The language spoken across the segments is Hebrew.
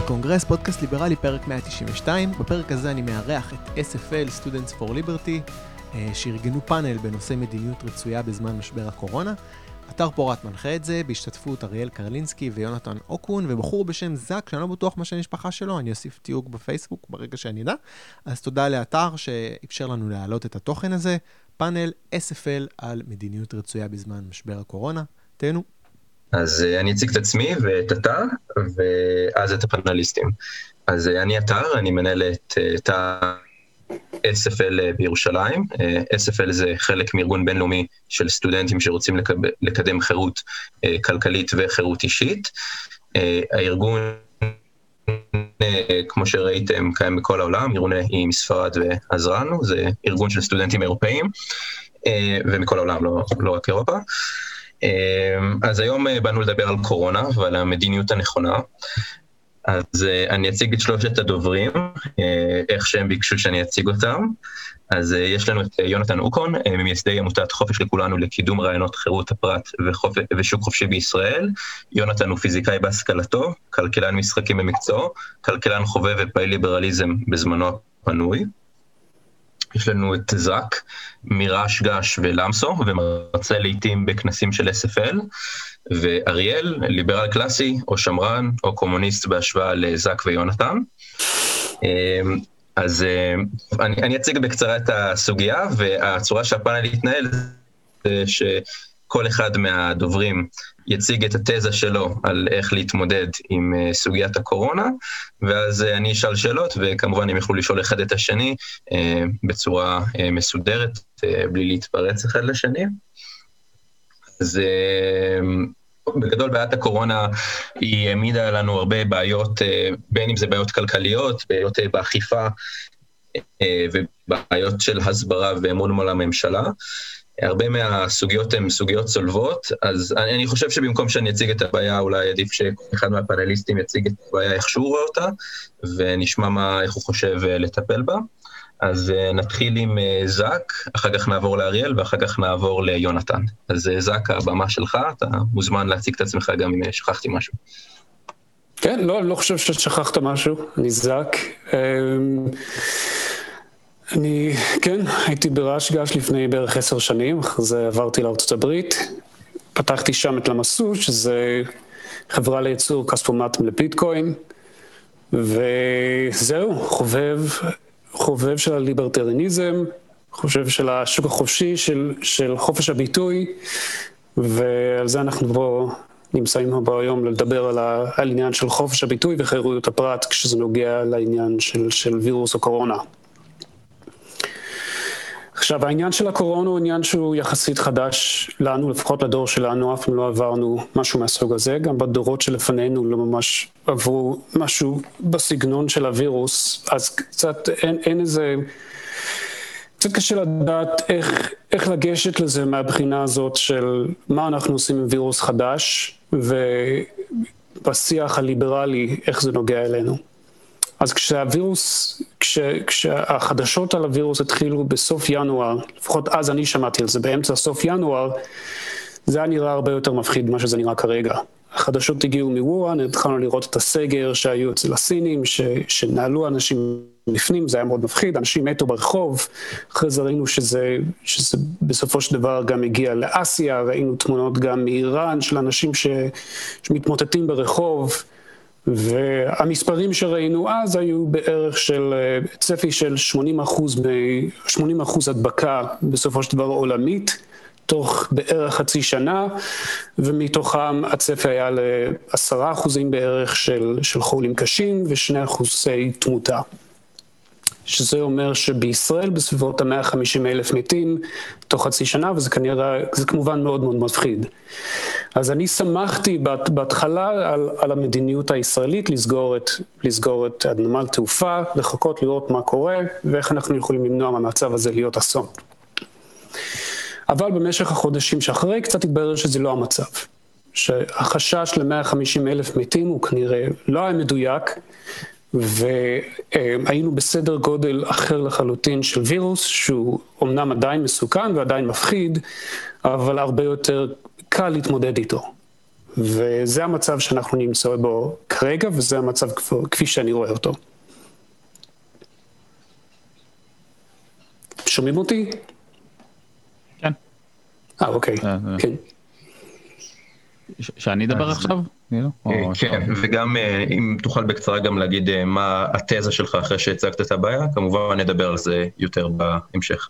הקונגרס, פודקאסט ליברלי, פרק 192. בפרק הזה אני מארח את SFL, Students for Liberty, שארגנו פאנל בנושא מדיניות רצויה בזמן משבר הקורונה. אתר פורת מנחה את זה, בהשתתפות אריאל קרלינסקי ויונתן אוקון, ובחור בשם זק, שאני לא בטוח מה שם המשפחה שלו, אני אוסיף תיוג בפייסבוק ברגע שאני אדע. אז תודה לאתר שאפשר לנו להעלות את התוכן הזה. פאנל SFL על מדיניות רצויה בזמן משבר הקורונה. תהנו. אז אני אציג את עצמי ואת אתר, ואז את הפאנליסטים. אז אני אתר, אני מנהל את ה-SFL בירושלים. SFL זה חלק מארגון בינלאומי של סטודנטים שרוצים לקדם חירות כלכלית וחירות אישית. הארגון, כמו שראיתם, קיים בכל העולם, ארגון מספרד ועזרנו, זה ארגון של סטודנטים אירופאים, ומכל העולם, לא רק אירופה. אז היום באנו לדבר על קורונה ועל המדיניות הנכונה. אז אני אציג את שלושת הדוברים, איך שהם ביקשו שאני אציג אותם. אז יש לנו את יונתן אוקון, ממייסדי עמותת חופש לכולנו לקידום רעיונות חירות הפרט ושוק חופשי בישראל. יונתן הוא פיזיקאי בהשכלתו, כלכלן משחקים במקצועו, כלכלן חובב ופעיל ליברליזם בזמנו הפנוי. יש לנו את זק, מרעש גש ולמסו, ומרצה לעתים בכנסים של SFL, ואריאל, ליברל קלאסי, או שמרן, או קומוניסט בהשוואה לזק ויונתן. אז אני אציג בקצרה את הסוגיה, והצורה שהפאנל יתנהל, זה שכל אחד מהדוברים יציג את התזה שלו על איך להתמודד עם סוגיית הקורונה, ואז אני אשאל שאלות, וכמובן הם יוכלו לשאול אחד את השני בצורה מסודרת, בלי להתפרץ אחד לשני. אז בגדול בעיית הקורונה היא העמידה לנו הרבה בעיות, בין אם זה בעיות כלכליות, בעיות באכיפה, ובעיות של הסברה ואמון מול הממשלה. הרבה מהסוגיות הן סוגיות צולבות, אז אני חושב שבמקום שאני אציג את הבעיה, אולי עדיף שאחד מהפאנליסטים יציג את הבעיה איך שהוא רואה אותה, ונשמע איך הוא חושב לטפל בה. אז נתחיל עם זק, אחר כך נעבור לאריאל, ואחר כך נעבור ליונתן. אז זק, הבמה שלך, אתה מוזמן להציג את עצמך גם אם שכחתי משהו. כן, לא חושב ששכחת משהו, אני זק. כן, הייתי ברעש גש לפני בערך 10 שנים, אחרי זה עברתי לארצות הברית, פתחתי שם את למסו, שזה חברה לייצור כספומטים לביטקוין, וזהו, חובב של הליברטריאניזם, חושב של השוק החופשי, של חופש הביטוי, ועל זה אנחנו פה נמצאים פה היום לדבר על עניין של חופש הביטוי וחירויות הפרט, כשזה נוגע לעניין של וירוס הקורונה. עכשיו, העניין של הקורונה הוא עניין שהוא יחסית חדש לנו, לפחות לדור שלנו, אף פעם לא עברנו משהו מהסוג הזה, גם בדורות שלפנינו לא ממש עברו משהו בסגנון של הווירוס, אז קצת אין איזה, קצת קשה לדעת איך לגשת לזה מהבחינה הזאת של מה אנחנו עושים עם וירוס חדש, ובשיח הליברלי, איך זה נוגע אלינו. אז כשהחדשות על הווירוס התחילו בסוף ינואר, לפחות אז אני שמעתי על זה, באמצע סוף ינואר, זה היה נראה הרבה יותר מפחיד ממה שזה נראה כרגע. החדשות הגיעו מווהאן, התחלנו לראות את הסגר שהיו אצל הסינים, שנעלו אנשים לפנים, זה היה מאוד מפחיד, אנשים מתו ברחוב, אחרי זה ראינו שזה בסופו של דבר גם הגיע לאסיה, ראינו תמונות גם מאיראן של אנשים שמתמוטטים ברחוב, והמספרים שראינו אז היו בערך של צפי של 80% הדבקה בסופו של דבר עולמית, תוך בערך חצי שנה, ומתוכם הצפי היה ל10% בערך של חולים קשים ו2% תמותה. שזה אומר שבישראל בסביבות ה-150,000 מתים תוך חצי שנה, וזה כנראה, זה כמובן מאוד מאוד מפחיד. אז אני שמחתי בהתחלה על המדיניות הישראלית לסגור את הנמל תעופה, לחכות לראות מה קורה, ואיך אנחנו יכולים למנוע מהמצב הזה להיות אסון. אבל במשך החודשים שאחרי קצת התברר שזה לא המצב. שהחשש ל-150,000 מתים הוא כנראה לא היה מדויק, והיינו בסדר גודל אחר לחלוטין של וירוס, שהוא אומנם עדיין מסוכן ועדיין מפחיד, אבל הרבה יותר קל להתמודד איתו. וזה המצב שאנחנו נמצאים בו כרגע, וזה המצב כפי שאני רואה אותו. שומעים אותי? כן. אוקיי, כן. שאני אדבר עכשיו? כן, וגם אם תוכל בקצרה גם להגיד מה התזה שלך אחרי שהצגת את הבעיה, כמובן נדבר על זה יותר בהמשך.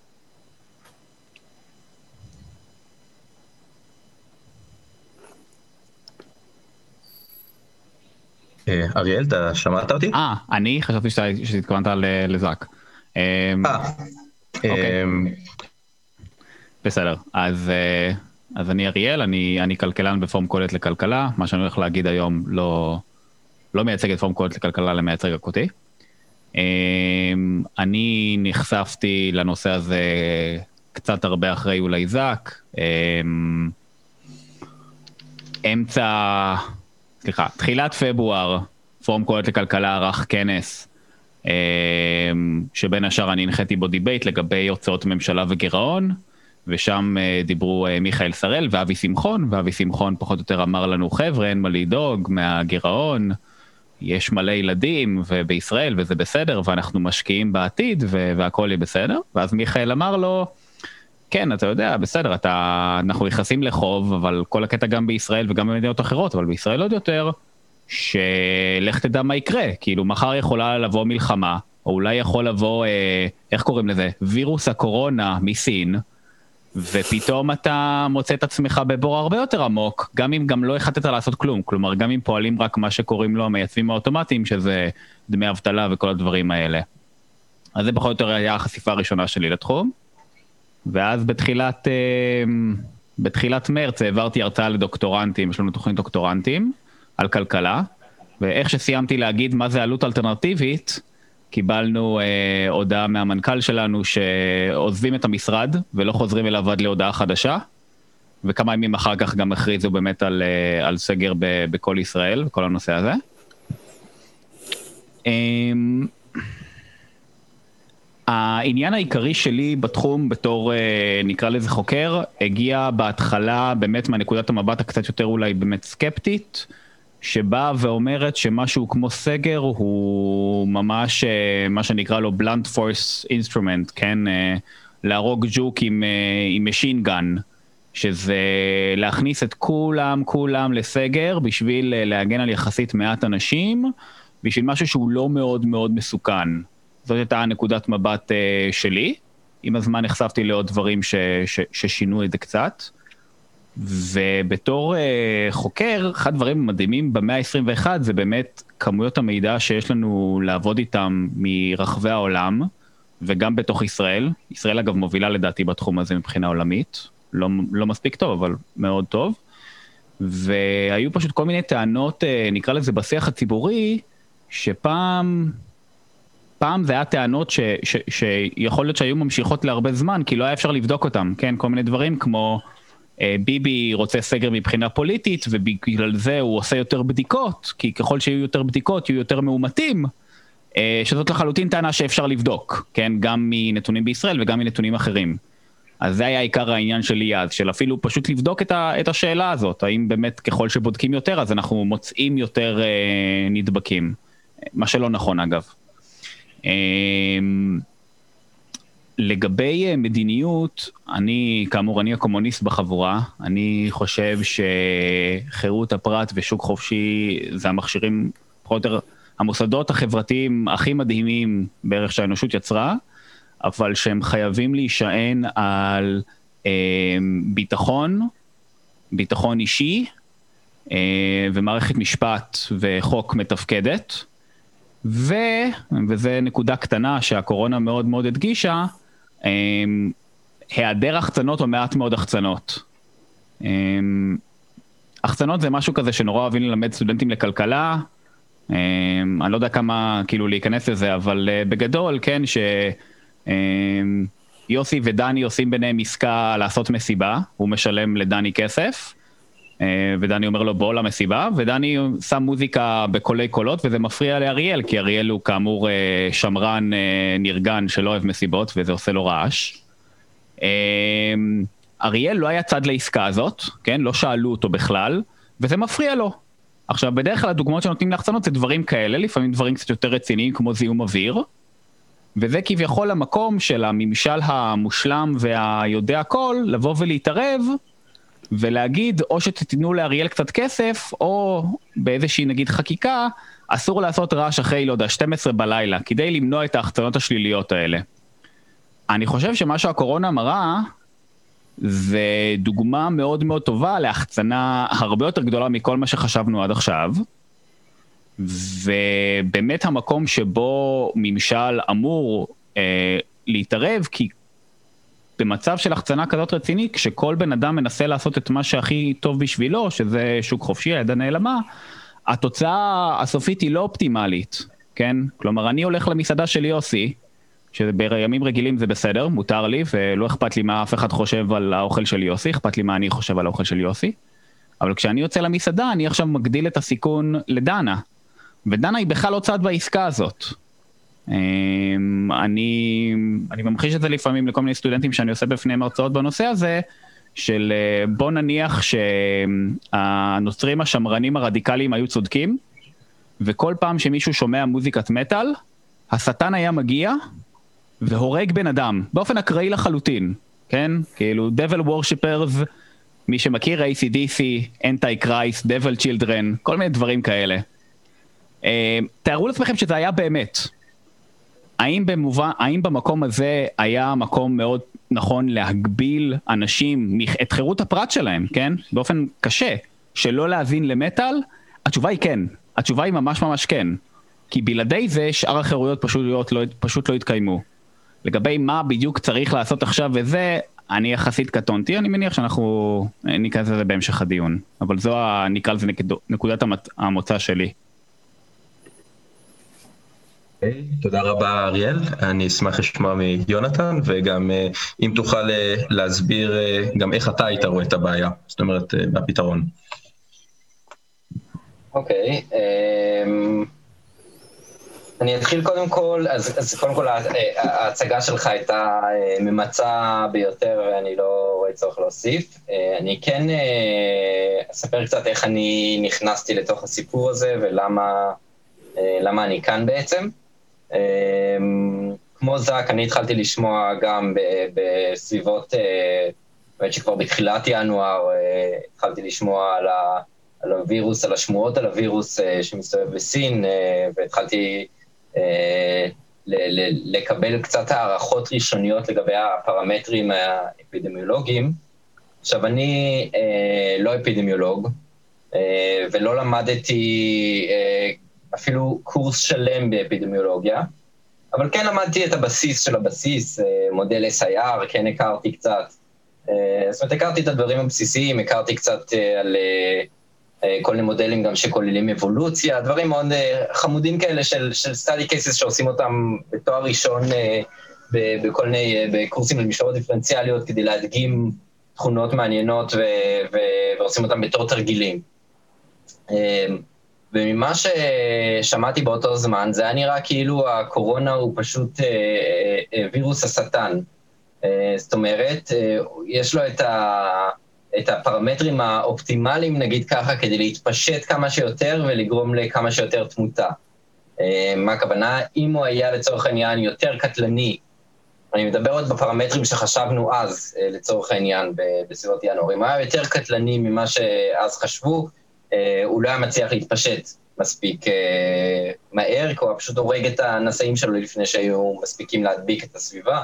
אריאל, אתה שמעת אותי? אני חשבתי שהתכוונת לזק. בסדר, אז אני אריאל, אני כלכלן בפורום קהלת לכלכלה, מה שאני הולך להגיד היום לא מייצג את פורום קהלת לכלכלה, אלא מייצג רק אותי. אני נחשפתי לנושא הזה קצת הרבה אחרי אולי זק, תחילת פברואר, פורום קהלת לכלכלה ערך כנס, שבין השאר אני הנחיתי בו דיבייט לגבי הוצאות ממשלה וגירעון, ושם דיברו מיכאל שראל ואבי שמחון פחות או יותר אמר לנו, חבר'ה, אין מה לדאוג מהגירעון, יש מלא ילדים ובישראל וזה בסדר, ואנחנו משקיעים בעתיד והכל יהיה בסדר. ואז מיכאל אמר לו, כן, אתה יודע, בסדר, אנחנו נכנסים לחוב, אבל כל הקטע גם בישראל וגם במדינות אחרות, אבל בישראל עוד יותר, שלך תדע מה יקרה, כאילו מחר יכולה לבוא מלחמה, או אולי יכול לבוא, איך קוראים לזה, וירוס הקורונה מסין, ופתאום אתה מוצא את עצמך בבור הרבה יותר עמוק, גם אם גם לא החלטת לעשות כלום, כלומר גם אם פועלים רק מה שקוראים לו המייצבים האוטומטיים, שזה דמי אבטלה וכל הדברים האלה. אז זה פחות או יותר היה החשיפה הראשונה שלי לתחום, ואז בתחילת מרץ העברתי הרצאה לדוקטורנטים, יש לנו תוכנית דוקטורנטים על כלכלה, ואיך שסיימתי להגיד מה זה עלות אלטרנטיבית, קיבלנו הודעה מהמנכ"ל שלנו שעוזבים את המשרד ולא חוזרים אליו עד להודעה חדשה, וכמה ימים אחר כך גם הכריזו באמת על סגר בכל ישראל, בכל הנושא הזה. העניין העיקרי שלי בתחום בתור נקרא לזה חוקר, הגיע בהתחלה באמת מהנקודת המבט הקצת יותר אולי באמת סקפטית, שבאה ואומרת שמשהו כמו סגר הוא ממש מה שנקרא לו blunt force instrument, כן? להרוג ג'וק עם machine gun, שזה להכניס את כולם לסגר בשביל להגן על יחסית מעט אנשים, בשביל משהו שהוא לא מאוד מאוד מסוכן. זאת הייתה נקודת מבט שלי. עם הזמן נחשפתי לעוד דברים ששינו את זה קצת. ובתור חוקר, אחד הדברים המדהימים במאה ה-21 זה באמת כמויות המידע שיש לנו לעבוד איתם מרחבי העולם, וגם בתוך ישראל. ישראל אגב מובילה לדעתי בתחום הזה מבחינה עולמית. לא מספיק טוב, אבל מאוד טוב. והיו פשוט כל מיני טענות, נקרא לזה בשיח הציבורי, שפעם זה היה טענות שיכול להיות שהיו ממשיכות להרבה זמן, כי לא היה אפשר לבדוק אותם, כן? כל מיני דברים כמו ביבי רוצה סגר מבחינה פוליטית, ובגלל זה הוא עושה יותר בדיקות, כי ככל שיהיו יותר בדיקות, יהיו יותר מאומתים, שזאת לחלוטין טענה שאפשר לבדוק, כן? גם מנתונים בישראל וגם מנתונים אחרים. אז זה היה עיקר העניין שלי אז, של אפילו פשוט לבדוק את השאלה הזאת, האם באמת ככל שבודקים יותר, אז אנחנו מוצאים יותר נדבקים. מה שלא נכון אגב. לגבי מדיניות, כאמור, אני הקומוניסט בחבורה, אני חושב שחירות הפרט ושוק חופשי זה המכשירים, פחות או יותר, המוסדות החברתיים הכי מדהימים בערך שהאנושות יצרה, אבל שהם חייבים להישען על ביטחון אישי, ומערכת משפט וחוק מתפקדת, וזה נקודה קטנה שהקורונה מאוד מאוד הדגישה, היעדר החצנות או מעט מאוד החצנות. החצנות זה משהו כזה שנורא אוהבים ללמד סטודנטים לכלכלה, אני לא יודע כמה כאילו להיכנס לזה, אבל בגדול, כן, שיוסי ודני עושים ביניהם עסקה לעשות מסיבה, הוא משלם לדני כסף, ודני אומר לו בוא למסיבה, ודני שם מוזיקה בקולי קולות, וזה מפריע לאריאל, כי אריאל הוא כאמור שמרן נרגן שלא אוהב מסיבות, וזה עושה לו רעש. אריאל לא היה צד לעסקה הזאת, כן? לא שאלו אותו בכלל, וזה מפריע לו. עכשיו, בדרך כלל הדוגמאות שנותנים להחצנות זה דברים כאלה, לפעמים דברים קצת יותר רציניים כמו זיהום אוויר, וזה כביכול המקום של הממשל המושלם והיודע הכל, לבוא ולהתערב, ולהגיד, או שתתנו לאריאל קצת כסף, או באיזושהי נגיד חקיקה, אסור לעשות רעש אחרי, לא יודע, 12 בלילה, כדי למנוע את ההחצנות השליליות האלה. אני חושב שמה שהקורונה מראה, זה דוגמה מאוד מאוד טובה להחצנה הרבה יותר גדולה מכל מה שחשבנו עד עכשיו, ובאמת המקום שבו ממשל אמור להתערב, כי במצב של החצנה כזאת רציני, כשכל בן אדם מנסה לעשות את מה שהכי טוב בשבילו, שזה שוק חופשי, היד הנעלמה, התוצאה הסופית היא לא אופטימלית, כן? כלומר, אני הולך למסעדה של יוסי, שבימים רגילים זה בסדר, מותר לי, ולא אכפת לי מה אף אחד חושב על האוכל של יוסי, אכפת לי מה אני חושב על האוכל של יוסי, אבל כשאני יוצא למסעדה, אני עכשיו מגדיל את הסיכון לדנה, ודנה היא בכלל לא צד בעסקה הזאת. אני ממחיש את זה לפעמים לכל מיני סטודנטים שאני עושה בפניהם הרצאות בנושא הזה, של בוא נניח שהנוצרים השמרנים הרדיקליים היו צודקים, וכל פעם שמישהו שומע מוזיקת מטל, השטן היה מגיע והורג בן אדם, באופן אקראי לחלוטין, כן? כאילו devil worshippers, מי שמכיר ACDC, Antichrist, Devil Children, כל מיני דברים כאלה. תארו לעצמכם שזה היה באמת. האם במקום הזה היה מקום מאוד נכון להגביל אנשים את חירות הפרט שלהם, כן? באופן קשה, שלא להאזין למטל? התשובה היא כן. התשובה היא ממש ממש כן. כי בלעדי זה שאר החירויות פשוט לא התקיימו. לגבי מה בדיוק צריך לעשות עכשיו וזה, אני יחסית קטונתי, אני מניח שאנחנו ניכנס לזה בהמשך הדיון. אבל זו נקרא לזה נקודת המוצא שלי. תודה רבה אריאל, אני אשמח לשמוע מיונתן, וגם אם תוכל להסביר גם איך אתה היית רואה את הבעיה, זאת אומרת, בפתרון. אוקיי, אני אתחיל קודם כל, אז קודם כל ההצגה שלך הייתה ממצה ביותר, ואני לא רואה צורך להוסיף. אני כן אספר קצת איך אני נכנסתי לתוך הסיפור הזה, ולמה אני כאן בעצם. כמו זק, אני התחלתי לשמוע גם בסביבות, באמת שכבר בתחילת ינואר, התחלתי לשמוע על הווירוס, על השמועות על הווירוס שמסתובב בסין, והתחלתי לקבל קצת הערכות ראשוניות לגבי הפרמטרים האפידמיולוגיים. עכשיו, אני לא אפידמיולוג, ולא למדתי אפילו קורס שלם באפידמיולוגיה, אבל כן למדתי את הבסיס של הבסיס, מודל SIR, כן הכרתי קצת. זאת אומרת, הכרתי את הדברים הבסיסיים, הכרתי קצת על כל מיני מודלים גם שכוללים אבולוציה, דברים מאוד חמודים כאלה של study cases שעושים אותם בתואר ראשון בכל מיני בקורסים למשוואות דיפרנציאליות, כדי להדגים תכונות מעניינות ועושים אותם בתור תרגילים. וממה ששמעתי באותו זמן, זה היה נראה כאילו הקורונה הוא פשוט וירוס השטן. זאת אומרת, יש לו את הפרמטרים האופטימליים, נגיד ככה, כדי להתפשט כמה שיותר ולגרום לכמה שיותר תמותה. מה הכוונה? אם הוא היה לצורך העניין יותר קטלני, אני מדבר עוד בפרמטרים שחשבנו אז, לצורך העניין, בסביבות ינואר, אם הוא היה יותר קטלני ממה שאז חשבו, הוא לא היה מצליח להתפשט מספיק מהר, כי הוא פשוט הורג את הנשאים שלו לפני שהיו מספיקים להדביק את הסביבה,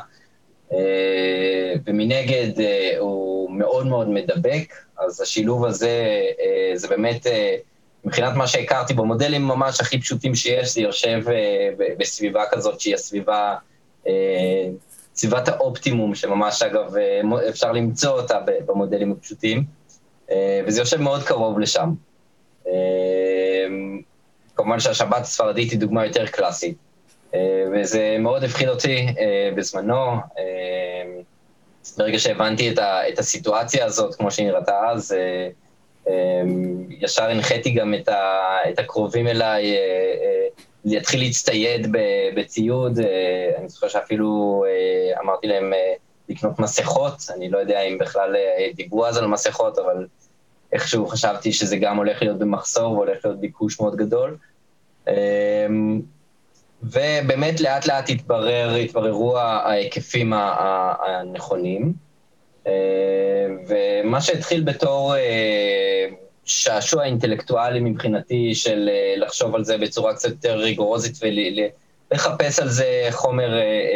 ומנגד הוא מאוד מאוד מדבק, אז השילוב הזה, זה באמת, מבחינת מה שהכרתי במודלים ממש הכי פשוטים שיש, זה יושב בסביבה כזאת שהיא הסביבה, סביבת האופטימום, שממש אגב אפשר למצוא אותה במודלים הפשוטים, וזה יושב מאוד קרוב לשם. כמובן שהשבת הספרדית היא דוגמה יותר קלאסית, וזה מאוד הפחיד אותי בזמנו. ברגע שהבנתי את הסיטואציה הזאת, כמו שהיא נראתה אז, ישר הנחיתי גם את הקרובים אליי להתחיל להצטייד בציוד. אני זוכר שאפילו אמרתי להם לקנות מסכות, אני לא יודע אם בכלל דיברו אז על מסכות, אבל איכשהו חשבתי שזה גם הולך להיות במחסור והולך להיות ביקוש מאוד גדול. ובאמת לאט לאט התבררו ההיקפים הנכונים, ומה שהתחיל בתור שעשוע אינטלקטואלי מבחינתי של לחשוב על זה בצורה קצת יותר ריגורוזית ולחפש על זה חומר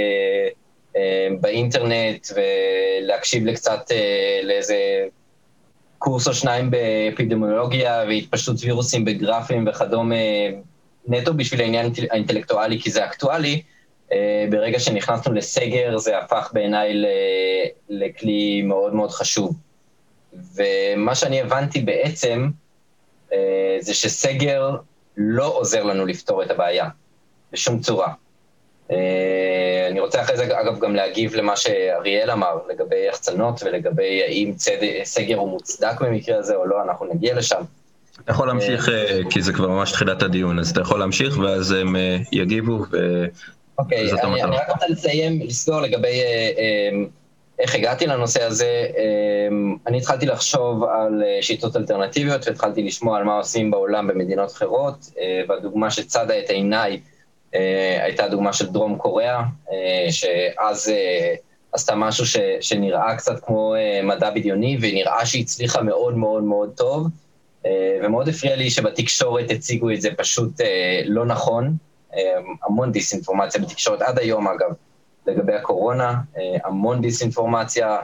באינטרנט ולהקשיב לקצת לאיזה קורס או שניים באפידמיולוגיה והתפשטות וירוסים בגרפים וכדומה, נטו בשביל העניין האינטלקטואלי כי זה אקטואלי. ברגע שנכנסנו לסגר זה הפך בעיניי לכלי מאוד מאוד חשוב. ומה שאני הבנתי בעצם זה שסגר לא עוזר לנו לפתור את הבעיה בשום צורה. אני רוצה אחרי זה אגב גם להגיב למה שאריאל אמר לגבי יחצנות ולגבי האם סגר הוא מוצדק במקרה הזה או לא, אנחנו נגיע לשם. אתה יכול להמשיך, כי זה כבר ממש תחילת הדיון, אז אתה יכול להמשיך ואז הם יגיבו. אוקיי, אני רק רוצה לסגור לגבי איך הגעתי לנושא הזה. אני התחלתי לחשוב על שיטות אלטרנטיביות והתחלתי לשמוע על מה עושים בעולם במדינות אחרות, והדוגמה שצדה את עיניי הייתה דוגמה של דרום קוריאה, שאז עשתה משהו שנראה קצת כמו מדע בדיוני, ונראה שהצליחה מאוד מאוד מאוד טוב, ומאוד הפריע לי שבתקשורת הציגו את זה פשוט לא נכון, המון דיסאינפורמציה בתקשורת עד היום אגב, לגבי הקורונה, המון דיסאינפורמציה,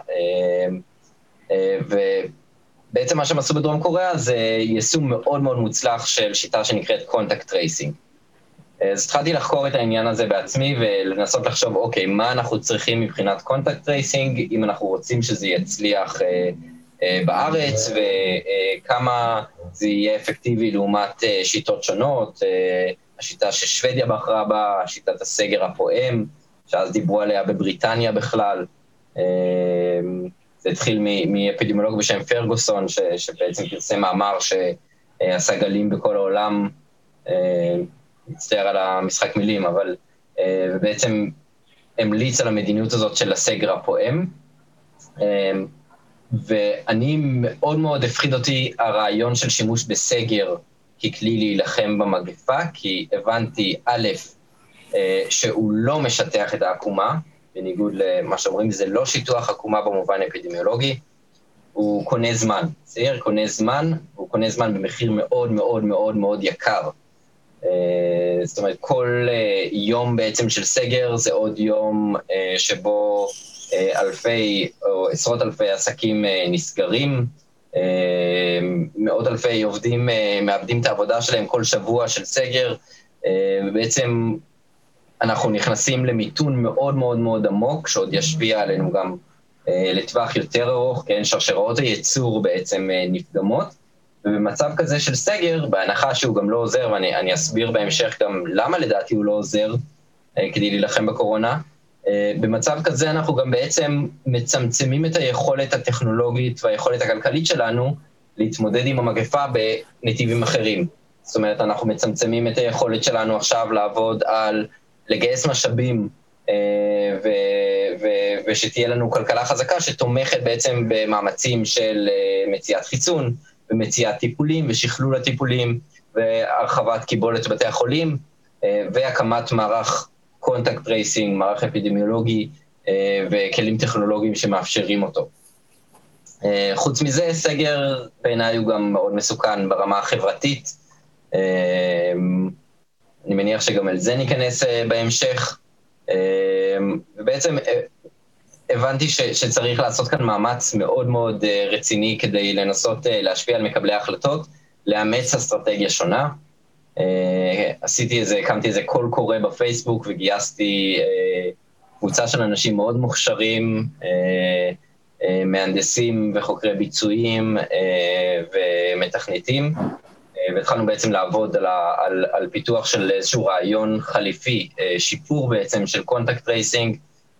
ובעצם מה שהם עשו בדרום קוריאה זה יישום מאוד מאוד מוצלח של שיטה שנקראת קונטקט טרייסינג. אז התחלתי לחקור את העניין הזה בעצמי ולנסות לחשוב, אוקיי, מה אנחנו צריכים מבחינת קונטקט טרייסינג, אם אנחנו רוצים שזה יצליח בארץ, וכמה זה יהיה אפקטיבי לעומת שיטות שונות, השיטה ששוודיה בחרה בה, שיטת הסגר הפועם, שאז דיברו עליה בבריטניה בכלל. זה התחיל מאפידמיולוג בשם פרגוסון, שבעצם פרסם מאמר שעשה גלים בכל העולם, מצטער על המשחק מילים, אבל בעצם המליץ על המדיניות הזאת של הסגר הפועם, ואני מאוד מאוד הפחיד אותי הרעיון של שימוש בסגר ככלי להילחם במגפה, כי הבנתי א', שהוא לא משטח את העקומה, בניגוד למה שאומרים, זה לא שיטוח עקומה במובן האפידמיולוגי, הוא קונה זמן, סגר קונה זמן, הוא קונה זמן במחיר מאוד מאוד מאוד מאוד יקר. זאת אומרת, כל יום בעצם של סגר זה עוד יום שבו אלפי או עשרות אלפי עסקים נסגרים, מאות אלפי עובדים מאבדים את העבודה שלהם כל שבוע של סגר, ובעצם אנחנו נכנסים למיתון מאוד מאוד מאוד עמוק, שעוד ישפיע עלינו גם לטווח יותר ארוך, כן, שרשראות הייצור בעצם נפגמות, ובמצב כזה של סגר, בהנחה שהוא גם לא עוזר, ואני אסביר בהמשך גם למה לדעתי הוא לא עוזר כדי להילחם בקורונה, במצב כזה אנחנו גם בעצם מצמצמים את היכולת הטכנולוגית והיכולת הכלכלית שלנו להתמודד עם המגפה בנתיבים אחרים. זאת אומרת, אנחנו מצמצמים את היכולת שלנו עכשיו לעבוד על לגייס משאבים, ושתהיה לנו כלכלה חזקה שתומכת בעצם במאמצים של מציאת חיסון, ומציאת טיפולים ושכלול הטיפולים, והרחבת קיבולת בתי החולים, והקמת מערך קונטקט טרייסינג, מערך אפידמיולוגי, וכלים טכנולוגיים שמאפשרים אותו. חוץ מזה, סגר בעיניי הוא גם מאוד מסוכן ברמה החברתית, אני מניח שגם על זה ניכנס בהמשך, ובעצם הבנתי שצריך לעשות כאן מאמץ מאוד מאוד רציני כדי לנסות להשפיע על מקבלי ההחלטות, לאמץ אסטרטגיה שונה. הקמתי איזה קול קורא בפייסבוק וגייסתי קבוצה של אנשים מאוד מוכשרים, מהנדסים וחוקרי ביצועים ומתכניתים, והתחלנו בעצם לעבוד על פיתוח של איזשהו רעיון חליפי, שיפור בעצם של קונטקט טרייסינג,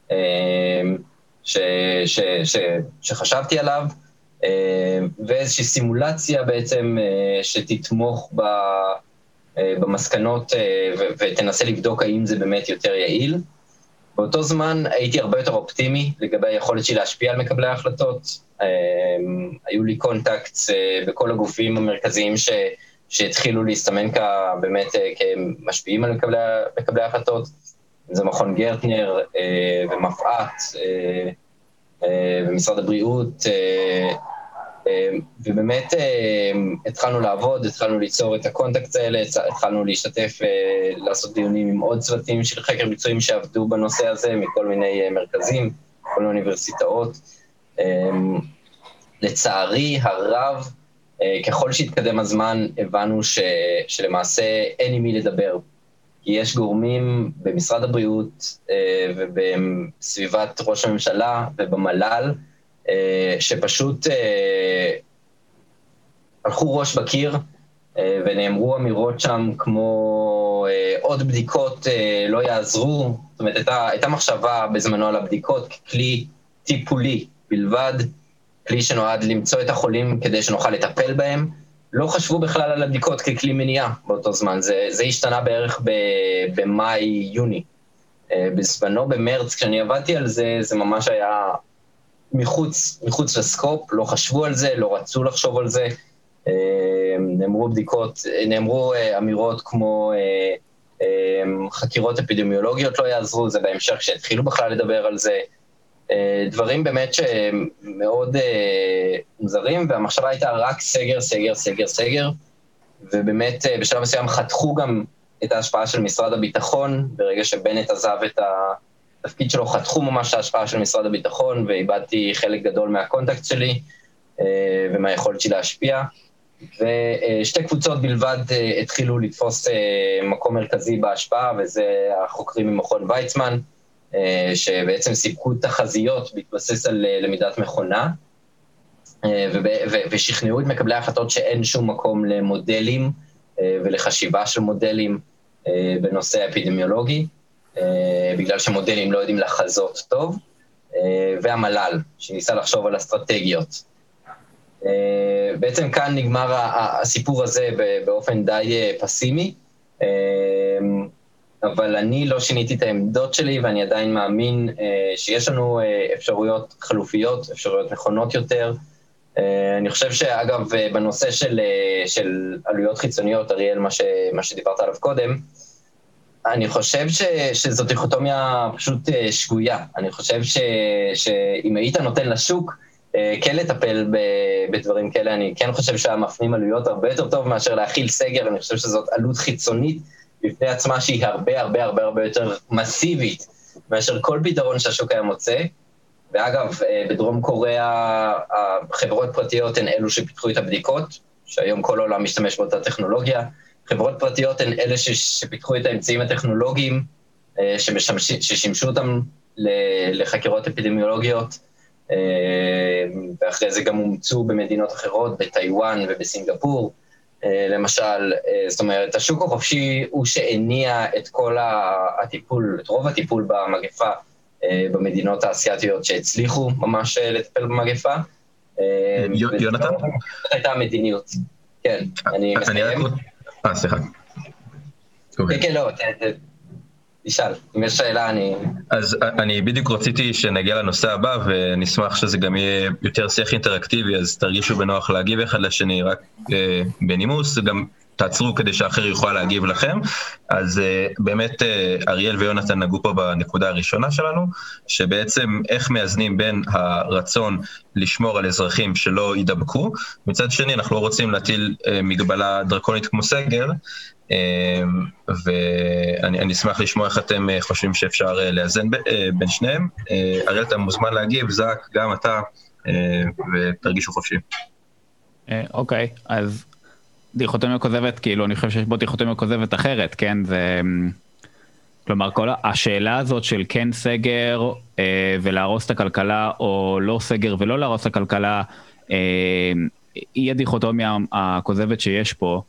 שחשבתי עליו, ואיזושהי סימולציה בעצם שתתמוך במסקנות ותנסה לבדוק האם זה באמת יותר יעיל. באותו זמן הייתי הרבה יותר אופטימי לגבי היכולת שלי להשפיע על מקבלי ההחלטות. היו לי קונטקט בכל הגופים המרכזיים שהתחילו להסתמן באמת כמשפיעים על מקבלי ההחלטות. זה מכון גרטנר ומפעת ומשרד הבריאות, ובאמת התחלנו לעבוד, התחלנו ליצור את הקונטקט האלה, התחלנו להשתתף, לעשות דיונים עם עוד צוותים של חקר ביצועים שעבדו בנושא הזה, מכל מיני מרכזים, כל מיני אוניברסיטאות. לצערי הרב, ככל שהתקדם הזמן, הבנו שלמעשה אין עם מי לדבר. כי יש גורמים במשרד הבריאות ובסביבת ראש הממשלה ובמל"ל, שפשוט הלכו ראש בקיר ונאמרו אמירות שם כמו עוד בדיקות לא יעזרו. זאת אומרת, הייתה מחשבה בזמנו על הבדיקות ככלי טיפולי בלבד, כלי שנועד למצוא את החולים כדי שנוכל לטפל בהם. לא חשבו בכלל על הבדיקות ככלי מניעה באותו זמן. זה השתנה בערך במאי-יוני. בזמנו במרץ, כשאני עבדתי על זה, זה ממש היה מחוץ לסקופ, לא חשבו על זה, לא רצו לחשוב על זה. נאמרו אמירות כמו חקירות אפידמיולוגיות לא יעזרו, זה בהמשך שהתחילו בכלל לדבר על זה. דברים באמת שמאוד מוזרים, והמחשבה הייתה רק סגר, ובאמת בשלב מסוים חתכו גם את ההשפעה של משרד הביטחון, ברגע שבנט עזב את התפקיד שלו, חתכו ממש ההשפעה של משרד הביטחון, ואיבדתי חלק גדול מהקונטקט שלי, ומהיכולת שלי להשפיע, ושתי קבוצות בלבד התחילו לתפוס מקום מרכזי בהשפעה, וזה החוקרים ממכון ויצמן, שבעצם סיפקו תחזיות בהתבסס על למידת מכונה, ושכנעו את מקבלי ההחלטות שאין שום מקום למודלים ולחשיבה של מודלים בנושא האפידמיולוגי, בגלל שמודלים לא יודעים לחזות טוב, והמל"ל, שניסה לחשוב על אסטרטגיות. בעצם כאן נגמר הסיפור הזה באופן די פסימי, אבל אני לא שיניתי את העמדות שלי, ואני עדיין מאמין שיש לנו אפשרויות חלופיות, אפשרויות נכונות יותר. אני חושב שאגב, בנושא של עלויות חיצוניות, אריאל, מה שדיברת עליו קודם, אני חושב שזאת דיכוטומיה פשוט שגויה. אני חושב שאם היית נותן לשוק כן לטפל בדברים כאלה, אני כן חושב שהמפנים עלויות הרבה יותר טוב מאשר להכיל סגר. אני חושב שזאת עלות חיצונית בפני עצמה שהיא הרבה יותר מסיבית מאשר כל פתרון שהשוק היה מוצא. ואגב, בדרום קוריאה החברות פרטיות הן אלו שפיתחו את הבדיקות, שהיום כל העולם משתמש באותה טכנולוגיה. חברות פרטיות הן אלה שפיתחו את האמצעים הטכנולוגיים, ששימשו אותם לחקירות אפידמיולוגיות, ואחרי זה גם אומצו במדינות אחרות, בטיואן ובסינגפור, למשל. זאת אומרת, השוק החופשי הוא שהניע את כל הטיפול, את רוב הטיפול במגפה, במדינות האסייתיות שהצליחו ממש לטפל במגפה. יונתן? זאת הייתה המדיניות. כן, אני מסיים. סליחה. כן, לא, תשאל, אם יש שאלה אני... אז אני בדיוק רציתי שנגיע לנושא הבא, ונשמח שזה גם יהיה יותר שיח אינטראקטיבי, אז תרגישו בנוח להגיב אחד לשני, רק בנימוס, גם תעצרו כדי שאחר יוכל להגיב לכם. אז באמת אריאל ויונתן נגעו פה בנקודה הראשונה שלנו, שבעצם איך מאזנים בין הרצון לשמור על אזרחים שלא יידבקו, מצד שני אנחנו לא רוצים להטיל מגבלה דרקונית כמו סגר, ואני אשמח לשמוע איך אתם חושבים שאפשר לאזן בין שניהם. אריאל, אתה מוזמן להגיב, זק, גם אתה, ותרגישו חופשי. אוקיי, אז דיכוטומיה כוזבת, כאילו אני חושב שיש בו דיכוטומיה כוזבת אחרת, כן? זה, כלומר, השאלה הזאת של כן סגר ולהרוס את הכלכלה, או לא סגר ולא להרוס את הכלכלה, היא הדיכוטומיה הכוזבת שיש פה.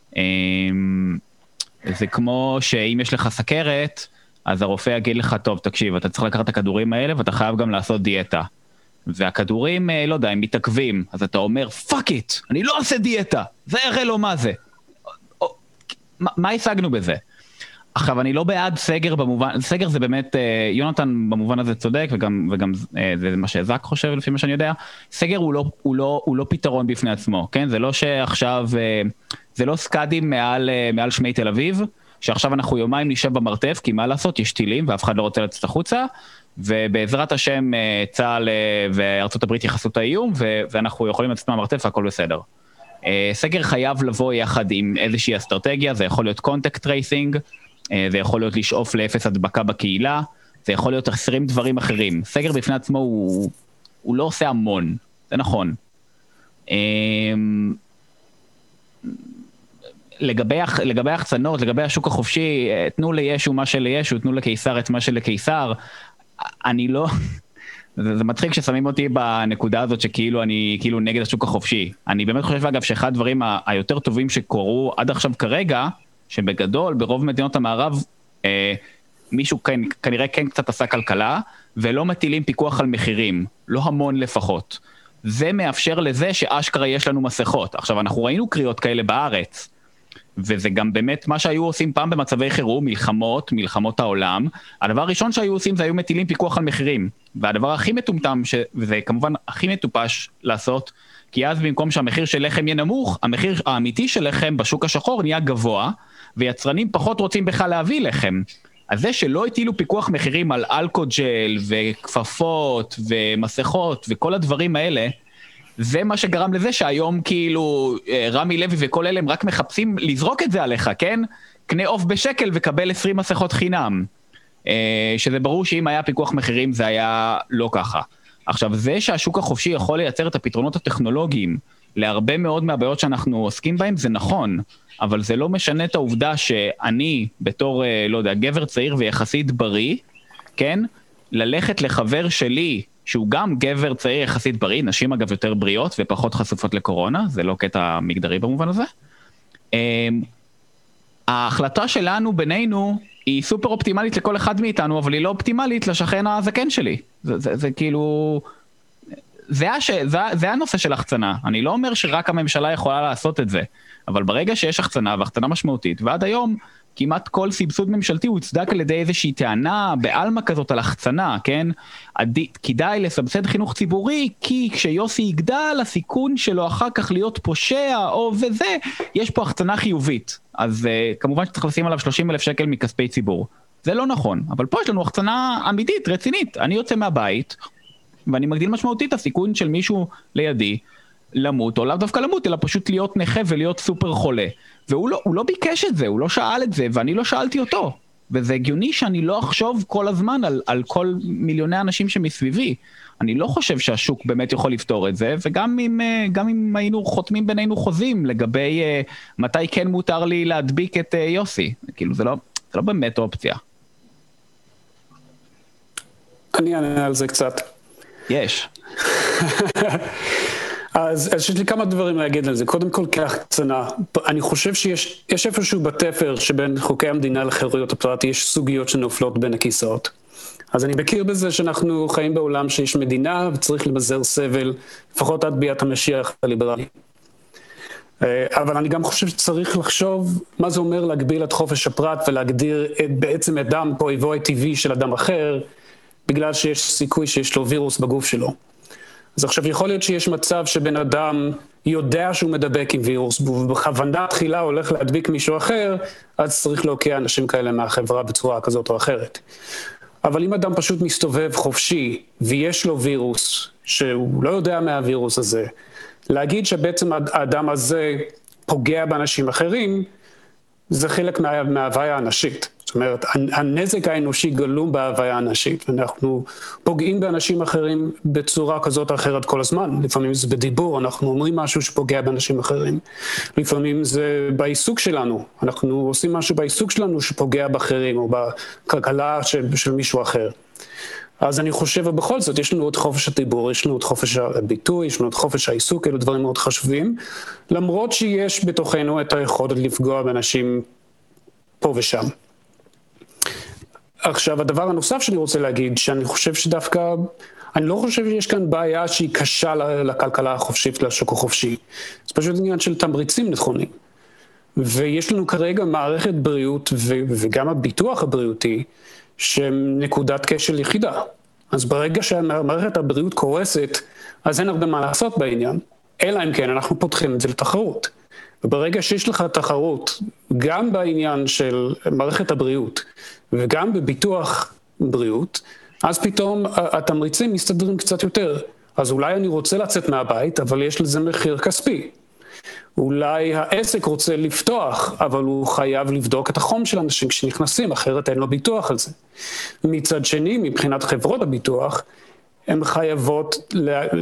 זה כמו שאם יש לך סכרת, אז הרופא יגיד לך, טוב, תקשיב, אתה צריך לקחת את הכדורים האלה, ואתה חייב גם לעשות דיאטה. והכדורים, לא יודע, הם מתעכבים, אז אתה אומר, fuck it, אני לא עושה דיאטה, זה הרי לא מה זה. מה השגנו בזה? עכשיו, אני לא בעד סגר במובן, סגר זה באמת, יונתן במובן הזה צודק, וגם זה מה שזק חושב לפי מה שאני יודע, סגר הוא לא פתרון בפני עצמו, כן? זה לא שעכשיו, זה לא סקאדים מעל שמי תל אביב, שעכשיו אנחנו יומיים נשב במרתף, כי מה לעשות, יש טילים, ואף אחד לא רוצה לצאת החוצה, ובעזרת השם צה"ל וארצות הברית יחסו את האיום, ואנחנו יכולים לצאת מהמרתף והכל בסדר. סגר חייב לבוא יחד עם איזושהי אסטרטגיה, זה יכול להיות קונטקט טרייסינג, זה יכול להיות לשאוף לאפס הדבקה בקהילה, זה יכול להיות 20 דברים אחרים. סגר בפני עצמו הוא לא עושה המון, זה נכון. לגבי החצנות, לגבי השוק החופשי, תנו לישו מה שלישו, תנו לקיסר את מה שלקיסר, אני לא... זה מצחיק ששמים אותי בנקודה הזאת שכאילו אני כאילו נגד השוק החופשי. אני באמת חושב אגב שאחד הדברים היותר טובים שקורו עד עכשיו כרגע, שבגדול ברוב מדינות המערב מישהו כנראה כן קצת עשה כלכלה, ולא מטילים פיקוח על מחירים, לא המון לפחות. זה מאפשר לזה שאשכרה יש לנו מסכות. עכשיו אנחנו ראינו קריאות כאלה בארץ, וזה גם באמת מה שהיו עושים פעם במצבי חירום, מלחמות העולם, הדבר הראשון שהיו עושים זה היו מטילים פיקוח על מחירים, והדבר הכי מטומטם, וזה כמובן הכי מטופש לעשות, כי אז במקום שהמחיר של לחם יהיה נמוך, המחיר האמיתי של לחם בשוק השחור נהיה גבוה, ויצרנים פחות רוצים בכלל להביא לחם. אז זה שלא הטילו פיקוח מחירים על אלכוג'ל וכפפות ומסכות וכל הדברים האלה, זה מה שגרם לזה שהיום כאילו רמי לוי וכל אלה הם רק מחפשים לזרוק את זה עליך, כן? קנה עוף בשקל וקבל 20 מסכות חינם. שזה ברור שאם היה פיקוח מחירים זה היה לא ככה. עכשיו זה שהשוק החופשי יכול לייצר את הפתרונות הטכנולוגיים להרבה מאוד מהבעיות שאנחנו עוסקים בהם, זה נכון, אבל זה לא משנה את העובדה שאני בתור, לא יודע, גבר צעיר ויחסית בריא, כן? ללכת לחבר שלי, שהוא גם גבר צעיר יחסית בריא, נשים אגב יותר בריאות ופחות חשופות לקורונה, זה לא קטע מגדרי במובן הזה. ההחלטה שלנו בינינו היא סופר אופטימלית לכל אחד מאיתנו, אבל היא לא אופטימלית לשכן הזקן שלי. זה כאילו... זה הנושא של החצנה. אני לא אומר שרק הממשלה יכולה לעשות את זה, אבל ברגע שיש החצנה והחצנה משמעותית, ועד היום כמעט כל סבסוד ממשלתי הוא צדק על ידי איזושהי טענה בעלמה כזאת על החצנה, כן? כדאי לסבסד חינוך ציבורי, כי כשיוסי יגדל, הסיכון שלו אחר כך להיות פושע, או וזה, יש פה החצנה חיובית. אז כמובן שצריך לשים עליו 30,000 שקל מכספי ציבור. זה לא נכון, אבל פה יש לנו החצנה אמיתית, רצינית. אני יוצא מהבית, ואני מגדיל משמעותית הסיכון של מישהו לידי, למות, או לאו דווקא למות, אלא פשוט להיות נכה ולהיות סופר חולה. והוא לא ביקש את זה, הוא לא שאל את זה, ואני לא שאלתי אותו. וזה הגיוני שאני לא אחשוב כל הזמן על כל מיליוני אנשים שמסביבי. אני לא חושב שהשוק באמת יכול לפתור את זה, וגם אם היינו חותמים בינינו חוזים לגבי מתי כן מותר לי להדביק את יוסי. כאילו זה לא באמת אופציה. אני אענה על זה קצת. יש. אז יש לי כמה דברים להגיד על זה. קודם כל כהחצנה, אני חושב שיש איפשהו בתפר שבין חוקי המדינה לחירויות הפרט, יש סוגיות שנופלות בין הכיסאות. אז אני מכיר בזה שאנחנו חיים בעולם שיש מדינה וצריך למזער סבל, לפחות עד ביאת המשיח הליברלי. אבל אני גם חושב שצריך לחשוב מה זה אומר להגביל את חופש הפרט ולהגדיר בעצם אדם פה אויבו הטבעי של אדם אחר, בגלל שיש סיכוי שיש לו וירוס בגוף שלו. אז עכשיו יכול להיות שיש מצב שבן אדם יודע שהוא מדבק עם וירוס, ובכוונה תחילה הולך להדביק מישהו אחר, אז צריך להוקיע אנשים כאלה מהחברה בצורה כזאת או אחרת. אבל אם אדם פשוט מסתובב חופשי, ויש לו וירוס, שהוא לא יודע מהווירוס הזה, להגיד שבעצם האדם הזה פוגע באנשים אחרים, זה חלק מההוויה האנושית. זאת אומרת, הנזק האנושי גלום בהוויה האנושית, ואנחנו פוגעים באנשים אחרים בצורה כזאת או אחרת כל הזמן. לפעמים זה בדיבור, אנחנו אומרים משהו שפוגע באנשים אחרים. לפעמים זה בעיסוק שלנו, אנחנו עושים משהו בעיסוק שלנו שפוגע באחרים, או בכלכלה של מישהו אחר. אז אני חושב, ובכל זאת, יש לנו עוד חופש הדיבור, יש לנו עוד חופש הביטוי, יש לנו עוד חופש העיסוק, אלו דברים מאוד חשובים, למרות שיש בתוכנו את היכולת לפגוע באנשים פה ושם. עכשיו, הדבר הנוסף שאני רוצה להגיד, שאני חושב שדווקא, אני לא חושב שיש כאן בעיה שהיא קשה לכלכלה החופשית, לשוק החופשי. זה פשוט עניין של תמריצים נכונים. ויש לנו כרגע מערכת בריאות וגם הביטוח הבריאותי שהם נקודת כשל יחידה. אז ברגע שהמערכת הבריאות קורסת, אז אין הרבה מה לעשות בעניין, אלא אם כן אנחנו פותחים את זה לתחרות. וברגע שיש לך תחרות, גם בעניין של מערכת הבריאות וגם בביטוח בריאות, אז פתאום התמריצים מסתדרים קצת יותר. אז אולי אני רוצה לצאת מהבית, אבל יש לזה מחיר כספי. אולי העסק רוצה לפתוח, אבל הוא חייב לבדוק את החום של אנשים כשנכנסים, אחרת אין לו ביטוח על זה. מצד שני, מבחינת חברות הביטוח, הן חייבות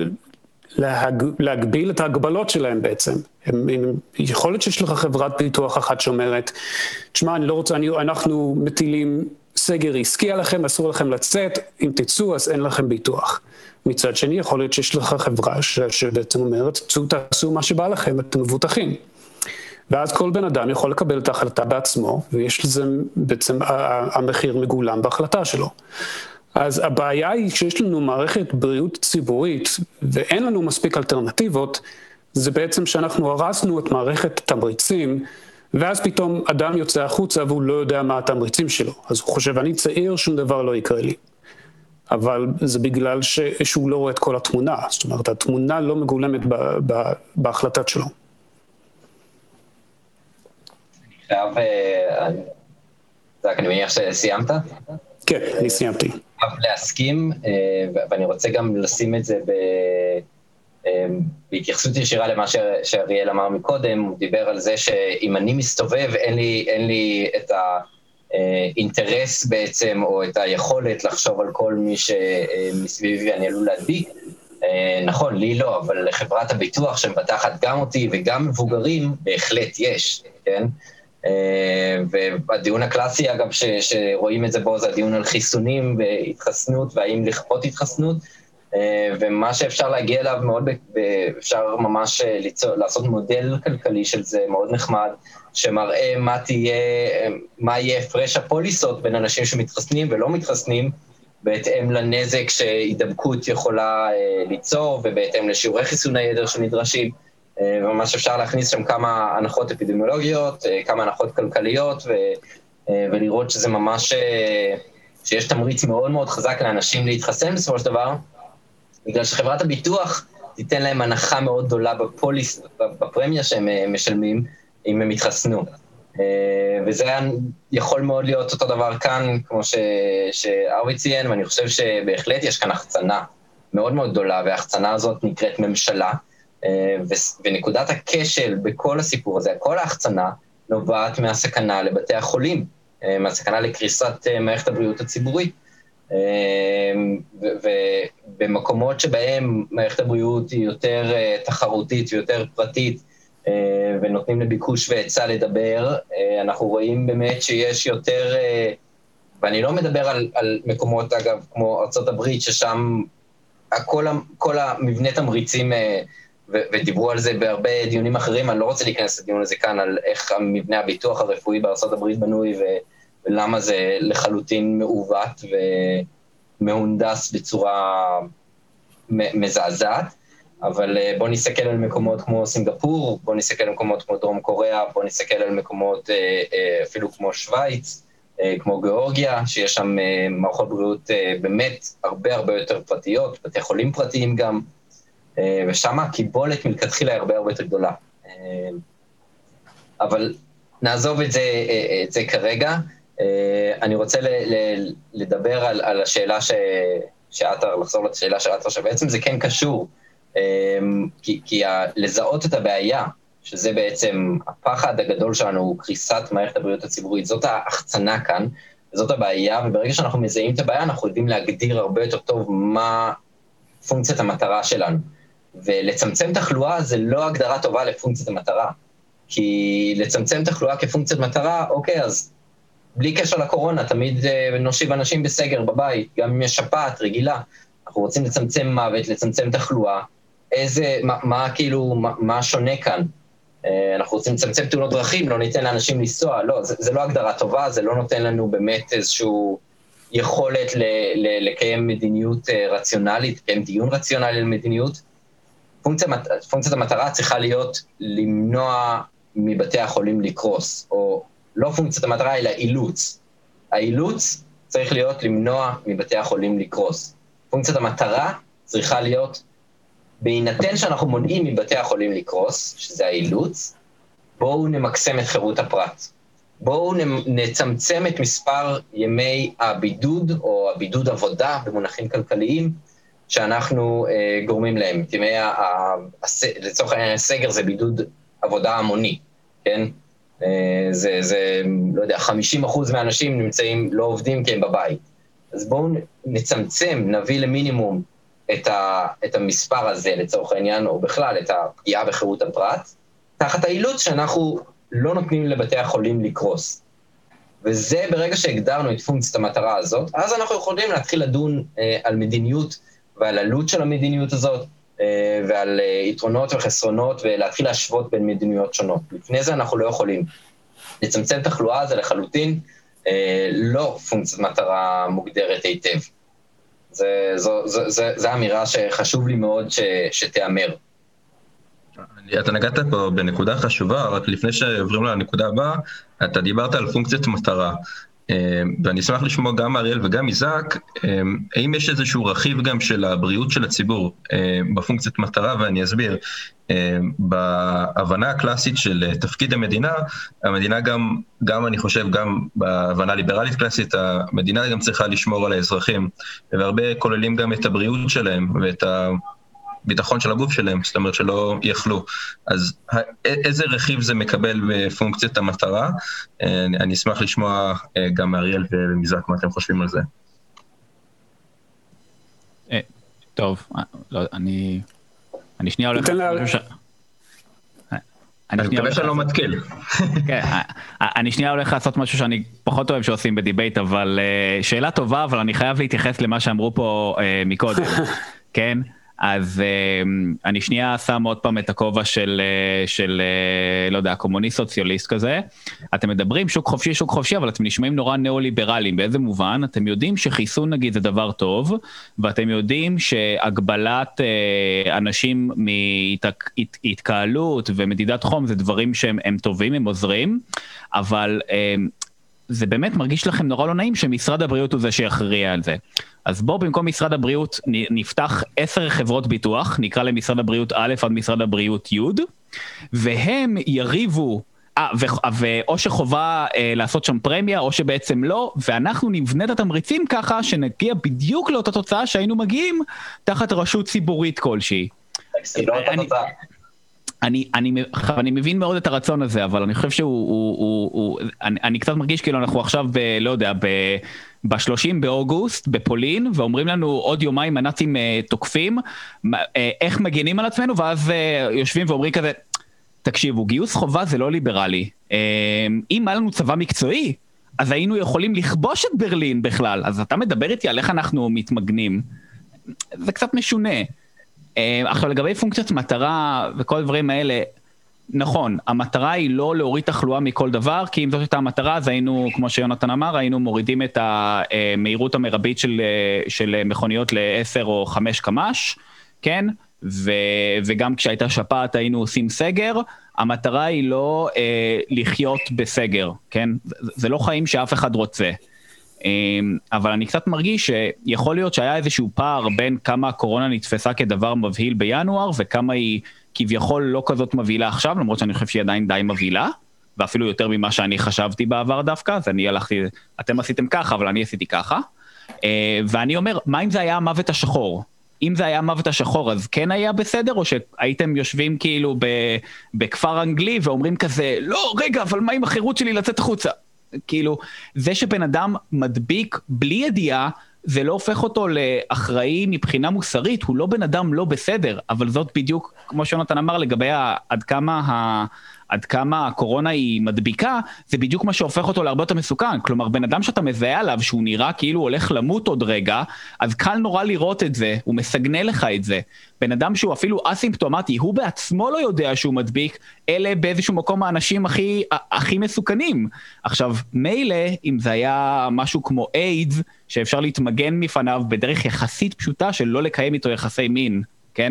להגביל את ההגבלות שלהם בעצם. יכול להיות שיש לך חברת ביטוח אחת שאומרת, תשמע, אני לא רוצה, אנחנו מטילים סגר עסקי עליכם, אסור לכם לצאת, אם תצאו אז אין לכם ביטוח. מצד שני, יכול להיות שיש לך חברה שבעצם אומרת, תעשו מה שבא לכם, אתם מבוטחים. ואז כל בן אדם יכול לקבל את ההחלטה בעצמו, ויש לזה בעצם המחיר מגולם בהחלטה שלו. אז הבעיה היא שיש לנו מערכת בריאות ציבורית, ואין לנו מספיק אלטרנטיבות, זה בעצם שאנחנו הרסנו את מערכת התמריצים, ואז פתאום אדם יוצא החוצה והוא לא יודע מה התמריצים שלו. אז הוא חושב, אני צעיר, שום דבר לא יקרה לי. אבל זה בגלל שהוא לא רואה את כל התמונה. זאת אומרת, התמונה לא מגולמת בהחלטת שלו. אני מניח שסיימת? כן, אני סיימתי. להסכים, ואני רוצה גם לשים את זה בהתייחסות ישירה למה שאריאל אמר מקודם. הוא דיבר על זה שאם אני מסתובב, אין לי את האינטרס בעצם, או את היכולת לחשוב על כל מי שמסביבי אני עלול להדביק. נכון, לי לא, אבל לחברת הביטוח שמבטחת גם אותי וגם מבוגרים, בהחלט יש, כן? והדיון הקלאסי אגב שרואים את זה בו זה הדיון על חיסונים והתחסנות והאם לכפות התחסנות, ומה שאפשר להגיע אליו מאוד, אפשר ממש לעשות מודל כלכלי של זה מאוד נחמד, שמראה מה יהיה הפרש הפוליסות בין אנשים שמתחסנים ולא מתחסנים, בהתאם לנזק שהידבקות יכולה ליצור ובהתאם לשיעורי חיסוני יתר שנדרשים. וממש אפשר להכניס שם כמה הנחות אפידמיולוגיות, כמה הנחות כלכליות, ולראות שזה ממש, שיש תמריץ מאוד מאוד חזק לאנשים להתחסן בסופו של דבר, בגלל שחברת הביטוח תיתן להם הנחה מאוד גדולה בפוליס, בפרמיה שהם משלמים, אם הם יתחסנו. וזה יכול מאוד להיות אותו דבר כאן, כמו שאורי ציין, ואני חושב שבהחלט יש כאן החצנה מאוד מאוד גדולה, וההחצנה הזאת נקראת ממשלה, ונקודת הכשל בכל הסיפור הזה, כל ההחצנה נובעת מהסכנה לבתי החולים, מהסכנה לקריסת מערכת הבריאות הציבורית, ובמקומות שבהם מערכת הבריאות היא יותר תחרותית ויותר פרטית, ונותנים לביקוש והיצע לדבר, אנחנו רואים באמת שיש יותר, ואני לא מדבר על מקומות אגב כמו ארצות הברית, ששם כל המבנה תמריצים, ודיברו על זה בהרבה דיונים אחרים, אני לא רוצה להיכנס לדיון הזה כאן, על איך המבנה הביטוח הרפואי בארצות הברית בנוי, ולמה זה לחלוטין מעוות ומהונדס בצורה מזעזעת, אבל בוא נסתכל על מקומות כמו סינגפור, בוא נסתכל על מקומות כמו דרום קוריאה, בוא נסתכל על מקומות אפילו כמו שוויץ, כמו גיאורגיה, שיש שם מערכות בריאות באמת הרבה הרבה יותר פרטיות, בתי חולים פרטיים גם, ושם הקיבולת מלכתחילה הרבה הרבה יותר גדולה. אבל נעזוב את זה כרגע. אני רוצה לדבר על השאלה שעתר, לחזור לשאלה שעתר, שבעצם זה כן קשור, כי לזהות את הבעיה, שזה בעצם הפחד הגדול שלנו, הוא קריסת מערכת הבריאות הציבורית, זאת ההחצנה כאן, זאת הבעיה, וברגע שאנחנו מזהים את הבעיה, אנחנו יודעים להגדיר הרבה יותר טוב מה פונקציית המטרה שלנו. ולצמצם תחלואה זה לא הגדרה טובה לפונקציית המטרה, כי לצמצם תחלואה כפונקציית מטרה, אוקיי, אז בלי קשר לקורונה, תמיד נושיב אנשים בסגר בבית, גם אם יש שפעת רגילה, אנחנו רוצים לצמצם מוות, לצמצם תחלואה, מה שונה כאן? אנחנו רוצים לצמצם תאונות דרכים, לא ניתן לאנשים לנסוע, לא, זה לא הגדרה טובה, זה לא נותן לנו באמת איזשהו יכולת לקיים מדיניות רציונלית, לקיים דיון רציונלי על מדיניות. פונקציית המטרה צריכה להיות למנוע מבתי החולים לקרוס, או לא פונקציית המטרה, אלא אילוץ. האילוץ צריך להיות למנוע מבתי החולים לקרוס. פונקציית המטרה צריכה להיות, בהינתן שאנחנו מונעים מבתי החולים לקרוס, שזה האילוץ, בואו נמקסם את חירות הפרט. בואו נצמצם את מספר ימי הבידוד, או הבידוד עבודה במונחים כלכליים, שאנחנו גורמים להם. לצורך העניין הסגר זה בידוד עבודה המוני, כן? זה לא יודע, 50% מהאנשים נמצאים, לא עובדים כי הם בבית. אז בואו נצמצם, נביא למינימום את המספר הזה לצורך העניין, או בכלל את הפגיעה בחירות הפרט, תחת האילוץ שאנחנו לא נותנים לבתי החולים לקרוס. וזה ברגע שהגדרנו את פונקציית המטרה הזאת, אז אנחנו יכולים להתחיל לדון על מדיניות ועל עלות של המדיניות הזאת, ועל יתרונות וחסרונות, ולהתחיל להשוות בין מדיניות שונות. לפני זה אנחנו לא יכולים. לצמצם תחלואה זה לחלוטין לא פונקציית מטרה מוגדרת היטב. זו אמירה שחשוב לי מאוד שתיאמר. אתה נגעת פה בנקודה חשובה, רק לפני שעוברים לנקודה הבאה, אתה דיברת על פונקציית מטרה. ואני אשמח לשמוע גם אריאל וגם איזק, האם יש איזשהו רכיב גם של הבריאות של הציבור בפונקציית מטרה, ואני אסביר. בהבנה הקלאסית של תפקיד המדינה גם אני חושב, גם בהבנה ליברלית קלאסית, המדינה גם צריכה לשמור על האזרחים, והרבה כוללים גם את הבריאות שלהם ואת הביטחון של הגוף שלהם, זאת אומרת שלא יחלו. אז איזה רכיב זה מקבל בפונקציית המטרה? אני אשמח לשמוע גם מאריאל ומזק מה אתם חושבים על זה. טוב, אני שנייה הולך... אני מקווה שאני לא מתקיל. כן, אני שנייה הולך לעשות משהו שאני פחות אוהב שעושים בדיבייט, אבל שאלה טובה, אבל אני חייב להתייחס למה שאמרו פה מקודם, כן? אז אני שנייה שם עוד פעם את הכובע של לא יודע, קומוניסט סוציאליסט כזה. אתם מדברים שוק חופשי, אבל אתם נשמעים נורא ניאו-ליברליים. באיזה מובן? אתם יודעים שחיסון נגיד זה דבר טוב, ואתם יודעים שהגבלת אנשים מהתקהלות ומדידת חום זה דברים שהם טובים, הם עוזרים, אבל זה באמת מרגיש לכם נורא לא נעים שמשרד הבריאות הוא זה שיכריע על זה. אז בואו במקום משרד הבריאות נפתח 10 חברות ביטוח, נקרא למשרד הבריאות א' עד משרד הבריאות י', והם יריבו, או שחובה לעשות שם פרמיה, או שבעצם לא, ואנחנו נבנה את התמריצים ככה, שנגיע בדיוק לאותה תוצאה שהיינו מגיעים, תחת רשות ציבורית כלשהי. אני מבין מאוד את הרצון הזה, אבל אני חושב אני קצת מרגיש כאילו אנחנו עכשיו לא יודע, ב-30 באוגוסט בפולין, ואומרים לנו עוד יומיים הנאצים תוקפים, איך מגנים על עצמנו, ואז יושבים ואומרים כזה, תקשיבו, גיוס חובה זה לא ליברלי. אם היה לנו צבא מקצועי, אז היינו יכולים לכבוש את ברלין בכלל, אז אתה מדבר איתי על איך אנחנו מתמגנים. זה קצת משונה. עכשיו לגבי פונקציית מטרה וכל הדברים האלה, נכון, המטרה היא לא להוריד תחלואה מכל דבר, כי אם זאת הייתה המטרה, אז היינו, כמו שיונתן אמר, היינו מורידים את המהירות המרבית של מכוניות ל-10 או 5 קמ"ש, כן? וגם כשהייתה שפעת היינו עושים סגר, המטרה היא לא לחיות בסגר, כן? זה לא חיים שאף אחד רוצה. אבל אני קצת מרגיש שיכול להיות שהיה איזשהו פער בין כמה הקורונה נתפסה כדבר מבהיל בינואר, וכמה היא כביכול לא כזאת מבהילה עכשיו, למרות שאני חושב שהיא עדיין די מבהילה, ואפילו יותר ממה שאני חשבתי בעבר דווקא, אז אני הלכתי, אתם עשיתם ככה, אבל אני עשיתי ככה, ואני אומר, מה אם זה היה המוות השחור? אם זה היה המוות השחור, אז כן היה בסדר, או שהייתם יושבים כאילו בכפר אנגלי, ואומרים כזה, לא, רגע, אבל מה עם החירות שלי לצאת החוצה? כאילו, זה שבן אדם מדביק בלי ידיעה, זה לא הופך אותו לאחראי מבחינה מוסרית, הוא לא בן אדם לא בסדר, אבל זאת בדיוק, כמו שיונתן אמר, לגבי עד כמה הקורונה היא מדביקה, זה בדיוק מה שהופך אותו להרבה יותר מסוכן. כלומר, בן אדם שאתה מזהה עליו, שהוא נראה כאילו הולך למות עוד רגע, אז קל נורא לראות את זה, הוא מסגנה לך את זה. בן אדם שהוא אפילו אסימפטומטי, הוא בעצמו לא יודע שהוא מדביק, אלה באיזשהו מקום האנשים הכי מסוכנים. עכשיו, מילא, אם זה היה משהו כמו איידס, שאפשר להתמגן מפניו בדרך יחסית פשוטה של לא לקיים איתו יחסי מין, כן?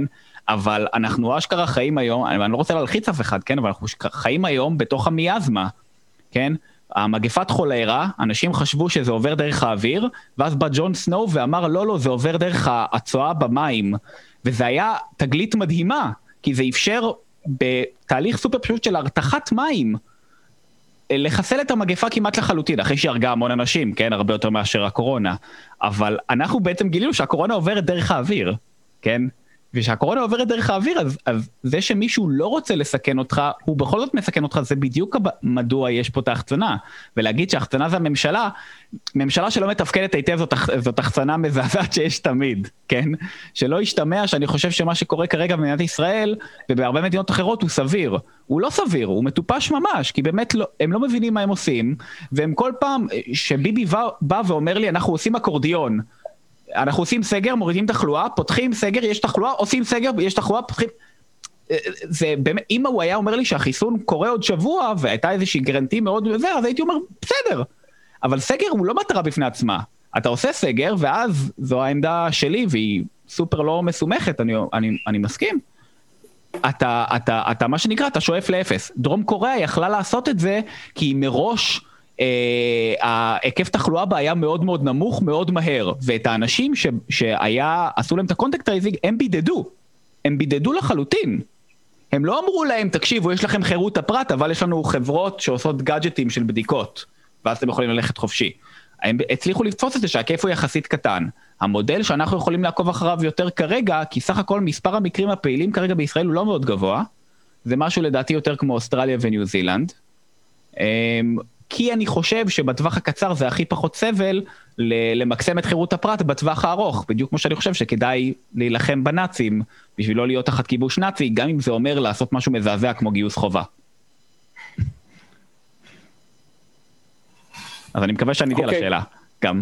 אבל אנחנו אשכרה חיים היום, אני לא רוצה להלחיץ אף אחד, כן? אבל אנחנו חיים היום בתוך המיאזמה, כן? המגפת חולרה, אנשים חשבו שזה עובר דרך האוויר, ואז בא ג'ון סנואו ואמר, לא, זה עובר דרך הצואה במים. וזה היה תגלית מדהימה, כי זה אפשר בתהליך סופר פשוט של הרתחת מים, לחסל את המגפה כמעט לחלוטין, אחרי שהרגה המון אנשים, כן? הרבה יותר מאשר הקורונה. אבל אנחנו בעצם גילינו שהקורונה עוברת דרך האוויר, כן? ושהקורונה עוברת דרך האוויר, אז זה שמישהו לא רוצה לסכן אותך, הוא בכל זאת מסכן אותך, זה בדיוק מדוע יש פה את ההחצנה. ולהגיד שההחצנה זה הממשלה, ממשלה שלא מתפקדת היטב זאת החצנה מזעזעת שיש תמיד, כן? שלא ישתמע שאני חושב שמה שקורה כרגע במדינת ישראל, ובהרבה מדינות אחרות הוא סביר. הוא לא סביר, הוא מטופש ממש, כי באמת הם לא מבינים מה הם עושים, והם כל פעם שביבי בא ואומר לי, אנחנו עושים אקורדיון, אנחנו עושים סגר, מורידים תחלואה, פותחים סגר, יש תחלואה, עושים סגר, יש תחלואה, פותחים... זה באמת, אם הוא היה אומר לי שהחיסון קורה עוד שבוע, והייתה איזושהי גרנטי מאוד וזה, אז הייתי אומר, בסדר. אבל סגר הוא לא מטרה בפני עצמה. אתה עושה סגר, ואז זו העמדה שלי, והיא סופר לא מסומכת, אני מסכים. אתה מה שנקרא, אתה שואף לאפס. דרום קוריאה יכלה לעשות את זה, כי מראש... ההיקף תחלואה בה היה מאוד מאוד נמוך, מאוד מהר, ואת האנשים עשו להם את הקונטקט טרייסינג, הם בידדו לחלוטין. הם לא אמרו להם, תקשיבו, יש לכם חירות הפרט, אבל יש לנו חברות שעושות גאדג'טים של בדיקות, ואז אתם יכולים ללכת חופשי. הם הצליחו לתפוס את זה שההיקף הוא יחסית קטן. המודל שאנחנו יכולים לעקוב אחריו יותר כרגע, כי סך הכל מספר המקרים הפעילים כרגע בישראל הוא לא מאוד גבוה, זה משהו לדעתי יותר כמו אוסטרליה וניו זילנד, כי אני חושב שבטווח הקצר זה הכי פחות סבל למקסם את חירות הפרט בטווח הארוך, בדיוק כמו שאני חושב שכדאי להילחם בנאצים, בשביל לא להיות תחת כיבוש נאצי, גם אם זה אומר לעשות משהו מזעזע כמו גיוס חובה. אז אני מקווה שעניתי על השאלה, גם.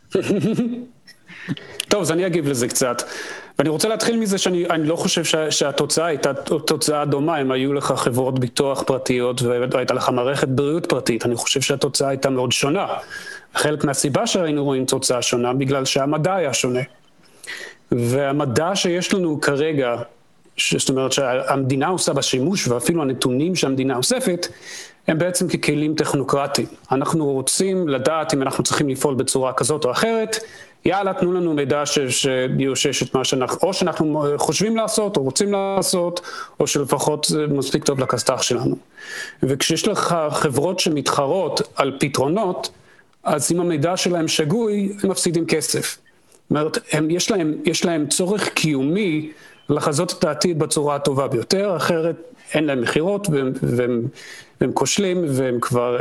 טוב, אז אני אגיב לזה קצת. ואני רוצה להתחיל מזה שאני לא חושב שהתוצאה הייתה תוצאה דומה, אם היו לך חברות ביטוח פרטיות והייתה לך מערכת בריאות פרטית. אני חושב שהתוצאה הייתה מאוד שונה. חלק מהסיבה שהיינו רואים תוצאה שונה, בגלל שהמדע היה שונה. והמדע שיש לנו כרגע, זאת אומרת שהמדינה עושה בשימוש, ואפילו הנתונים שהמדינה אוספת, הם בעצם ככלים טכנוקרטיים. אנחנו רוצים לדעת אם אנחנו צריכים לפעול בצורה כזאת או אחרת, יאללה, תנו לנו מידע שיושש את מה או שאנחנו חושבים לעשות, או רוצים לעשות, או שלפחות זה מספיק טוב לכסת"ח שלנו. וכשיש לך חברות שמתחרות על פתרונות, אז אם המידע שלהם שגוי, הם מפסידים כסף. זאת אומרת, יש להם צורך קיומי לחזות את העתיד בצורה הטובה ביותר, אחרת אין להם מחירות, והם כושלים, והם כבר,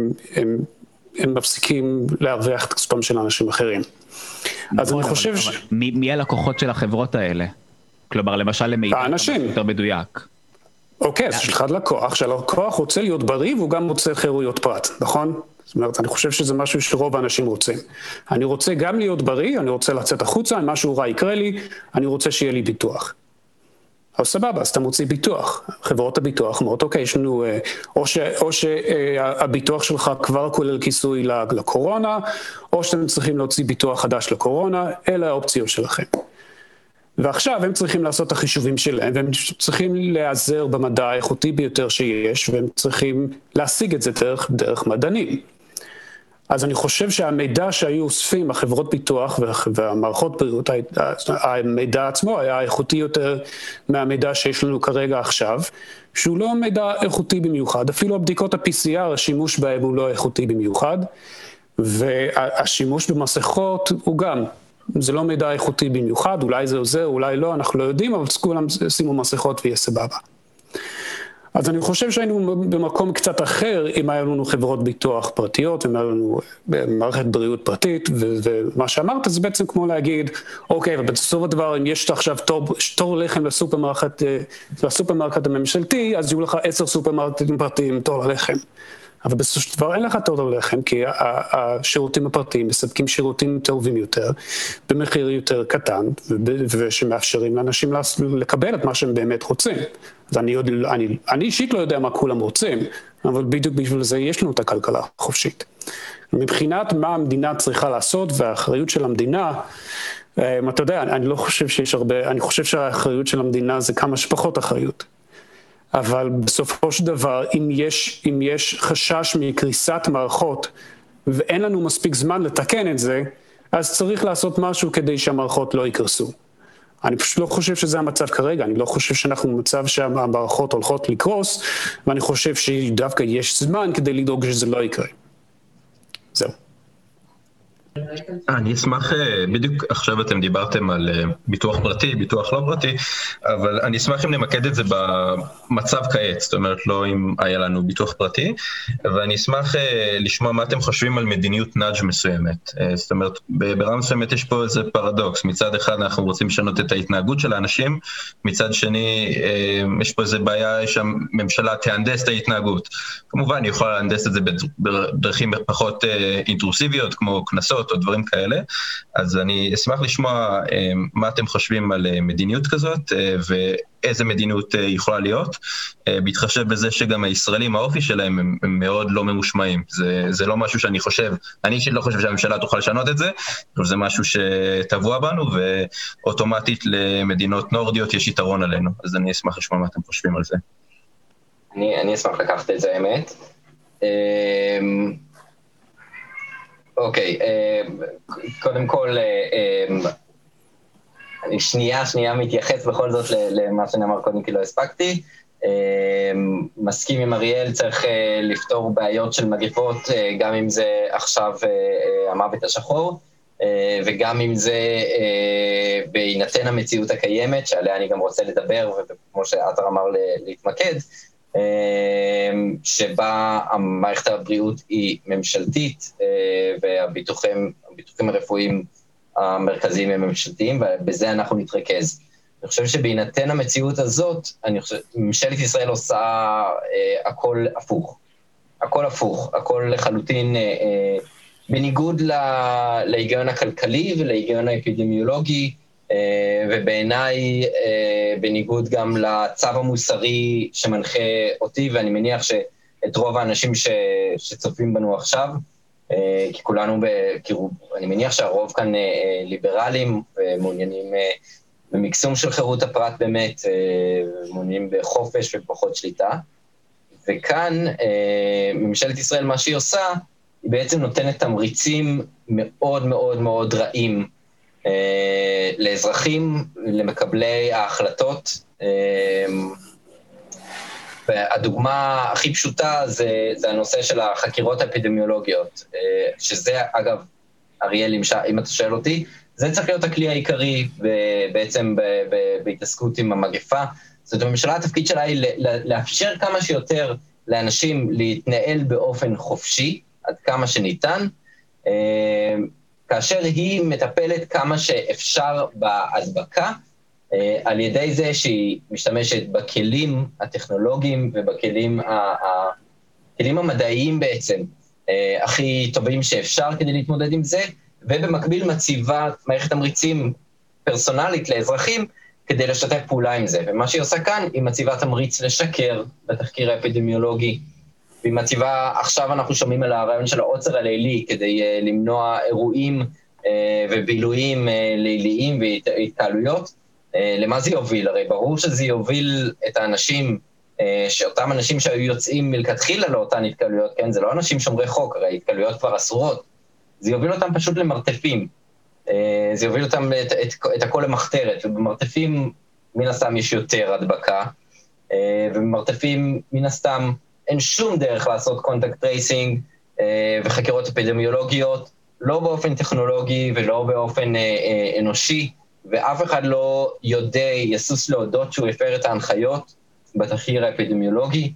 הם מפסיקים להרוויח את כספם של אנשים אחרים. אז אני חושב מי הלקוחות של החברות האלה? כלומר, למשל למידע יותר מדויק. אוקיי, אז יש לך לקוח, שהלקוח רוצה להיות בריא, והוא גם רוצה חירויות פרט, נכון? זאת אומרת, אני חושב שזה משהו שרוב האנשים רוצים. אני רוצה גם להיות בריא, אני רוצה לצאת החוצה, אם משהו רע יקרה לי, אני רוצה שיהיה לי ביטוח. אז סבבה, אז אתה מוציא ביטוח. חברות הביטוח אומרות, אוקיי, יש לנו, או שהביטוח שלך כבר כולל כיסוי לקורונה, או שאתם צריכים להוציא ביטוח חדש לקורונה, אלה האופציות שלכם. ועכשיו הם צריכים לעשות את החישובים שלהם, והם צריכים להיעזר במדע האיכותי ביותר שיש, והם צריכים להשיג את זה דרך מדענים. אז אני חושב שהמידע שהיו אוספים, החברות ביטוח והמערכות בריאות, המידע עצמו היה איכותי יותר מהמידע שיש לנו כרגע עכשיו, שהוא לא מידע איכותי במיוחד, אפילו הבדיקות ה-PCR, השימוש בהם הוא לא איכותי במיוחד, והשימוש במסכות הוא גם, זה לא מידע איכותי במיוחד, אולי זה עוזר, אולי לא, אנחנו לא יודעים, אבל כולם שימו מסכות ויהיה סבבה. אז אני חושב שהיינו במקום קצת אחר, אם היה לנו חברות ביטוח פרטיות, אם היה לנו מערכת בריאות פרטית, ומה שאמרת זה בעצם כמו להגיד, אוקיי, ובסוף הדבר, אם יש עכשיו תור לחם לסופרמרקט הממשלתי, אז יהיו לך 10 סופרמרקטים פרטיים תור ללחם. אבל בסוף של דבר אין לך תור ללחם, כי השירותים הפרטיים מספקים שירותים טובים יותר, במחיר יותר קטן, ושמאפשרים לאנשים לקבל את מה שהם באמת רוצים. אז אני אישית לא יודע מה כולם רוצים, אבל בדיוק בשביל זה יש לנו את הכלכלה החופשית. מבחינת מה המדינה צריכה לעשות, והאחריות של המדינה, אתה יודע, אני לא חושב שיש הרבה, אני חושב שהאחריות של המדינה זה כמה שפחות אחריות. אבל בסופו של דבר, אם יש חשש מקריסת מערכות, ואין לנו מספיק זמן לתקן את זה, אז צריך לעשות משהו כדי שהמערכות לא יקרסו. אני פשוט לא חושב שזה המצב כרגע, אני לא חושב שאנחנו במצב שהמערכות הולכות לקרוס, ואני חושב שדווקא יש זמן כדי לדאוג שזה לא יקרה. זהו. אני אשמח, בדיוק עכשיו אתם דיברתם על ביטוח פרטי, ביטוח לא פרטי, אבל אני אשמח אם נמקד את זה במצב כעת, זאת אומרת לא אם היה לנו ביטוח פרטי, ואני אשמח לשמוע מה אתם חושבים על מדיניות נאג' מסוימת. זאת אומרת, ברמה מסוימת יש פה איזה פרדוקס, מצד אחד אנחנו רוצים לשנות את ההתנהגות של האנשים, מצד שני יש פה איזה בעיה שהממשלה תהנדס את ההתנהגות. כמובן היא יכולה להנדס את זה בדרכים פחות אינטרוסיביות, כמו כנסות או דברים כאלה, אז אני אשמח לשמוע מה אתם חושבים על מדיניות כזאת, ואיזה מדיניות יכולה להיות, בהתחשב בזה שגם הישראלים, האופי שלהם הם מאוד לא ממושמעים, זה לא משהו שאני חושב, אני אישית לא חושב שהממשלה תוכל לשנות את זה, אבל זה משהו שטבוע בנו, ואוטומטית למדינות נורדיות יש יתרון עלינו, אז אני אשמח לשמוע מה אתם חושבים על זה. אני אשמח לקחת את זה, האמת. אוקיי, קודם כל, אני שנייה מתייחס בכל זאת למה שנאמר קודם כי לא הספקתי. מסכים עם אריאל, צריך לפתור בעיות של מגפות, גם אם זה עכשיו המוות השחור, וגם אם זה בהינתן המציאות הקיימת, שעליה אני גם רוצה לדבר, וכמו שעטר אמר להתמקד, שבה מערכת הבריאות היא ממשלתית, והביטוחים הרפואיים המרכזיים הם ממשלתיים, ובזה אנחנו נתרכז. אני חושב שבהינתן המציאות הזאת, ממשלת ישראל עושה הכל הפוך, הכל לחלוטין בניגוד להיגיון הכלכלי ולהיגיון האפידמיולוגי, ובעיניי בניגוד גם לצו המוסרי שמנחה אותי, ואני מניח שאת רוב האנשים שצופים בנו עכשיו, כי כולנו, אני מניח שהרוב כאן ליברלים ומעוניינים במקסום של חירות הפרט באמת, מעוניינים בחופש ופחות שליטה, וכאן ממשלת ישראל מה שהיא עושה, היא בעצם נותנת תמריצים מאוד מאוד מאוד רעים, לאזרחים, למקבלי ההחלטות. והדוגמה הכי פשוטה זה הנושא של החקירות האפידמיולוגיות, שזה אגב, אריאל, אם אתה שואל אותי, זה צריך להיות הכלי העיקרי בעצם בהתעסקות עם המגפה. זאת הממשלה, התפקיד שלה היא לאפשר כמה שיותר לאנשים להתנהל באופן חופשי, עד כמה שניתן, כאשר היא מטפלת כמה שאפשר בהדבקה, על ידי זה שהיא משתמשת בכלים הטכנולוגיים ובכלים המדעיים בעצם, הכי טובים שאפשר כדי להתמודד עם זה, ובמקביל מציבה מערכת תמריצים פרסונלית לאזרחים, כדי לשתף פעולה עם זה. ומה שהיא עושה כאן, היא מציבה תמריץ לשקר בתחקיר האפידמיולוגי, והיא מציבה, עכשיו אנחנו שומעים על הרעיון של העוצר הלילי, כדי למנוע אירועים ובילויים ליליים והתקהלויות. למה זה יוביל? הרי ברור שזה יוביל את האנשים, שאותם אנשים שהיו יוצאים מלכתחילה לאותן התקהלויות, כן? זה לא אנשים שומרי חוק, הרי התקהלויות כבר אסורות. זה יוביל אותם פשוט למרתפים. זה יוביל אותם את הכל למחתרת, ובמרתפים מן הסתם יש יותר הדבקה, ובמרתפים מן הסתם אין שום דרך לעשות קונטקט טרייסינג וחקירות אפידמיולוגיות, לא באופן טכנולוגי ולא באופן אנושי, ואף אחד לא יסוס להודות שהוא הפר את ההנחיות בתחקיר האפידמיולוגי,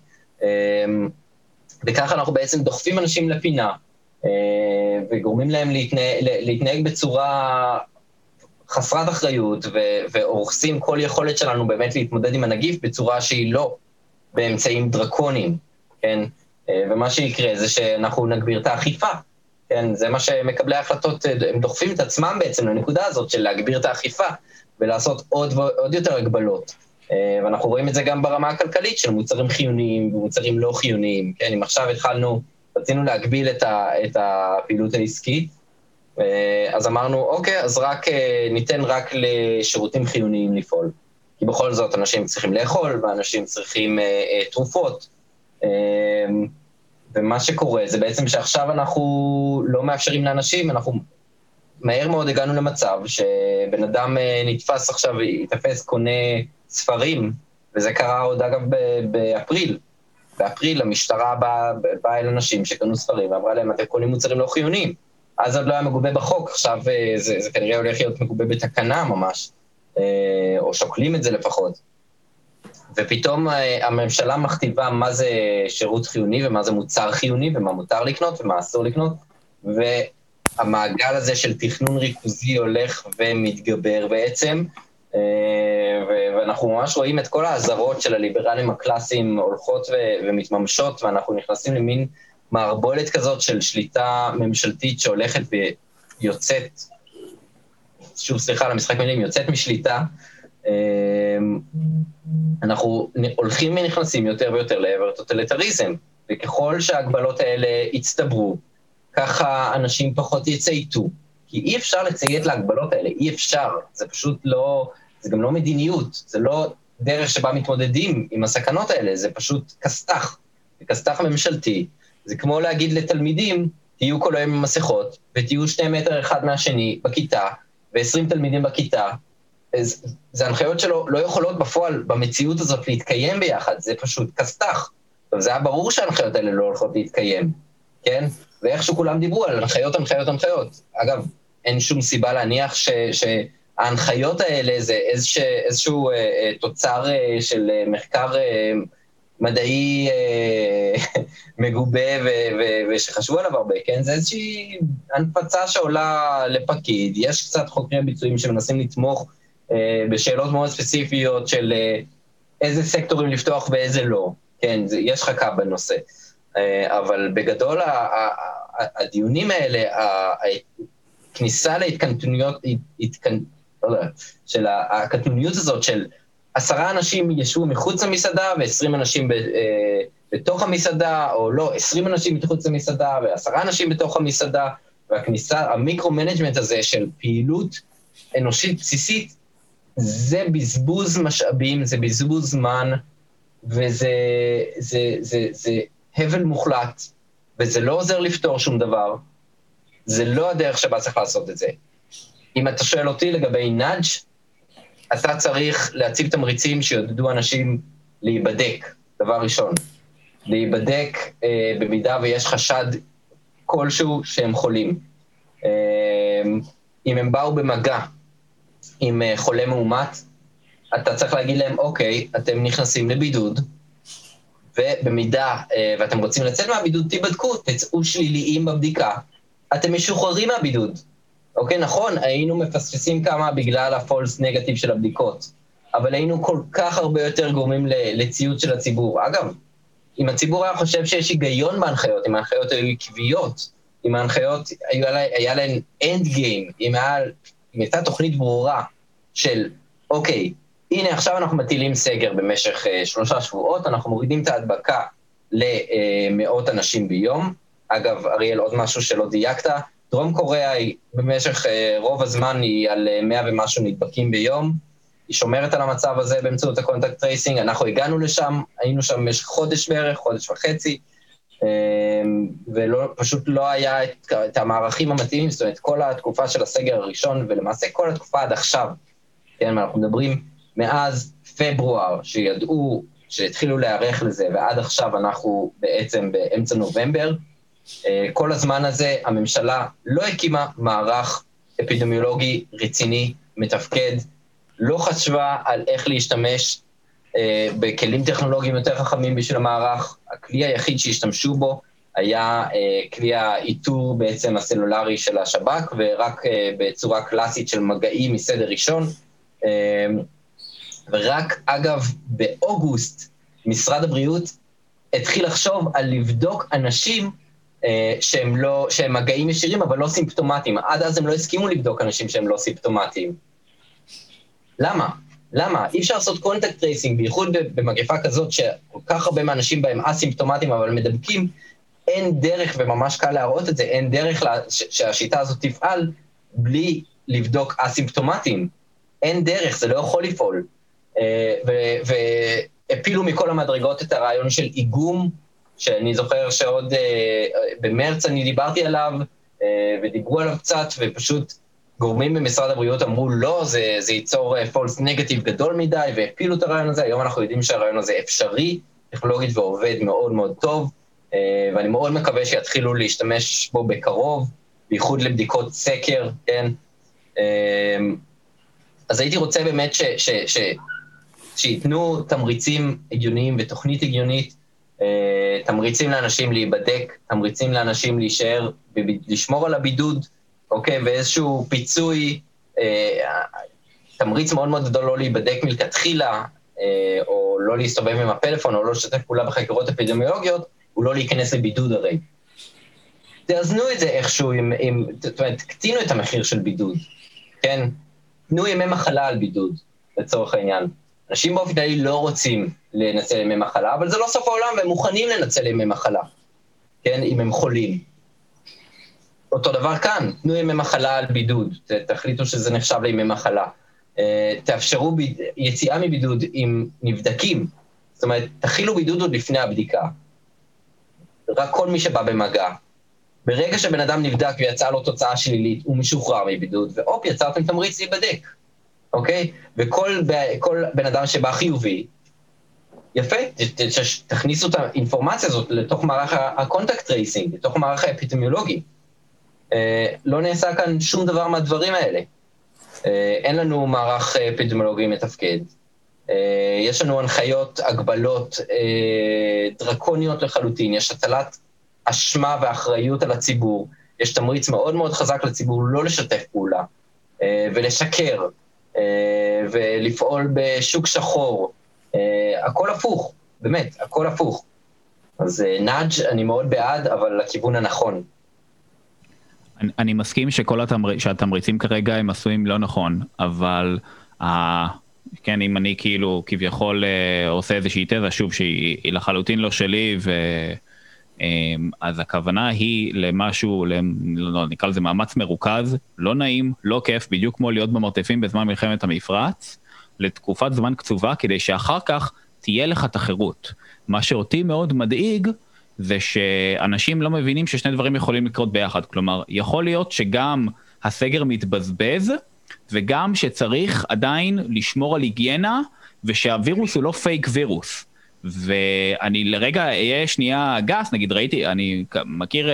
וככה אנחנו בעצם דוחפים אנשים לפינה, וגורמים להם להתנהג בצורה חסרת אחריות, והורסים כל יכולת שלנו באמת להתמודד עם הנגיף בצורה שהיא לא באמצעים דרקוניים, כן? ומה שיקרה זה שאנחנו נגביר את האכיפה, כן? זה מה שמקבלי ההחלטות, הם דוחפים את עצמם בעצם לנקודה הזאת של להגביר את האכיפה, ולעשות עוד יותר הגבלות. ואנחנו רואים את זה גם ברמה הכלכלית של מוצרים חיוניים ומוצרים לא חיוניים, כן? אם עכשיו רצינו להגביל את הפעילות העסקית, אז אמרנו, אוקיי, אז ניתן רק לשירותים חיוניים לפעול. כי בכל זאת אנשים צריכים לאכול, ואנשים צריכים תרופות. ומה שקורה זה בעצם שעכשיו אנחנו לא מאפשרים לאנשים, אנחנו מהר מאוד הגענו למצב שבן אדם נתפס עכשיו, יתפס קונה ספרים, וזה קרה עוד אגב באפריל. באפריל המשטרה באה אל אנשים שקנו ספרים, ואמרה להם, אתם קונים מוצרים לא חיוניים. אז עוד לא היה מגובה בחוק, עכשיו זה כנראה הולך להיות מגובה בתקנה ממש, או שוקלים את זה לפחות. ופתאום הממשלה מכתיבה מה זה שירות חיוני ומה זה מוצר חיוני ומה מותר לקנות ומה אסור לקנות, והמעגל הזה של תכנון ריכוזי הולך ומתגבר בעצם, ואנחנו ממש רואים את כל האזהרות של הליברלים הקלאסיים הולכות ומתממשות, ואנחנו נכנסים למין מערבולת כזאת של שליטה ממשלתית שהולכת ויוצאת, שוב סליחה על המשחק מילים, יוצאת משליטה, אנחנו הולכים ונכנסים יותר ויותר לעבר טוטליטריזם, וככל שההגבלות האלה יצטברו, ככה אנשים פחות יצייתו, כי אי אפשר לציית להגבלות האלה, אי אפשר, זה פשוט לא, זה גם לא מדיניות, זה לא דרך שבה מתמודדים עם הסכנות האלה, זה פשוט כסתח, זה כסתח ממשלתי, זה כמו להגיד לתלמידים, תהיו כל היום עם מסכות, ותהיו 2 מטר אחד מהשני בכיתה, ו20 תלמידים בכיתה, זה הנחיות שלו לא יכולות בפועל במציאות הזאת להתקיים ביחד, זה פשוט כסתח. זה היה ברור שההנחיות האלה לא הולכות להתקיים, כן? ואיכשהו כולם דיברו על הנחיות, הנחיות, הנחיות. אגב, אין שום סיבה להניח שההנחיות האלה זה איזשהו תוצר של מחקר מדעי מגובה ושחשבו עליו הרבה, כן? זה איזושהי הנפצה שעולה לפקיד, יש קצת חוקרים ביצועים שמנסים לתמוך בשאלות מאוד ספציפיות של איזה סקטורים לפתוח ואיזה לא, כן? יש חכה בנושא. אבל בגדול הדיונים האלה, הכניסה להתקנטוניות, של הקטנוניות הזאת של 10 אנשים ישבו מחוץ למסעדה ו20 אנשים בתוך המסעדה, או לא, 20 אנשים מחוץ למסעדה ו10 אנשים בתוך המסעדה, והכניסה, המיקרו-מנג'מנט הזה של פעילות אנושית בסיסית, זה בזבוז משאבים, זה בזבוז זמן, וזה הבל מוחלט, וזה לא עוזר לפתור שום דבר, זה לא הדרך שבה צריך לעשות את זה. אם אתה שואל אותי לגבי נאג', אתה צריך להציב תמריצים שיעודדו אנשים להיבדק, דבר ראשון. להיבדק במידה ויש חשד כלשהו שהם חולים. אם הם באו במגע עם חולה מאומת, אתה צריך להגיד להם, אוקיי, אתם נכנסים לבידוד, ובמידה ואתם רוצים לצאת מהבידוד, תיבדקו, תצאו שליליים בבדיקה, אתם משוחררים מהבידוד. אוקיי, נכון, היינו מפספסים כמה בגלל הפולס נגטיב של הבדיקות, אבל היינו כל כך הרבה יותר גורמים לציות של הציבור. אגב, אם הציבור היה חושב שיש היגיון בהנחיות, אם ההנחיות היו עקביות, אם ההנחיות היה להן אנד גיים, אם הייתה תוכנית ברורה של, אוקיי, הנה עכשיו אנחנו מטילים סגר במשך 3 שבועות, אנחנו מורידים את ההדבקה למאות אנשים ביום. אגב, אריאל, עוד משהו שלא דייקת, דרום קוריאה היא במשך רוב הזמן היא על 100 ומשהו נדבקים ביום, היא שומרת על המצב הזה באמצעות הקונטקט טרייסינג, אנחנו הגענו לשם, היינו שם במשך חודש בערך, חודש וחצי, ופשוט לא היה את המערכים המתאימים, זאת אומרת, כל התקופה של הסגר הראשון, ולמעשה כל התקופה עד עכשיו, כן, אנחנו מדברים מאז פברואר, שידעו, שהתחילו להיערך לזה, ועד עכשיו אנחנו בעצם באמצע נובמבר, כל הזמן הזה הממשלה לא הקימה מערך אפידמיולוגי רציני, מתפקד, לא חשבה על איך להשתמש בכלים טכנולוגיים יותר חכמים בשביל המערך. הכלי היחיד שהשתמשו בו היה כלי האיתור בעצם הסלולרי של השב"כ, ורק בצורה קלאסית של מגעים מסדר ראשון. ורק אגב באוגוסט משרד הבריאות התחיל לחשוב על לבדוק אנשים שהם מגעים ישירים אבל לא סימפטומטיים. עד אז הם לא הסכימו לבדוק אנשים שהם לא סימפטומטיים. למה? למה? אי אפשר לעשות קונטקט טרייסינג, בייחוד במגפה כזאת שכל כך הרבה מהאנשים בהם אסימפטומטיים אבל מדבקים, אין דרך, וממש קל להראות את זה, אין דרך שהשיטה הזאת תפעל בלי לבדוק אסימפטומטיים. אין דרך, זה לא יכול לפעול. והפילו מכל המדרגות את הרעיון של איגום, שאני זוכר שעוד במרץ אני דיברתי עליו, ודיברו עליו קצת, ופשוט גורמים במשרד הבריאות אמרו, לא, זה ייצור false negative גדול מדי, והפילו את הרעיון הזה. היום אנחנו יודעים שהרעיון הזה אפשרי, טכנולוגית ועובד מאוד מאוד טוב, ואני מאוד מקווה שיתחילו להשתמש בו בקרוב, בייחוד לבדיקות סקר, כן? אז הייתי רוצה באמת שיתנו תמריצים הגיוניים ותוכנית הגיונית, תמריצים לאנשים להיבדק, תמריצים לאנשים להישאר, לשמור על הבידוד, אוקיי? ואיזשהו פיצוי, תמריץ מאוד מאוד גדול לא להיבדק מלכתחילה, או לא להסתובב עם הפלאפון, או לא לשתף פעולה בחקירות אפידמיולוגיות, הוא לא להיכנס לבידוד הרי. תאזנו את זה איכשהו, זאת אומרת, תקטינו את המחיר של בידוד, כן? תנו ימי מחלה על בידוד, לצורך העניין. אנשים באופן כללי לא רוצים לנצל ימי מחלה, אבל זה לא סוף העולם, והם מוכנים לנצל ימי מחלה, כן? אם הם חולים. אותו דבר כאן, תנו ימי מחלה על בידוד, תחליטו שזה נחשב לימי מחלה. תאפשרו יציאה מבידוד עם נבדקים, זאת אומרת, תחילו בידוד עוד לפני הבדיקה. רק כל מי שבא במגע. ברגע שבן אדם נבדק ויצאה לו תוצאה שלילית, הוא משוחרר מבידוד, ואופ, יצרתם תמריץ להיבדק, אוקיי? וכל בן אדם שבא חיובי, יפה, תכניסו את האינפורמציה הזאת לתוך מערך הקונטקט טרייסינג, לתוך מערך האפידמיולוגי. לא נעשה כאן שום דבר מהדברים האלה. אין לנו מערך אפידמיולוגי מתפקד. יש לנו הנחיות, הגבלות, דרקוניות לחלוטין, יש הטלת אשמה ואחריות על הציבור, יש תמריץ מאוד מאוד חזק לציבור לא לשתף פעולה, ולשקר, ולפעול בשוק שחור, הכל הפוך, באמת, הכל הפוך. אז נאג' אני מאוד בעד, אבל לכיוון הנכון. אני מסכים שהתמריצים כרגע הם עשויים לא נכון, אבל כן, אם אני כאילו כביכול עושה איזושהי תזה, שוב, שהיא לחלוטין לא שלי, אז הכוונה היא למשהו, נקרא לזה מאמץ מרוכז, לא נעים, לא כיף, בדיוק כמו להיות במרתפים בזמן מלחמת המפרץ, לתקופת זמן קצובה, כדי שאחר כך תהיה לך את החירות. מה שאותי מאוד מדאיג, זה שאנשים לא מבינים ששני דברים יכולים לקרות ביחד. כלומר, יכול להיות שגם הסגר מתבזבז, וגם שצריך עדיין לשמור על היגיינה, ושהווירוס הוא לא פייק וירוס. ואני לרגע אהיה שנייה גס, נגיד ראיתי, אני מכיר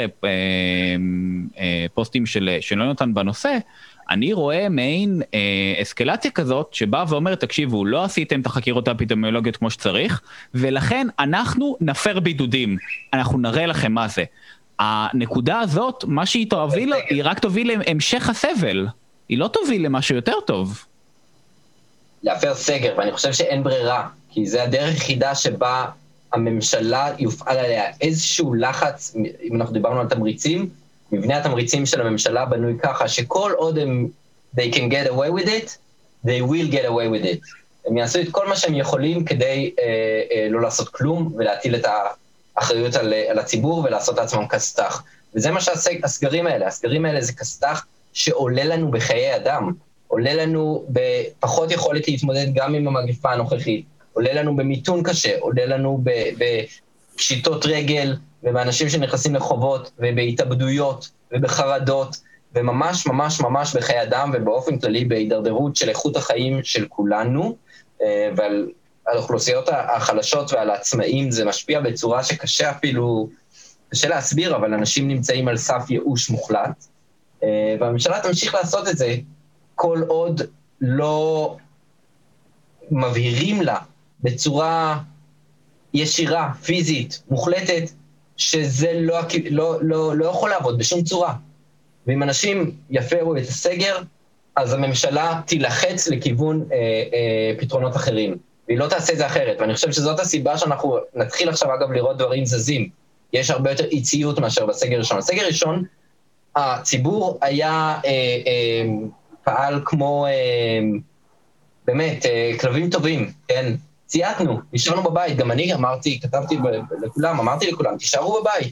פוסטים של יונתן בנושא, אני רואה מעין אסקלציה כזאת, שבא ואומר, תקשיבו, לא עשיתם את החקירות האפידמיולוגיות כמו שצריך, ולכן אנחנו נפר בידודים, אנחנו נראה לכם מה זה. הנקודה הזאת, מה שהיא תוביל, היא רק תוביל להמשך הסבל, היא לא תוביל למשהו יותר טוב. להפר סגר, ואני חושב שאין ברירה, כי זה הדרך היחידה שבה הממשלה יופעל עליה איזשהו לחץ, אם אנחנו דיברנו על תמריצים, מבנה התמריצים של הממשלה בנוי ככה, שכל עוד הם, they can get away with it, they will get away with it. הם יעשו את כל מה שהם יכולים כדי לא לעשות כלום, ולהטיל את האחריות על הציבור, ולעשות לעצמם כסתח. וזה מה שהסגרים האלה, הסגרים האלה זה כסתח שעולה לנו בחיי אדם, עולה לנו בפחות יכולת להתמודד גם עם המגפה הנוכחית, עולה לנו במיתון קשה, עולה לנו בפשיטות רגל, ובאנשים שנכנסים לחובות, ובהתאבדויות, ובחרדות, וממש ממש ממש בחיי אדם, ובאופן כללי בהידרדרות של איכות החיים של כולנו, ועל האוכלוסיות החלשות ועל העצמאים זה משפיע בצורה שקשה אפילו, קשה להסביר, אבל אנשים נמצאים על סף ייאוש מוחלט, והממשלה תמשיך לעשות את זה, כל עוד לא מבהירים לה בצורה ישירה, פיזית, מוחלטת, שזה לא יכול לעבוד בשום צורה. ואם אנשים יפרו את הסגר, אז הממשלה תילחץ לכיוון פתרונות אחרים, והיא לא תעשה את זה אחרת. ואני חושב שזאת הסיבה שאנחנו נתחיל עכשיו, אגב, לראות דברים זזים. יש הרבה יותר איציות מאשר בסגר ראשון. בסגר ראשון, הציבור היה פעל כמו, באמת, כלבים טובים, כן? צייתנו, נשארנו בבית, גם אני אמרתי, כתבתי לכולם, אמרתי לכולם, תישארו בבית.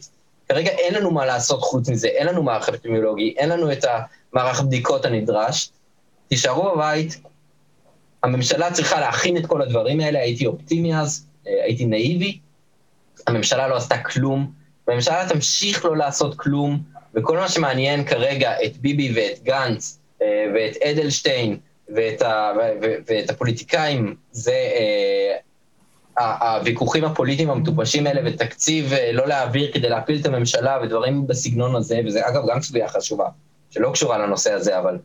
כרגע אין לנו מה לעשות חוץ מזה, אין לנו מערך אפידמיולוגי, אין לנו את המערך הבדיקות הנדרש, תישארו בבית, הממשלה צריכה להכין את כל הדברים האלה, הייתי אופטימי אז, הייתי נאיבי, הממשלה לא עשתה כלום, והממשלה תמשיך לא לעשות כלום, וכל מה שמעניין כרגע את ביבי ואת גנץ, ואת אדלשטיין, ואת הפוליטיקאים, זה הוויכוחים הפוליטיים המטופשים האלה, ותקציב לא להעביר כדי להפיל את הממשלה, ודברים בסגנון הזה, וזה אגב גם סוגיה חשובה, שלא קשורה לנושא הזה, אבל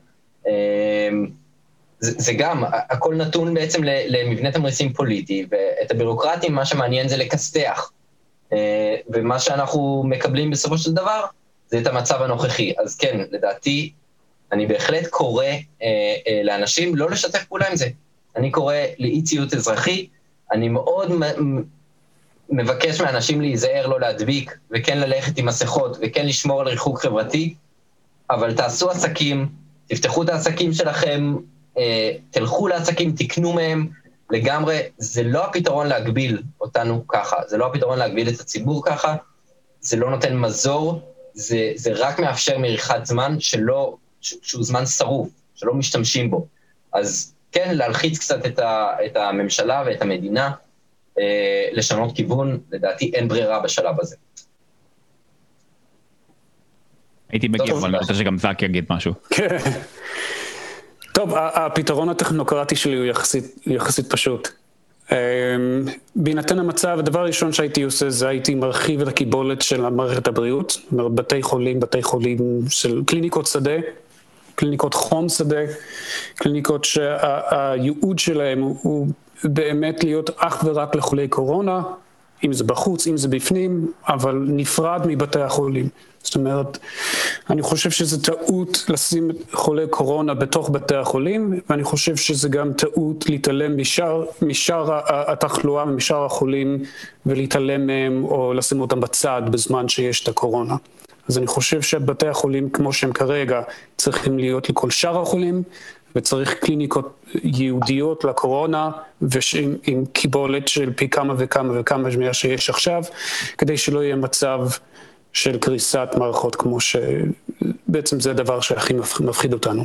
זה גם, הכל נתון בעצם למבנה תמריצים פוליטי, ואת הבירוקרטים מה שמעניין זה לקסתח, ומה שאנחנו מקבלים בסופו של דבר, זה את המצב הנוכחי. אז כן, לדעתי, אני בהחלט קורא לאנשים לא לשתף פעולה עם זה. אני קורא לאי ציות אזרחי, אני מאוד מבקש מאנשים להיזהר לא להדביק, וכן ללכת עם מסכות, וכן לשמור על ריחוק חברתי, אבל תעשו עסקים, תפתחו את העסקים שלכם, תלכו לעסקים, תקנו מהם, לגמרי, זה לא הפתרון להגביל אותנו ככה, זה לא הפתרון להגביל את הציבור ככה, זה לא נותן מזור, זה רק מאפשר מריחת זמן שהוא זמן שרוף, שלא משתמשים בו. אז כן, להלחיץ קצת את הממשלה ואת המדינה, לשנות כיוון, לדעתי אין ברירה בשלב הזה. הייתי מגיע, אבל אני רוצה שגם זק יגיד משהו. כן. טוב, הפתרון הטכנוקרטי שלי הוא יחסית פשוט. בהינתן המצב, הדבר הראשון שהייתי עושה זה הייתי מרחיב את הקיבולת של מערכת הבריאות, זאת אומרת בתי חולים של קליניקות שדה, קליניקות חום שדה, קליניקות שהייעוד שלהם הוא באמת להיות אך ורק לחולי קורונה, אם זה בחוץ, אם זה בפנים, אבל נפרד מבתי החולים. זאת אומרת, אני חושב שזה טעות לשים חולי קורונה בתוך בתי החולים, ואני חושב שזה גם טעות להתעלם משאר התחלואה ומשאר החולים, ולהתעלם מהם או לשים אותם בצד בזמן שיש את הקורונה. אז אני חושב שבתי החולים כמו שהם כרגע צריכים להיות לכל שאר החולים, וצריך קליניקות ייעודיות לקורונה, ועם קיבולת של פי כמה וכמה שיש עכשיו, כדי שלא יהיה מצב של קריסת מערכות, כמו שבעצם זה הדבר שהכי מפחיד אותנו.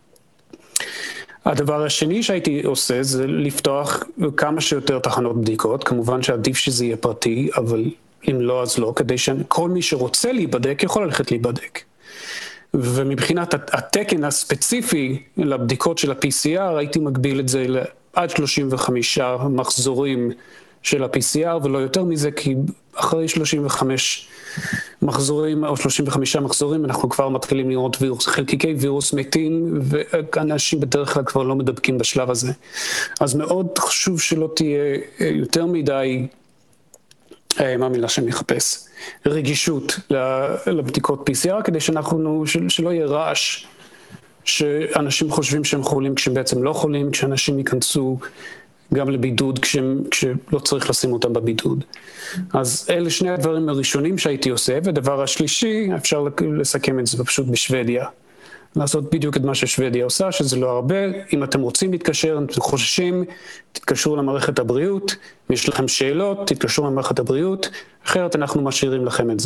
הדבר השני שהייתי עושה זה לפתוח כמה שיותר תחנות בדיקות, כמובן שעדיף שזה יהיה פרטי, אבל אם לא אז לא, כדי שכל מי שרוצה להיבדק יכול ללכת להיבדק. ומבחינת התקן הספציפי לבדיקות של ה-PCR, הייתי מגביל את זה עד 35 מחזורים של ה-PCR, ולא יותר מזה, כי אחרי 35 מחזורים או 35 מחזורים, אנחנו כבר מתחילים לראות חלקיקי וירוס מתים, ואנשים בדרך כלל כבר לא מדבקים בשלב הזה. אז מאוד חשוב שלא תהיה יותר מדי, מה המילה שאני מחפש? רגישות לבדיקות PCR, כדי שלא יהיה רעש, שאנשים חושבים שהם חולים כשהם בעצם לא חולים, כשאנשים ייכנסו גם לבידוד כשלא צריך לשים אותם בבידוד. אז אלה שני הדברים הראשונים שהייתי עושה, ודבר השלישי, אפשר לסכם את זה פשוט בשוודיה. לעשות בדיוק את מה ששוודיה עושה, שזה לא הרבה. אם אתם רוצים להתקשר, אם אתם חוששים, תתקשרו למערכת הבריאות. אם יש לכם שאלות, תתקשרו למערכת הבריאות. אחרת אנחנו משאירים לכם את זה.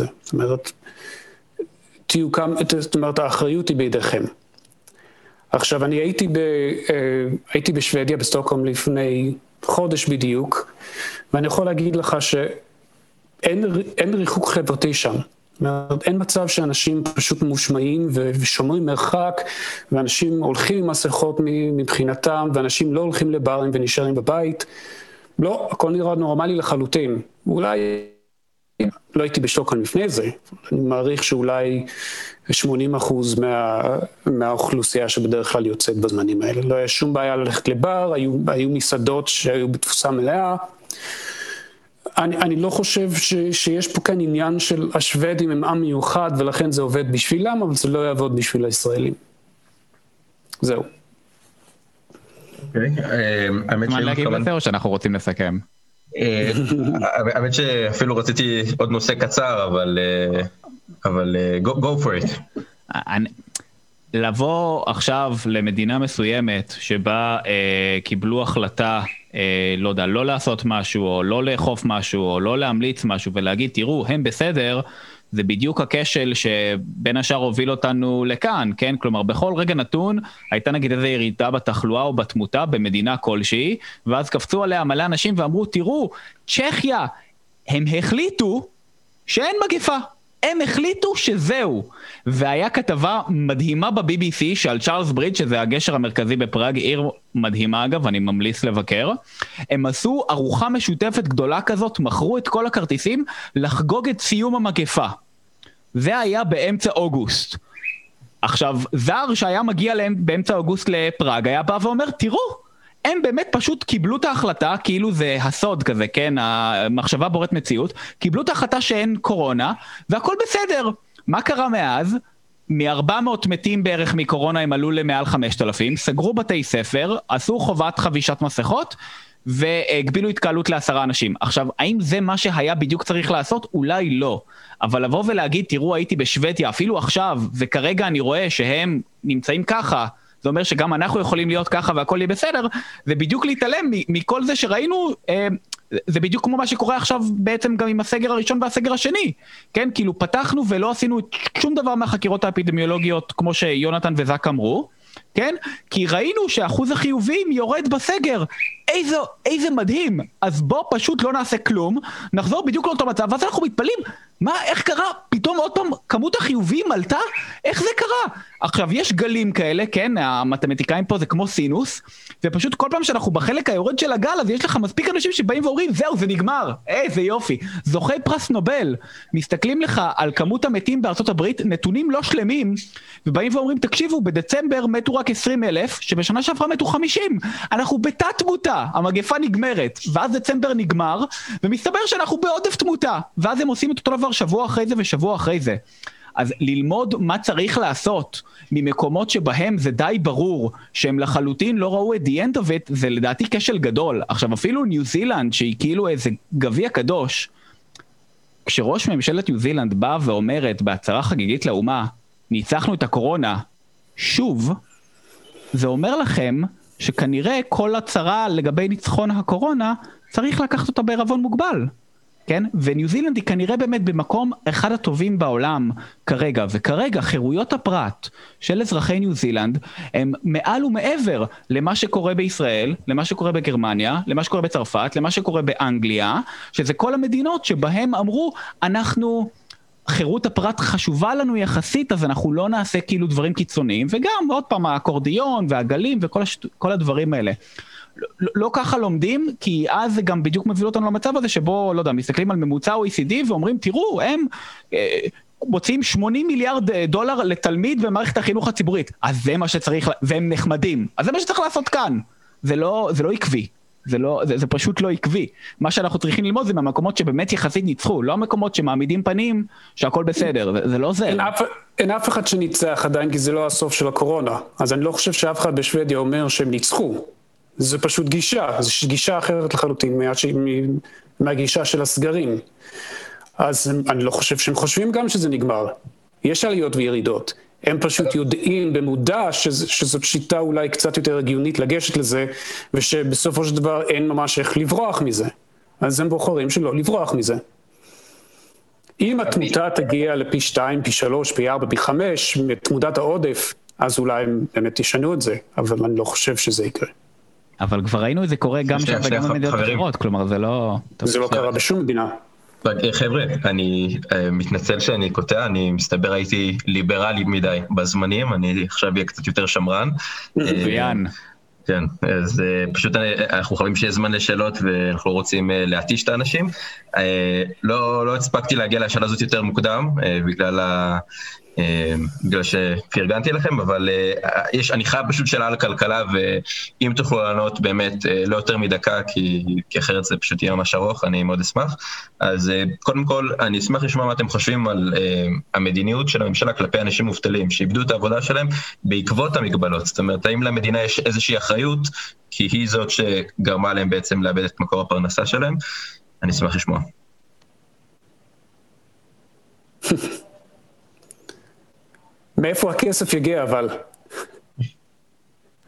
זאת אומרת, האחריות היא בידיכם. עכשיו, אני הייתי בשוודיה, בסטוקהולם לפני חודש בדיוק, ואני יכול להגיד לך שאין ריחוק חברתי שם. אין מצב שאנשים פשוט מושמעים ושומרים מרחק, ואנשים הולכים עם מסכות מבחינתם, ואנשים לא הולכים לברים ונשארים בבית. לא, הכל נראה נורמלי לחלוטין. אולי לא הייתי בשטוקהולם לפני זה, אני מעריך שאולי 80% מהאוכלוסייה שבדרך כלל יוצאת בזמנים האלה. לא היה שום בעיה ללכת לבר, היו מסעדות שהיו בתפוסה מלאה. אני לא חושב שיש פה כאן עניין של השוודים הם עם מיוחד, ולכן זה עובד בשבילם, אבל זה לא יעבוד בשביל הישראלים. זהו. אוקיי, האמת מה להגיד לזה או שאנחנו רוצים לסכם? האמת שאפילו רציתי עוד נושא קצר, אבל go for it. לבוא עכשיו למדינה מסוימת שבה קיבלו החלטה, לא יודע, לא לעשות משהו או לא לאכוף משהו או לא להמליץ משהו ולהגיד, תראו, הם בסדר, זה בדיוק הכשל שבין השאר הוביל אותנו לכאן, כן? כלומר, בכל רגע נתון הייתה נגיד איזו ירידה בתחלואה או בתמותה במדינה כלשהי, ואז קפצו עליה מלא אנשים ואמרו, תראו, צ'כיה, הם החליטו שאין מגפה. הם החליטו שזהו, והיה כתבה מדהימה ב-BBC שעל צ'ארלס ברידג' שזה הגשר המרכזי בפראג, עיר מדהימה אגב, אני ממליץ לבקר, הם עשו ארוחה משותפת גדולה כזאת, מכרו את כל הכרטיסים לחגוג את סיום המגפה. זה היה באמצע אוגוסט. עכשיו, זר שהיה מגיע להם באמצע אוגוסט לפראג, היה בא ואומר, תראו, הם באמת פשוט קיבלו את ההחלטה, כאילו זה הסוד כזה, כן, המחשבה בורת מציאות, קיבלו את ההחלטה שאין קורונה, והכל בסדר. מה קרה מאז? מ-400 מתים בערך מקורונה הם עלו למעל 5,000, סגרו בתי ספר, עשו חובת חבישת מסכות, והגבילו התקהלות ל10 אנשים. עכשיו, האם זה מה שהיה בדיוק צריך לעשות? אולי לא. אבל לבוא ולהגיד, תראו, הייתי בשוודיה, אפילו עכשיו, וכרגע אני רואה שהם נמצאים ככה, זה אומר שגם אנחנו יכולים להיות ככה והכל יהיה בסדר, זה בדיוק להתעלם מכל זה שראינו, זה בדיוק כמו מה שקורה עכשיו בעצם גם עם הסגר הראשון והסגר השני, כן? כאילו פתחנו ולא עשינו שום דבר מהחקירות האפידמיולוגיות כמו שיונתן וזק אמרו, כן? כי ראינו שאחוז החיובים יורד בסגר, איזה מדהים, אז בוא פשוט לא נעשה כלום, נחזור בדיוק לאותו מצב, ואז אנחנו מתפלאים, מה, איך קרה? פתאום עוד פעם כמות החיובים עלתה? איך זה קרה? עכשיו, יש גלים כאלה, כן, המתמטיקאים פה זה כמו סינוס, ופשוט כל פעם שאנחנו בחלק היורד של הגל, אז יש לך מספיק אנשים שבאים ואומרים, זהו, זה נגמר, זה יופי. זוכי פרס נובל, מסתכלים לך על כמות המתים בארצות הברית, נתונים לא שלמים, ובאים ואומרים, תקשיבו, בדצמבר מתו רק 20,000, שבשנה שעברה מתו 50. אנחנו בתת תמותה, המגפה נגמרת, ואז דצמבר נגמר, ומסתבר שאנחנו בעודף תמותה, ואז הם עושים את אותו דבר שבוע אחרי זה ושבוע אחרי זה. אז ללמוד מה צריך לעשות ממקומות שבהם זה די ברור שהם לחלוטין לא ראו את the end of it, זה לדעתי כשל גדול. עכשיו אפילו ניו זילנד שהיא כאילו איזה גביע קדוש, כשראש ממשלת ניו זילנד באה ואומרת בהצהרה חגיגית לאומה, ניצחנו את הקורונה, שוב, זה אומר לכם שכנראה כל הצהרה לגבי ניצחון הקורונה צריך לקחת אותה בערבון מוגבל. כן? וניו זילנד היא כנראה באמת במקום אחד הטובים בעולם כרגע, וכרגע חירויות הפרט של אזרחי ניו זילנד הם מעל ומעבר למה שקורה בישראל, למה שקורה בגרמניה, למה שקורה בצרפת, למה שקורה באנגליה, שזה כל המדינות שבהם אמרו, אנחנו, חירות הפרט חשובה לנו יחסית, אז אנחנו לא נעשה כאילו דברים קיצוניים, וגם עוד פעם האקורדיון והגלים וכל הדברים האלה. לא ככה לומדים, כי אז זה גם בדיוק מביא אותנו למצב הזה שבו, לא יודע, מסתכלים על ממוצע OECD ואומרים, תראו, הם מוצאים 80 מיליארד דולר לתלמיד במערכת החינוך הציבורית. אז זה מה שצריך, והם נחמדים. אז זה מה שצריך לעשות כאן. זה לא עקבי. זה פשוט לא עקבי. מה שאנחנו צריכים ללמוד זה מהמקומות שבאמת יחסית ניצחו, לא המקומות שמעמידים פנים שהכל בסדר. זה לא זה. אין אף אחד שניצח עדיין, כי זה לא הסוף של הקורונה. אז אני לא חושב שאף אחד בשוודיה אומר שהם ניצחו. זה פשוט גישה, זו גישה אחרת לחלוטין מהגישה של הסגרים. אז אני לא חושב שהם חושבים גם שזה נגמר. יש עליות וירידות. הם פשוט יודעים במודע שזאת שיטה אולי קצת יותר הגיונית לגשת לזה, ושבסופו של דבר אין ממש איך לברוח מזה. אז הם בוחרים שלא לברוח מזה. אם התמותה תגיע לפי 2, פי 3, פי 4, פי 5, מתמודת העודף, אז אולי הם באמת ישנו את זה, אבל אני לא חושב שזה יקרה. אבל כבר ראינו את זה קורה גם שם וגם במדינות אחרות, כלומר זה לא... זה לא קרה בשום מדינה. חבר'ה, אני מתנצל שאני קוטע, אני מסתבר הייתי ליברלי מדי בזמנים, אני עכשיו אהיה קצת יותר שמרן. מצוין. כן, אז פשוט אנחנו חייבים שיהיה זמן לשאלות ואנחנו רוצים להתיש את האנשים. לא הספקתי להגיע לשאלה הזאת יותר מוקדם, בגלל שפרגנתי לכם, אבל אני חייב פשוט שאלה על הכלכלה, ואם תוכלו לענות באמת לא יותר מדקה, כי אחרת זה פשוט יהיה ממש ארוך, אני מאוד אשמח. אז קודם כל, אני אשמח לשמוע מה אתם חושבים על המדיניות של הממשלה כלפי אנשים מובטלים, שאיבדו את העבודה שלהם בעקבות המגבלות. זאת אומרת, האם למדינה יש איזושהי אחריות, כי היא זאת שגרמה להם בעצם לאבד את מקור הפרנסה שלהם? אני אשמח לשמוע. מאיפה הכסף יגיע, אבל?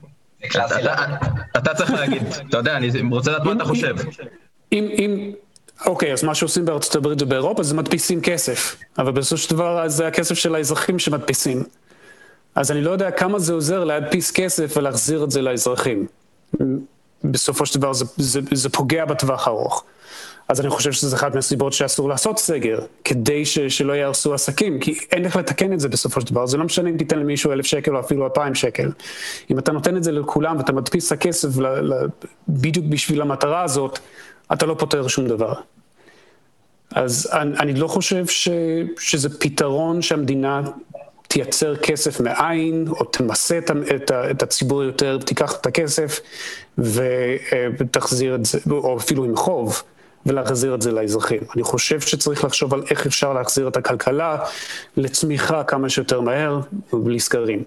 אתה צריך להגיד, אתה יודע, אני רוצה לדעת מה אתה חושב. אוקיי, אז מה שעושים בארצות הברית ובאירופה זה מדפיסים כסף, אבל בסופו של דבר זה הכסף של האזרחים שמדפיסים. אז אני לא יודע כמה זה עוזר להדפיס כסף ולהחזיר את זה לאזרחים. בסופו של דבר זה פוגע בטווח הארוך. אז אני חושב שזה אחת מהסיבות שאסור לעשות סגר, כדי שלא יהרסו עסקים, כי אין איך לתקן את זה בסופו של דבר. זה לא משנה אם תיתן למישהו 1,000 שקל או אפילו 2,000 שקל. אם אתה נותן את זה לכולם ואתה מדפיס את הכסף בדיוק בשביל המטרה הזאת, אתה לא פותר שום דבר. אז אני לא חושב שזה פתרון שהמדינה תייצר כסף מאין, או תמסה את הציבור יותר, תיקח את הכסף ותחזיר את זה, או אפילו עם חוב, ולהחזיר את זה לאזרחים. אני חושב שצריך לחשוב על איך אפשר להחזיר את הכלכלה לצמיחה כמה שיותר מהר ובלי סגרים.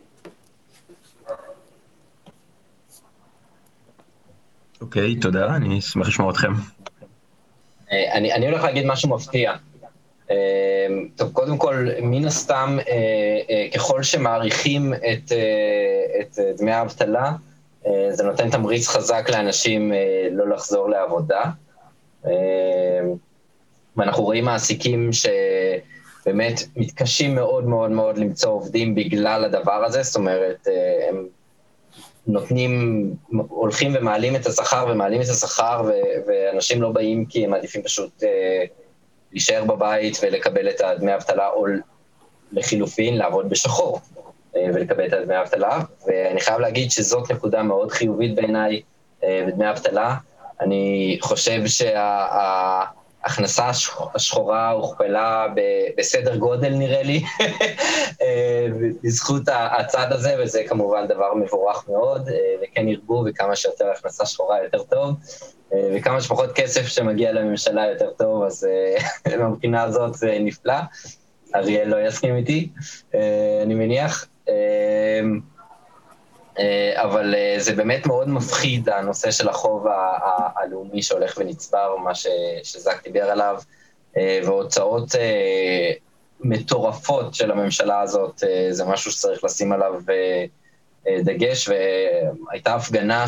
אוקיי, תודה, אני אשמח לשמוע אתכם. אני הולך להגיד משהו מפתיע. טוב, קודם כל, מן הסתם, ככל שמעריכים את דמי האבטלה, זה נותן תמריץ חזק לאנשים לא לחזור לעבודה. ואנחנו רואים מעסיקים שבאמת מתקשים מאוד מאוד מאוד למצוא עובדים בגלל הדבר הזה, זאת אומרת, הם הולכים ומעלים את השכר ואנשים לא באים כי הם מעדיפים פשוט להישאר בבית ולקבל את דמי האבטלה, או לחילופין לעבוד בשחור ולקבל את דמי האבטלה, ואני חייב להגיד שזאת נקודה מאוד חיובית בעיניי בדמי האבטלה. אני חושב שההכנסה השחורה הוכפלה בסדר גודל נראה לי, בזכות הצד הזה, וזה כמובן דבר מבורך מאוד, וכן ירבו, וכמה שיותר הכנסה שחורה יותר טוב, וכמה שפחות כסף שמגיע לממשלה יותר טוב, אז מבחינה הזאת זה נפלא. אריאל לא יסכים איתי, אני מניח. אבל זה באמת מאוד מפחיד, הנושא של החוב הלאומי שהולך ונצבר, מה שזק דיבר עליו, והוצאות מטורפות של הממשלה הזאת, זה משהו שצריך לשים עליו דגש, והייתה הפגנה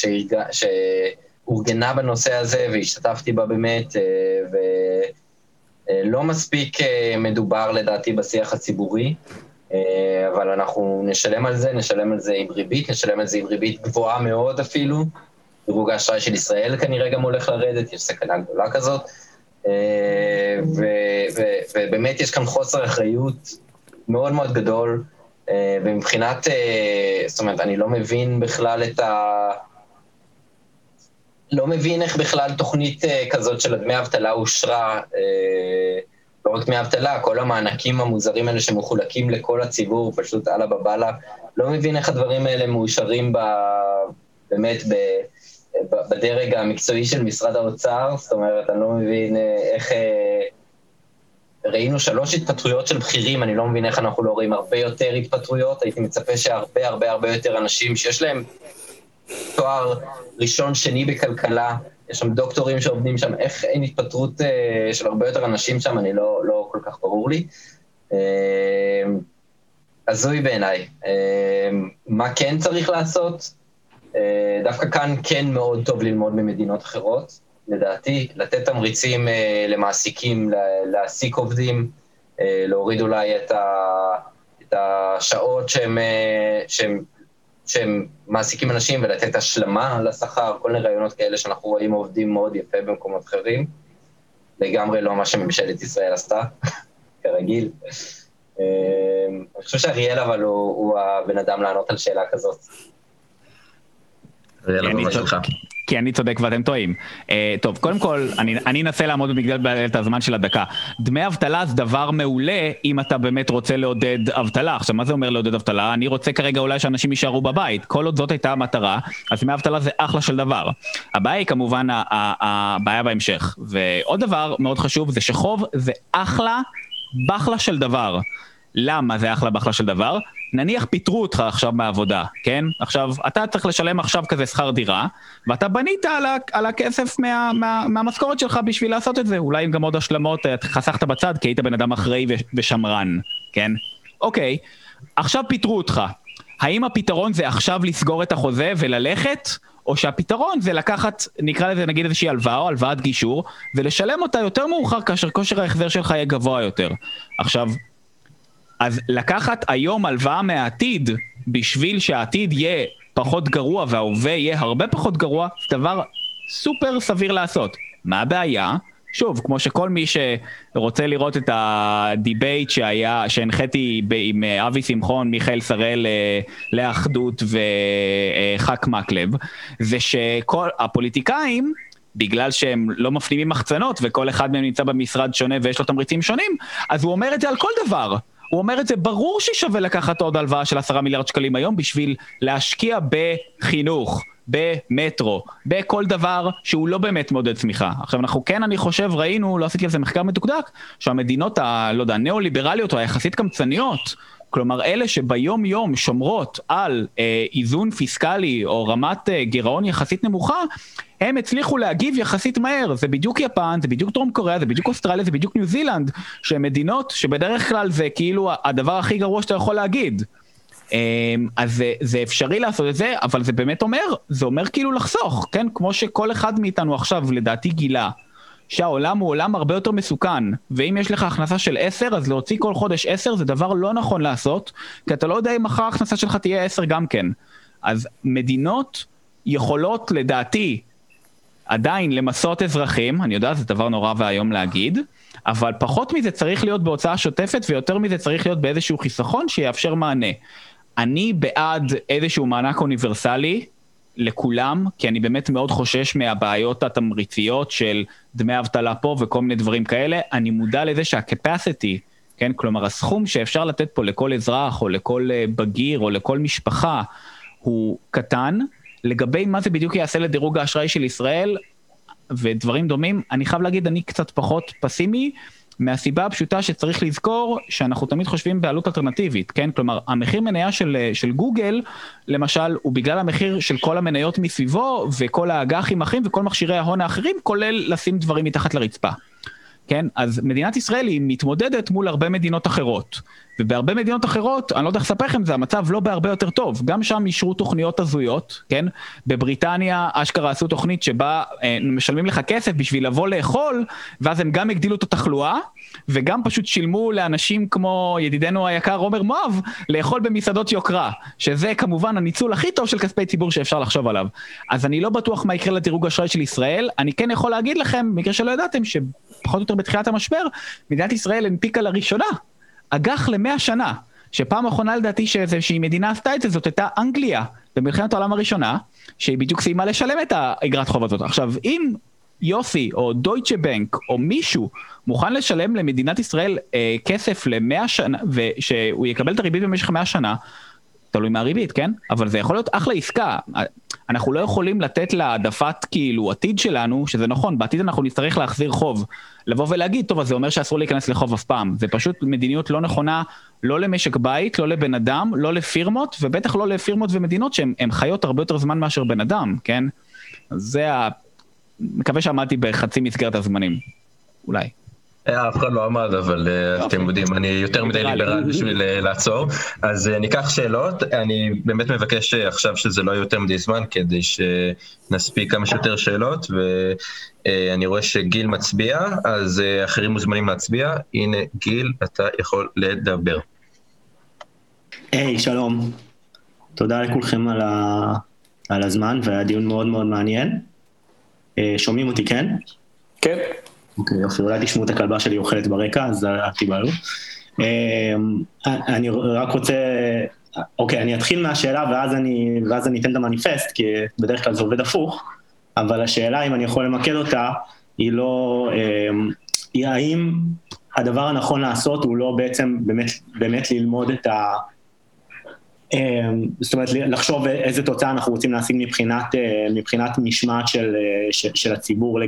שאורגנה בנושא הזה, והשתתפתי בה באמת, ולא מספיק מדובר לדעתי בשיח הציבורי, אבל אנחנו נשלם על זה עם ריבית גבוהה מאוד אפילו. דירוג האשראי של ישראל כנראה גם הולך לרדת, יש סכנה גדולה כזאת, ובאמת יש כאן חוסר אחריות מאוד מאוד גדול, ומבחינת, זאת אומרת, אני לא מבין בכלל לא מבין איך בכלל תוכנית כזאת של דמי אבטלה אושרה, לא רק דמי אבטלה, כל המענקים המוזרים האלה שמחולקים לכל הציבור, פשוט עלה בבאללה, לא מבין איך הדברים האלה מאושרים באמת בדרג המקצועי של משרד האוצר, זאת אומרת, אני לא מבין איך, ראינו 3 התפטרויות של בכירים, אני לא מבין איך אנחנו לא רואים הרבה יותר התפטרויות, הייתי מצפה שהרבה הרבה הרבה יותר אנשים שיש להם תואר ראשון שני בכלכלה, יש שם דוקטורים שעובדים שם, איך אין התפטרות של הרבה יותר אנשים שם, אני לא כל כך ברור לי. הזוי בעיניי. מה כן צריך לעשות? דווקא כאן כן מאוד טוב ללמוד ממדינות אחרות, לדעתי, לתת תמריצים למעסיקים, להעסיק עובדים, להוריד אולי את השעות שהם מעסיקים אנשים ולתת השלמה לשכר, כל מיני רעיונות כאלה שאנחנו רואים עובדים מאוד יפה במקומות אחרים, לגמרי לא מה שממשלת ישראל עשתה, כרגיל. אני חושב שאריאל אבל הוא הבן אדם לענות על שאלה כזאת. כי אני צודק ואתם טועים. טוב, קודם כל, אני אנסה לעמוד במגבלת הזמן של הדקה. דמי אבטלה זה דבר מעולה אם אתה באמת רוצה לעודד אבטלה. עכשיו, מה זה אומר לעודד אבטלה? אני רוצה כרגע אולי שאנשים יישארו בבית. כל עוד זאת הייתה המטרה, אז דמי אבטלה זה אחלה של דבר. הבעיה היא כמובן הבעיה בהמשך. ועוד דבר מאוד חשוב זה שחוב זה אחלה בחלה של דבר. למה זה אחלה בחלה של דבר? נניח פיטרו אותך עכשיו מהעבודה, כן? עכשיו, אתה צריך לשלם עכשיו כזה שכר דירה, ואתה בנית על הכסף מהמשכורת שלך בשביל לעשות את זה. אולי עם גם עוד השלמות, חסכת בצד, כי היית בן אדם אחראי ושמרן, כן? אוקיי, עכשיו פיטרו אותך. האם הפתרון זה עכשיו לסגור את החוזה וללכת, או שהפתרון זה לקחת, נקרא לזה נגיד איזושהי הלוואה או הלוואת גישור, ולשלם אותה יותר מאוחר כאשר כושר ההחזר שלך יהיה גבוה יותר. עכשיו, אז לקחת היום הלוואה מהעתיד, בשביל שהעתיד יהיה פחות גרוע וההווה יהיה הרבה פחות גרוע, זה דבר סופר סביר לעשות. מה הבעיה? שוב, כמו שכל מי שרוצה לראות את הדיבייט שהנחיתי עם אבי שמחון, מיכאל שראל לאחדות וחק מקלב, זה שכל הפוליטיקאים, בגלל שהם לא מפנימים מחצנות וכל אחד מהם נמצא במשרד שונה ויש לו תמריצים שונים, אז הוא אומר את זה על כל דבר. הוא אומר את זה, ברור ששווה לקחת עוד הלוואה של 10 מיליארד שקלים היום בשביל להשקיע בחינוך, במטרו, בכל דבר שהוא לא באמת מעודד צמיחה. עכשיו אנחנו כן, אני חושב, ראינו, לא עשיתי על זה מחקר מדוקדק, שהמדינות הנאו-ליברליות או היחסית קמצניות, כלומר אלה שביום יום שומרות על איזון פיסקלי או רמת גירעון יחסית נמוכה, הם הצליחו להגיב יחסית מהר. זה בדיוק יפן, זה בדיוק דרום קוריאה, זה בדיוק אוסטרליה, זה בדיוק ניו זילנד, שהן מדינות שבדרך כלל זה כאילו הדבר הכי גרוע שאתה יכול להגיד. אז זה אפשרי לעשות את זה, אבל זה באמת זה אומר כאילו לחסוך, כן? כמו שכל אחד מאיתנו עכשיו לדעתי גילה, שהעולם הוא עולם הרבה יותר מסוכן, ואם יש לך הכנסה של 10, אז להוציא כל חודש 10 זה דבר לא נכון לעשות, כי אתה לא יודע אם מחר ההכנסה שלך תהיה 10 גם כן. אז מדינות יכולות לדעתי עדיין למסות אזרחים, אני יודע, זה דבר נורא והיום להגיד, אבל פחות מזה צריך להיות בהוצאה שוטפת, ויותר מזה צריך להיות באיזשהו חיסכון שיאפשר מענה. אני בעד איזשהו מענק אוניברסלי לכולם, כי אני באמת מאוד חושש מהבעיות התמריציות של דמי אבטלה פה וכל מיני דברים כאלה. אני מודע לזה שהקפסיטי, כן, כלומר הסכום שאפשר לתת פה לכל אזרח או לכל בגיר או לכל משפחה הוא קטן. לגבי מה זה בדיוק יעשה לדירוג האשראי של ישראל ודברים דומים, אני חייב להגיד, אני קצת פחות פסימי, מהסיבה הפשוטה שצריך לזכור שאנחנו תמיד חושבים בעלות אלטרנטיבית, כן? כלומר, המחיר מניה של גוגל, למשל, הוא בגלל המחיר של כל המניות מסביבו, וכל האג"חים האחרים, וכל מכשירי ההון האחרים, כולל לשים דברים מתחת לרצפה. כן? אז מדינת ישראל היא מתמודדת מול הרבה מדינות אחרות, ובהרבה מדינות אחרות, אני לא יודע איך לספר לכם, זה המצב לא בהרבה יותר טוב, גם שם אישרו תוכניות הזויות, כן? בבריטניה אשכרה עשו תוכנית שבה משלמים לך כסף בשביל לבוא לאכול, ואז הם גם הגדילו את התחלואה, וגם פשוט שילמו לאנשים כמו ידידנו היקר עומר מואב, לאכול במסעדות יוקרה, שזה כמובן הניצול הכי טוב של כספי ציבור שאפשר לחשוב עליו. אז אני לא בטוח מה יקרה לדירוג האשראי של ישראל, אני כן יכול להגיד לכם, במקרה שלא ידעתם, שפחות או יותר בתחילת המשבר, מדינת ישראל הנפיקה לראשונה אג"ח ל100 שנה, שפעם האחרונה לדעתי שהיא מדינה עשתה את זה, זאת הייתה אנגליה, במלחמת העולם הראשונה, שהיא בדיוק סיימה לשלם את האגרת חוב הזאת. עכשיו, אם יוסי או דויטשה בנק או מישהו מוכן לשלם למדינת ישראל כסף ל100 שנה, ושהוא יקבל את הריבית במשך 100 שנה, תלוי מהריבית, כן? אבל זה יכול להיות אחלה עסקה. אנחנו לא יכולים לתת להעדפת כאילו עתיד שלנו, שזה נכון, בעתיד אנחנו נצטרך להחזיר חוב, לבוא ולהגיד, טוב, אז זה אומר שאסור להיכנס לחוב אף פעם. זה פשוט מדיניות לא נכונה, לא למשק בית, לא לבן אדם, לא לפירמות, ובטח לא לפירמות ומדינות שהן חיות הרבה יותר זמן מאשר בן אדם, כן? זה מקווה שעמדתי בחצי מסגרת הזמנים, אולי. אף אחד לא עמד, אבל אתם יודעים, אני יותר מדי ליברל בשביל לעצור. אז ניקח שאלות, אני באמת מבקש עכשיו שזה לא יהיה יותר מדי זמן, כדי שנספיק כמה שיותר שאלות, ואני רואה שגיל מצביע, אז אחרים מוזמנים להצביע. הנה גיל, אתה יכול לדבר. היי, שלום. תודה לכולכם על הזמן, והדיון מאוד מאוד מעניין. שומעים אותי, כן? כן. אוקיי, יופי, אולי תשמעו את הכלבה שלי אוכלת ברקע, אז אל תיבהלו. אני רק רוצה, אוקיי, אני אתחיל מהשאלה ואז אני אתן את המניפסט, כי בדרך כלל זה עובד הפוך, אבל השאלה, אם אני יכול למקד אותה, היא לא, היא האם הדבר הנכון לעשות הוא לא בעצם באמת ללמוד את זאת אומרת, לחשוב איזה תוצאה אנחנו רוצים להשיג מבחינת משמעת של הציבור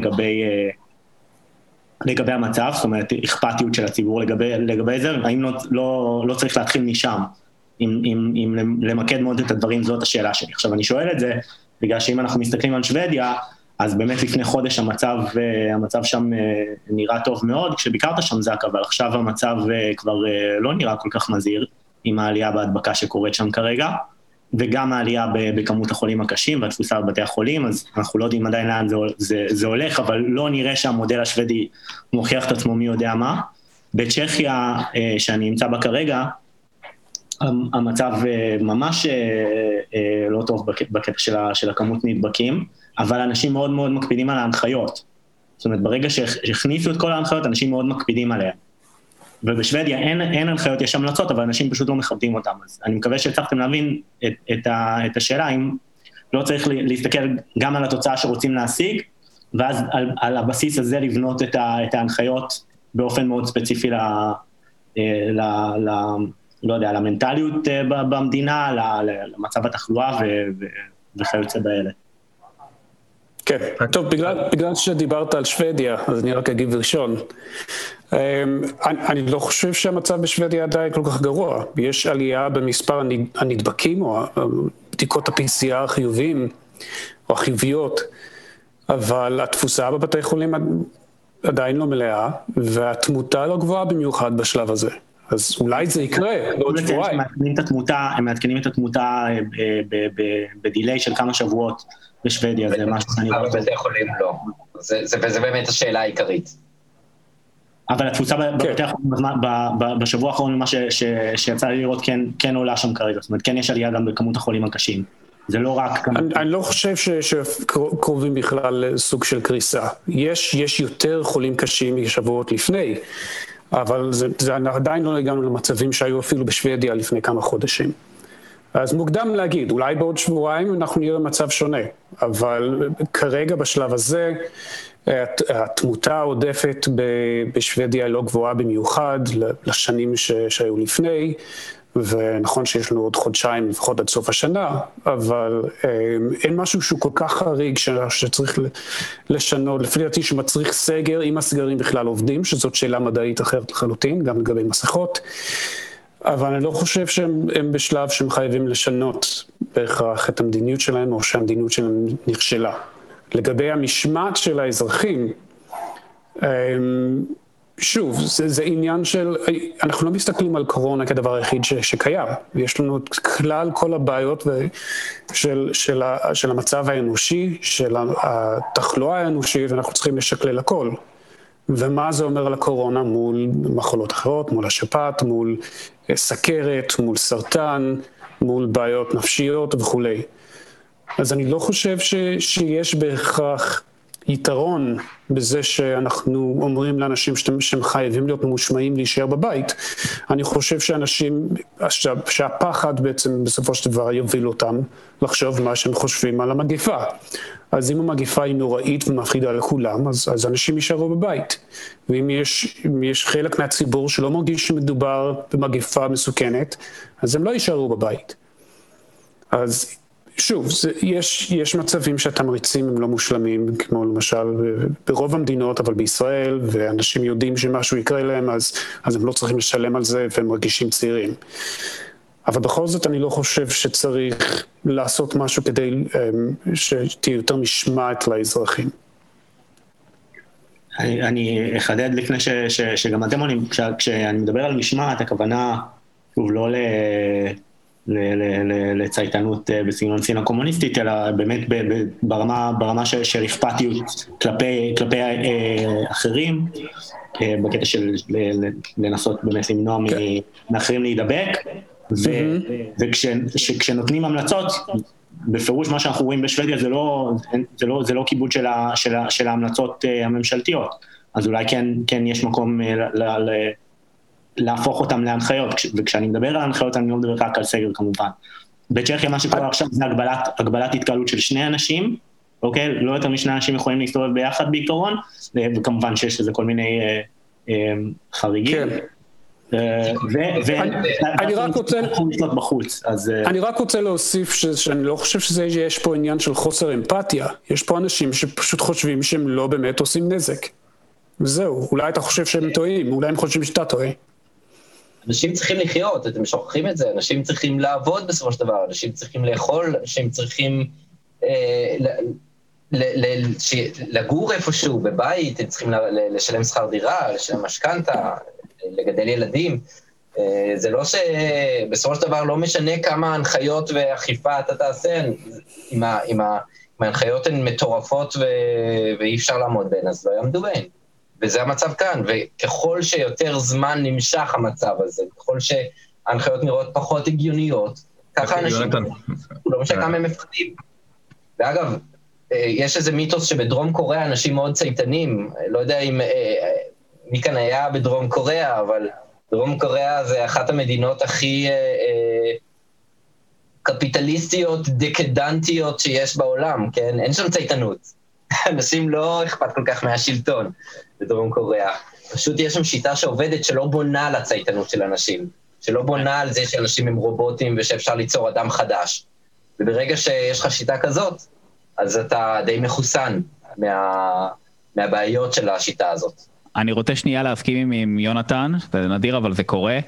לגבי המצב, זאת אומרת, אכפתיות של הציבור לגבי זה, האם לא צריך להתחיל משם, אם למקד מאוד את הדברים, זאת השאלה שלי. עכשיו, אני שואל את זה, בגלל שאם אנחנו מסתכלים על שוודיה, אז באמת לפני חודש המצב שם נראה טוב מאוד, כשביקרת שם זק, אבל עכשיו המצב כבר לא נראה כל כך מזהיר, עם העלייה בהדבקה שקורית שם כרגע, וגם העלייה בכמות החולים הקשים והתפוסה בבתי החולים, אז אנחנו לא יודעים עדיין לאן זה הולך, אבל לא נראה שהמודל השוודי מוכיח את עצמו מי יודע מה. בצ'כיה, שאני נמצא בה כרגע, המצב ממש לא טוב בקטע של הכמות נדבקים, אבל אנשים מאוד מאוד מקפידים על ההנחיות. זאת אומרת, ברגע שהכניסו את כל ההנחיות, אנשים מאוד מקפידים עליהן. ובשוודיה אין הנחיות, יש המלצות, אבל אנשים פשוט לא מכבדים אותם. אז אני מקווה שהצלחתם להבין את השאלה, אם לא צריך להסתכל גם על התוצאה שרוצים להשיג, ואז על הבסיס הזה לבנות את ההנחיות באופן מאוד ספציפי לא יודע, למנטליות במדינה, למצב התחלואה וכיוצא באלה. כן, טוב, בגלל שדיברת על שוודיה, אז אני רק אגיב ראשון. אני לא חושב שהמצב בשוודיה עדיין כל כך גרוע. יש עלייה במספר הנדבקים, או בדיקות ה-PCR החיוביים, או החיוביות, אבל התפוסה בבתי חולים עדיין לא מלאה, והתמותה לא גבוהה במיוחד בשלב הזה. אז אולי זה יקרה, בעוד שבועיים. הם מעדכנים את התמותה בדילי של כמה שבועות בשוודיה, זה משהו שאני אבל בבתי חולים לא. וזה באמת השאלה העיקרית. אבל התפוסה בבתי החולים בשבוע האחרון, ממה שיצא לי לראות, כן עולה שם כרגע. זאת אומרת, כן יש עלייה גם בכמות החולים הקשים. זה לא רק... אני לא חושב שקרובים בכלל לסוג של קריסה. יש יותר חולים קשים משבועות לפני, אבל זה עדיין לא הגענו למצבים שהיו אפילו בשוודיה לפני כמה חודשים. אז מוקדם להגיד, אולי בעוד שבועיים אנחנו נראה מצב שונה, אבל כרגע בשלב הזה, התמותה העודפת בשוודיה לא גבוהה במיוחד לשנים שהיו לפני, ונכון שיש לנו עוד חודשיים לפחות עד סוף השנה, אבל אין משהו שהוא כל כך חריג שצריך לשנות, לפי דעתי שמצריך סגר, אם הסגרים בכלל עובדים, שזאת שאלה מדעית אחרת לחלוטין, גם לגבי מסכות, אבל אני לא חושב שהם בשלב שהם חייבים לשנות בהכרח את המדיניות שלהם, או שהמדיניות שלהם נכשלה. לגבי המשמעת של האזרחים, שוב, זה עניין של, אנחנו לא מסתכלים על קורונה כדבר היחיד שקיים, ויש לנו את כלל כל הבעיות של המצב האנושי, של התחלואה האנושית, ואנחנו צריכים לשקלל הכל. ומה זה אומר על הקורונה מול מחלות אחרות, מול השפעת, מול סכרת, מול סרטן, מול בעיות נפשיות וכו'. אז אני לא חושב שיש בהכרח יתרון בזה שאנחנו אומרים לאנשים שהם חייבים להיות ממושמעים להישאר בבית. אני חושב שהפחד בעצם בסופו של דבר יוביל אותם לחשוב מה שהם חושבים על המגפה. אז אם המגפה היא נוראית ומפחידה לכולם, אז אנשים יישארו בבית. ואם יש חלק מהציבור שלא מרגיש שמדובר במגפה מסוכנת, אז הם לא יישארו בבית. אז שוב, יש מצבים שהתמריצים הם לא מושלמים, כמו למשל ברוב המדינות, אבל בישראל, ואנשים יודעים שמשהו יקרה להם, אז הם לא צריכים לשלם על זה, והם מרגישים צעירים. אבל בכל זאת אני לא חושב שצריך לעשות משהו כדי שתהיה יותר משמעת לאזרחים. אני אחדד לפני שגם אתם עונים, כשאני מדבר על משמעת, הכוונה הוא לא לצייתנות בסגנון סין הקומוניסטית, אלא באמת ברמה של אכפתיות כלפי אחרים, בקטע של לנסות באמת למנוע מאחרים להידבק, וכשנותנים המלצות, בפירוש מה שאנחנו רואים בשוודיה זה לא כיבוד של ההמלצות הממשלתיות, אז אולי כן יש מקום להפוך אותם להנחיות, וכשאני מדבר על הנחיות אני לא מדבר רק על סגר כמובן. בצ'כיה מה שקורה עכשיו זה הגבלת התקהלות של 2 אנשים, אוקיי? לא יותר מ2 אנשים יכולים להסתובב ביחד בעיקרון, וכמובן שיש לזה כל מיני חריגים. אני רק רוצה להוסיף שאני לא חושב שיש פה עניין של חוסר אמפתיה, יש פה אנשים שפשוט חושבים שהם לא באמת עושים נזק. וזהו, אולי אתה חושב שהם טועים, אולי הם חושבים שאתה טועה. אנשים צריכים לחיות, אתם שוכחים את זה, אנשים צריכים לעבוד בסופו של דבר, אנשים צריכים לאכול, אנשים צריכים לגור איפשהו בבית, הם צריכים לשלם שכר דירה, לשלם משכנתה, לגדל ילדים, זה לא שבסופו של דבר לא משנה כמה הנחיות ואכיפה אתה תעשה, אם ההנחיות הן מטורפות ואי אפשר לעמוד בהן, אז לא יעמדו בהן. וזה המצב כאן, וככל שיותר זמן נמשך המצב הזה, ככל שההנחיות נראות פחות הגיוניות, ככה אנשים, לא משנה כמה הם מפחדים. ואגב, יש איזה מיתוס שבדרום קוריאה אנשים מאוד צייתנים, לא יודע אם מי כאן היה בדרום קוריאה, אבל דרום קוריאה זה אחת המדינות הכי קפיטליסטיות, דקדנטיות שיש בעולם, כן? אין שם צייתנות. אנשים לא אכפת כל כך מהשלטון בדרום קוריאה. פשוט יש שם שיטה שעובדת שלא בונה על הצייתנות של אנשים, שלא בונה על זה שאנשים הם רובוטים ושאפשר ליצור אדם חדש. וברגע שיש לך שיטה כזאת, אז אתה די מחוסן מהבעיות של השיטה הזאת. אני רוצה שנייה להסכים עם יונתן, זה נדיר אבל זה קורה,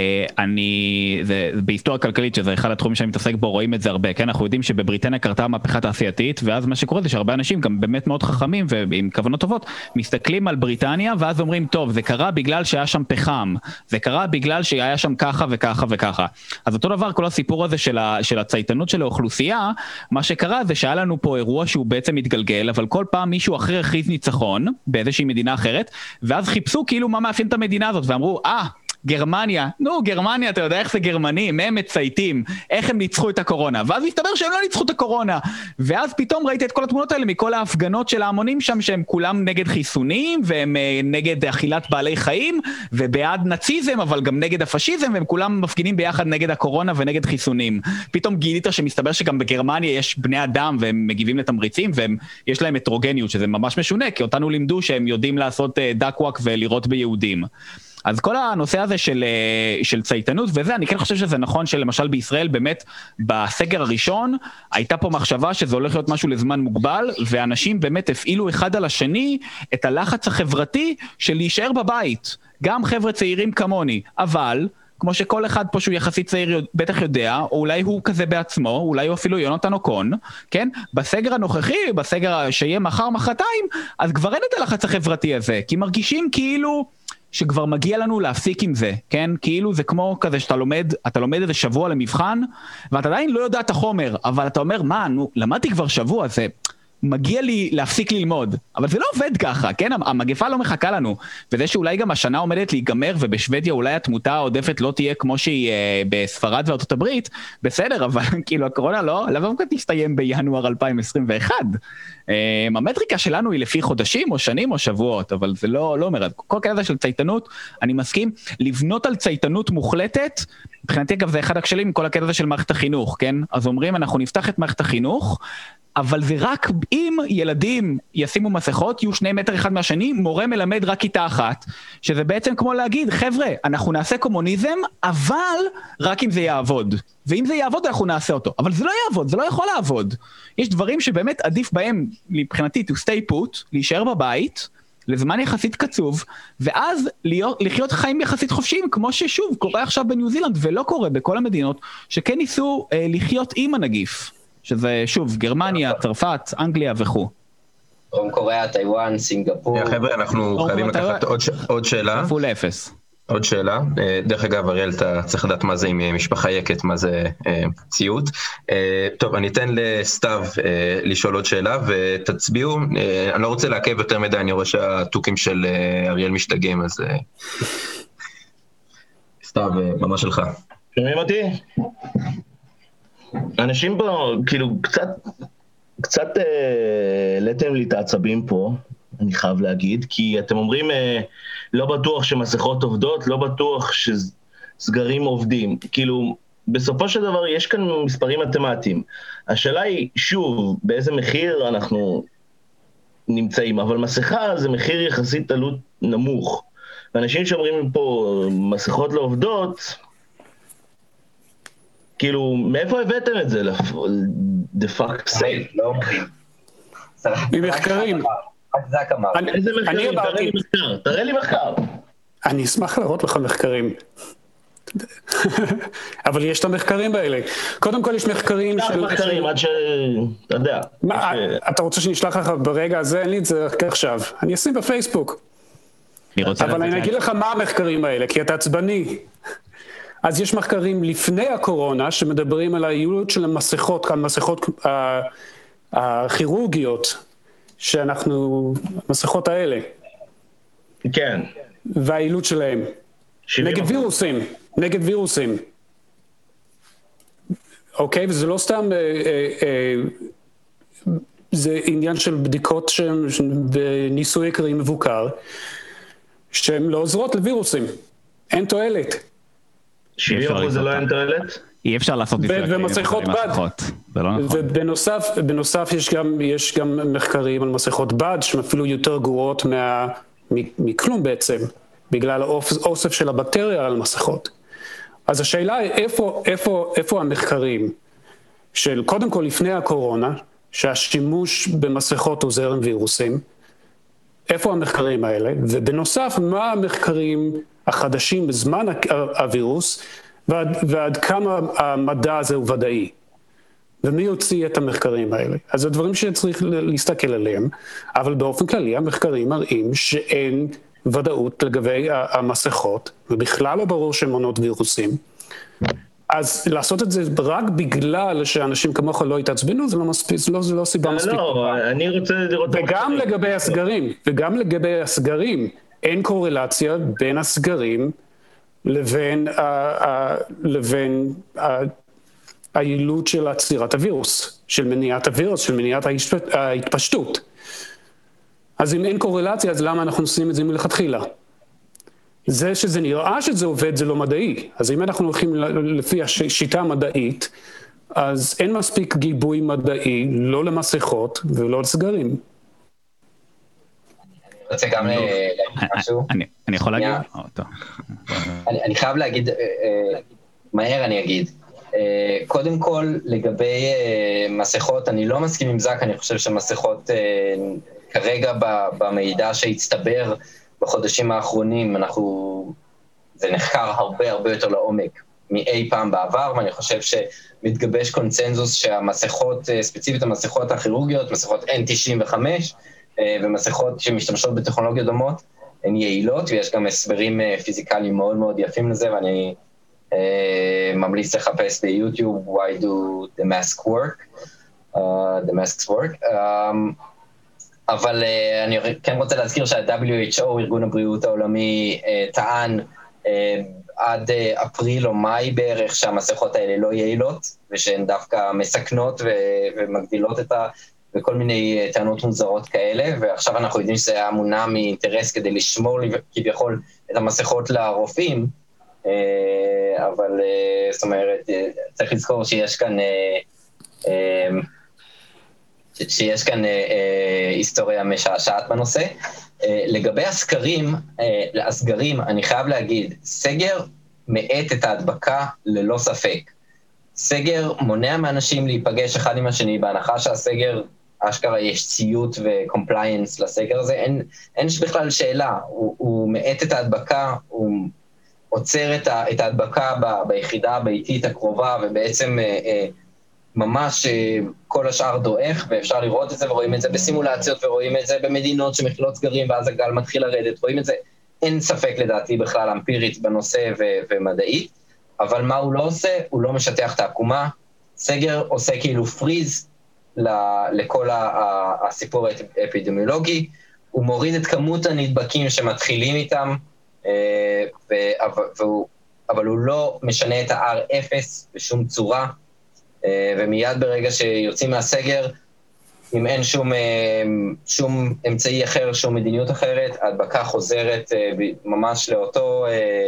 בהיסטוריה כלכלית שזה אחד התחומים שאני מתעסק בו, רואים את זה הרבה, כן? אנחנו יודעים שבבריטניה קרתה מהפכה תעשייתית, ואז מה שקורה זה שהרבה אנשים גם באמת מאוד חכמים ועם כוונות טובות, מסתכלים על בריטניה ואז אומרים, טוב, זה קרה בגלל שהיה שם פחם, זה קרה בגלל שהיה שם ככה וככה וככה. אז אותו דבר, כל הסיפור הזה של הצייתנות של האוכלוסייה, מה שקרה זה שהיה לנו פה אירוע שהוא בעצם מתגלגל, אבל כל פעם מישהו אחר הכריז ניצחון באיזושהי מדינה אחרת, ואז חיפשו כאילו מה מאפיין את המדינה הזאת, ואמרו, גרמניה, גרמניה, אתה יודע איך זה גרמנים, הם מצייתים, איך הם ניצחו את הקורונה, ואז מסתבר שהם לא ניצחו את הקורונה, ואז פתאום ראיתי את כל התמונות האלה, מכל ההפגנות של ההמונים שם, שהם כולם נגד חיסונים, והם נגד אכילת בעלי חיים, ובעד נאציזם, אבל גם נגד הפשיזם, והם כולם מפגינים ביחד נגד הקורונה ונגד חיסונים. פתאום גילית שמסתבר שגם בגרמניה יש בני אדם, והם מגיבים לתמריצים, ויש להם הטרוגניות, שזה ממש משונה, כי אותנו לימדו שהם יודעים לעשות דקוואק ולירות ביהודים. אז כל הנושא הזה של צייתנות וזה, אני כן חושב שזה נכון שלמשל בישראל באמת בסגר הראשון הייתה פה מחשבה שזה הולך להיות משהו לזמן מוגבל, ואנשים באמת הפעילו אחד על השני את הלחץ החברתי של להישאר בבית, גם חבר'ה צעירים כמוני, אבל כמו שכל אחד פה שהוא יחסית צעיר בטח יודע, או אולי הוא כזה בעצמו, אולי הוא אפילו יונתן אוקון, כן? בסגר הנוכחי, בסגר שיהיה מחר מחרתיים, אז כבר אין את הלחץ החברתי הזה, כי מרגישים כאילו שכבר מגיע לנו להפסיק עם זה, כן? כאילו זה כמו כזה שאתה לומד איזה שבוע למבחן, ואתה עדיין לא יודע את החומר, אבל אתה אומר, למדתי כבר שבוע, זה מגיע לי להפסיק ללמוד, אבל זה לא עובד ככה, כן? המגפה לא מחכה לנו, וזה שאולי גם השנה עומדת להיגמר, ובשוודיה אולי התמותה העודפת לא תהיה כמו שהיא בספרד וארצות הברית, בסדר, אבל כאילו הקורונה לא תסתיים בינואר 2021. המטריקה שלנו היא לפי חודשים או שנים או שבועות, אבל זה לא אומר, כל כזה של צייתנות, אני מסכים, לבנות על צייתנות מוחלטת, מבחינתי אגב זה אחד הכשלים עם כל הקטע הזה של מערכת החינוך, כן? אז אומרים אנחנו נפתח את מערכת החינוך, אבל זה רק אם ילדים ישימו מסכות, יהיו 2 מטר אחד מהשני, מורה מלמד רק כיתה אחת, שזה בעצם כמו להגיד, חבר'ה, אנחנו נעשה קומוניזם, אבל רק אם זה יעבוד. ואם זה יעבוד, אנחנו נעשה אותו. אבל זה לא יעבוד, זה לא יכול לעבוד. יש דברים שבאמת עדיף בהם, מבחינתי, to stay put, להישאר בבית, לזמן יחסית קצוב, ואז לחיות חיים יחסית חופשיים, כמו ששוב, קורה עכשיו בניו זילנד, ולא קורה בכל המדינות, שכן ניסו לחיות עם הנגיף. שזה שוב, גרמניה, צרפת, אנגליה וכו'. דרום קוריאה, טיואן, סינגפור. חבר'ה, אנחנו חייבים לקחת עוד שאלה. כפול 0. עוד שאלה. דרך אגב, אריאל, אתה צריך לדעת מה זה עם משפחה יקת, מה זה ציות. טוב, אני אתן לסתיו לשאול עוד שאלה, ותצביעו. אני לא רוצה לעכב יותר מדי, אני רואה שהתוקים של אריאל משתגעים, אז סתיו, ממש שלך. שומעים אותי? אנשים פה, כאילו, קצת העליתם לי את העצבים פה, אני חייב להגיד, כי אתם אומרים, לא בטוח שמסכות עובדות, לא בטוח שסגרים עובדים. כאילו, בסופו של דבר יש כאן מספרים מתמטיים. השאלה היא, שוב, באיזה מחיר אנחנו נמצאים, אבל מסכה זה מחיר יחסית עלות נמוך. ואנשים שאומרים פה, מסכות לא עובדות, כאילו, מאיפה הבאתם את זה? The fuck sake. לא אומרים. ממחקרים. איזה מחקרים? תראה לי מחקר. אני אשמח להראות לך מחקרים. אבל יש את המחקרים האלה. קודם כל יש מחקרים של... מחקרים עד אתה יודע. אתה רוצה שנשלח לך ברגע הזה? אין לי את זה רק עכשיו. אני אשים בפייסבוק. אבל אני אגיד לך מה המחקרים האלה, כי אתה עצבני. אז יש מחקרים לפני הקורונה שמדברים על היעילות של המסכות, המסכות הכירורגיות, המסכות האלה. כן. והיעילות שלהם. נגד וירוסים. אוקיי, וזה לא סתם, זה עניין של בדיקות בניסוי קריא מבוקר, שהן לא עוזרות לווירוסים. אין תועלת. 70% זה לא אין תועלת? אי אפשר לעשות ומסכות בד. זה לא נכון. ובנוסף יש גם מחקרים על מסכות בד, שהן אפילו יותר גרועות מכלום בעצם, בגלל האוסף של הבקטריה על מסכות. אז השאלה היא איפה המחקרים של קודם כל לפני הקורונה, שהשימוש במסכות עוזר עם וירוסים, איפה המחקרים האלה, ובנוסף מה המחקרים החדשים בזמן הווירוס, ועד כמה המדע הזה הוא ודאי, ומי יוציא את המחקרים האלה. אז זה דברים שצריך להסתכל עליהם, אבל באופן כללי המחקרים מראים שאין ודאות לגבי המסכות, ובכלל לא ברור שהן מונעות וירוסים. אז לעשות את זה רק בגלל שאנשים כמוך לא יתעצבנו, זה לא מספיק, זה לא סיבה מספיק. לא, אני רוצה לראות... וגם לגבי הסגרים, אין קורלציה בין הסגרים לבין היעילות של עצירת הווירוס, של מניעת הווירוס, של מניעת ההתפשטות. אז אם אין קורלציה, אז למה אנחנו עושים את זה מלכתחילה? זה שזה נראה שזה עובד, זה לא מדעי. אז אם אנחנו הולכים לפי השיטה המדעית, אז אין מספיק גיבוי מדעי, לא למסכות ולא לסגרים. אני רוצה גם להגיד משהו. אני יכול להגיד? אני חייב להגיד, מהר אני אגיד. קודם כל, לגבי מסכות, אני לא מסכים עם זק, אני חושב שמסכות כרגע במידע שהצטבר בחודשים האחרונים, זה נחקר הרבה הרבה יותר לעומק מאי פעם בעבר, ואני חושב שמתגבש קונצנזוס שהמסכות, ספציפית המסכות הכירורגיות, מסכות N95, ומסכות שמשתמשות בטכנולוגיות דומות, הן יעילות, ויש גם הסברים פיזיקליים מאוד מאוד יפים לזה, ואני ממליץ לחפש ביוטיוב, why do the masks work, אבל אני כן רוצה להזכיר שה-WHO, ארגון הבריאות העולמי, טען עד אפריל או מאי בערך שהמסכות האלה לא יעילות, ושהן דווקא מסכנות ומגדילות וכל מיני טענות מוזרות כאלה, ועכשיו אנחנו יודעים שזה היה מונע מאינטרס כדי לשמור כביכול את המסכות לרופאים, אבל זאת אומרת, צריך לזכור שיש כאן היסטוריה משעשעת בנושא. לגבי הסגרים, אני חייב להגיד, סגר מאט את ההדבקה ללא ספק. סגר מונע מאנשים להיפגש אחד עם השני, בהנחה שהסגר, אשכרה יש ציות וקומפליינס לסגר הזה, אין בכלל שאלה, הוא מאט את ההדבקה, הוא עוצר את ההדבקה ביחידה הביתית הקרובה, ובעצם ממש כל השאר דועך, ואפשר לראות את זה, ורואים את זה בסימולציות, ורואים את זה במדינות שמכילות סגרים, ואז הגל מתחיל לרדת, רואים את זה, אין ספק לדעתי בכלל אמפירית בנושא ומדעית, אבל מה הוא לא עושה? הוא לא משטח את העקומה, סגר עושה כאילו פריז לכל הסיפור האפידמיולוגי, הוא מוריד את כמות הנדבקים שמתחילים איתם, אבל הוא לא משנה את ה-R0 בשום צורה, ומיד ברגע שיוצאים מהסגר, אם אין שום אמצעי אחר, שום מדיניות אחרת, ההדבקה חוזרת ממש לאותו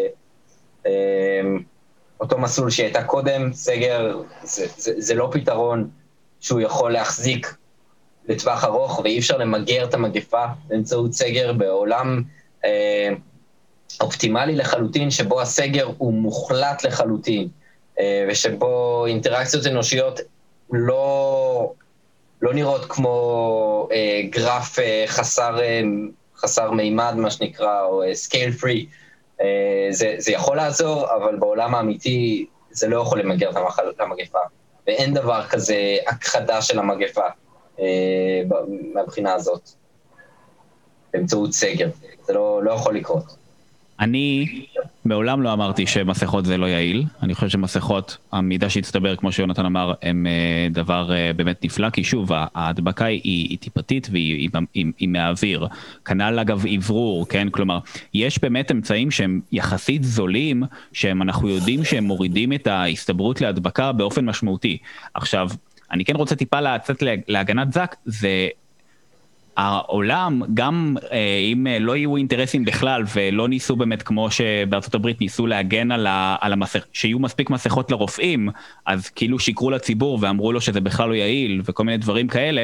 אותו מסלול שהייתה קודם. סגר זה לא פתרון שהוא יכול להחזיק לטווח ארוך, ואי אפשר למגר את המגפה באמצעות סגר בעולם אופטימלי לחלוטין, שבו הסגר הוא מוחלט לחלוטין, ושבו אינטראקציות אנושיות לא נראות כמו גרף חסר מימד, מה שנקרא, או scale free. זה יכול לעזור, אבל בעולם האמיתי זה לא יכול למגר את המגפה, ואין דבר כזה הכחדה של המגפה מהבחינה הזאת, באמצעות סגר. זה לא יכול לקרות. אני מעולם לא אמרתי שמסכות זה לא יעיל, אני חושב שמסכות, המידע שהצטבר, כמו שיונתן אמר, הם דבר באמת נפלא, כי שוב, ההדבקה היא טיפתית והיא מהאוויר. כנ"ל אגב עברור, כן? כלומר, יש באמת אמצעים שהם יחסית זולים, אנחנו יודעים שהם מורידים את ההסתברות להדבקה באופן משמעותי. עכשיו, אני כן רוצה טיפה לצאת להגנת זק, זה העולם, גם אם לא יהיו אינטרסים בכלל, ולא ניסו באמת כמו שבארצות הברית ניסו להגן על המסכות, שיהיו מספיק מסכות לרופאים, אז כאילו שיקרו לציבור ואמרו לו שזה בכלל לא יעיל, וכל מיני דברים כאלה,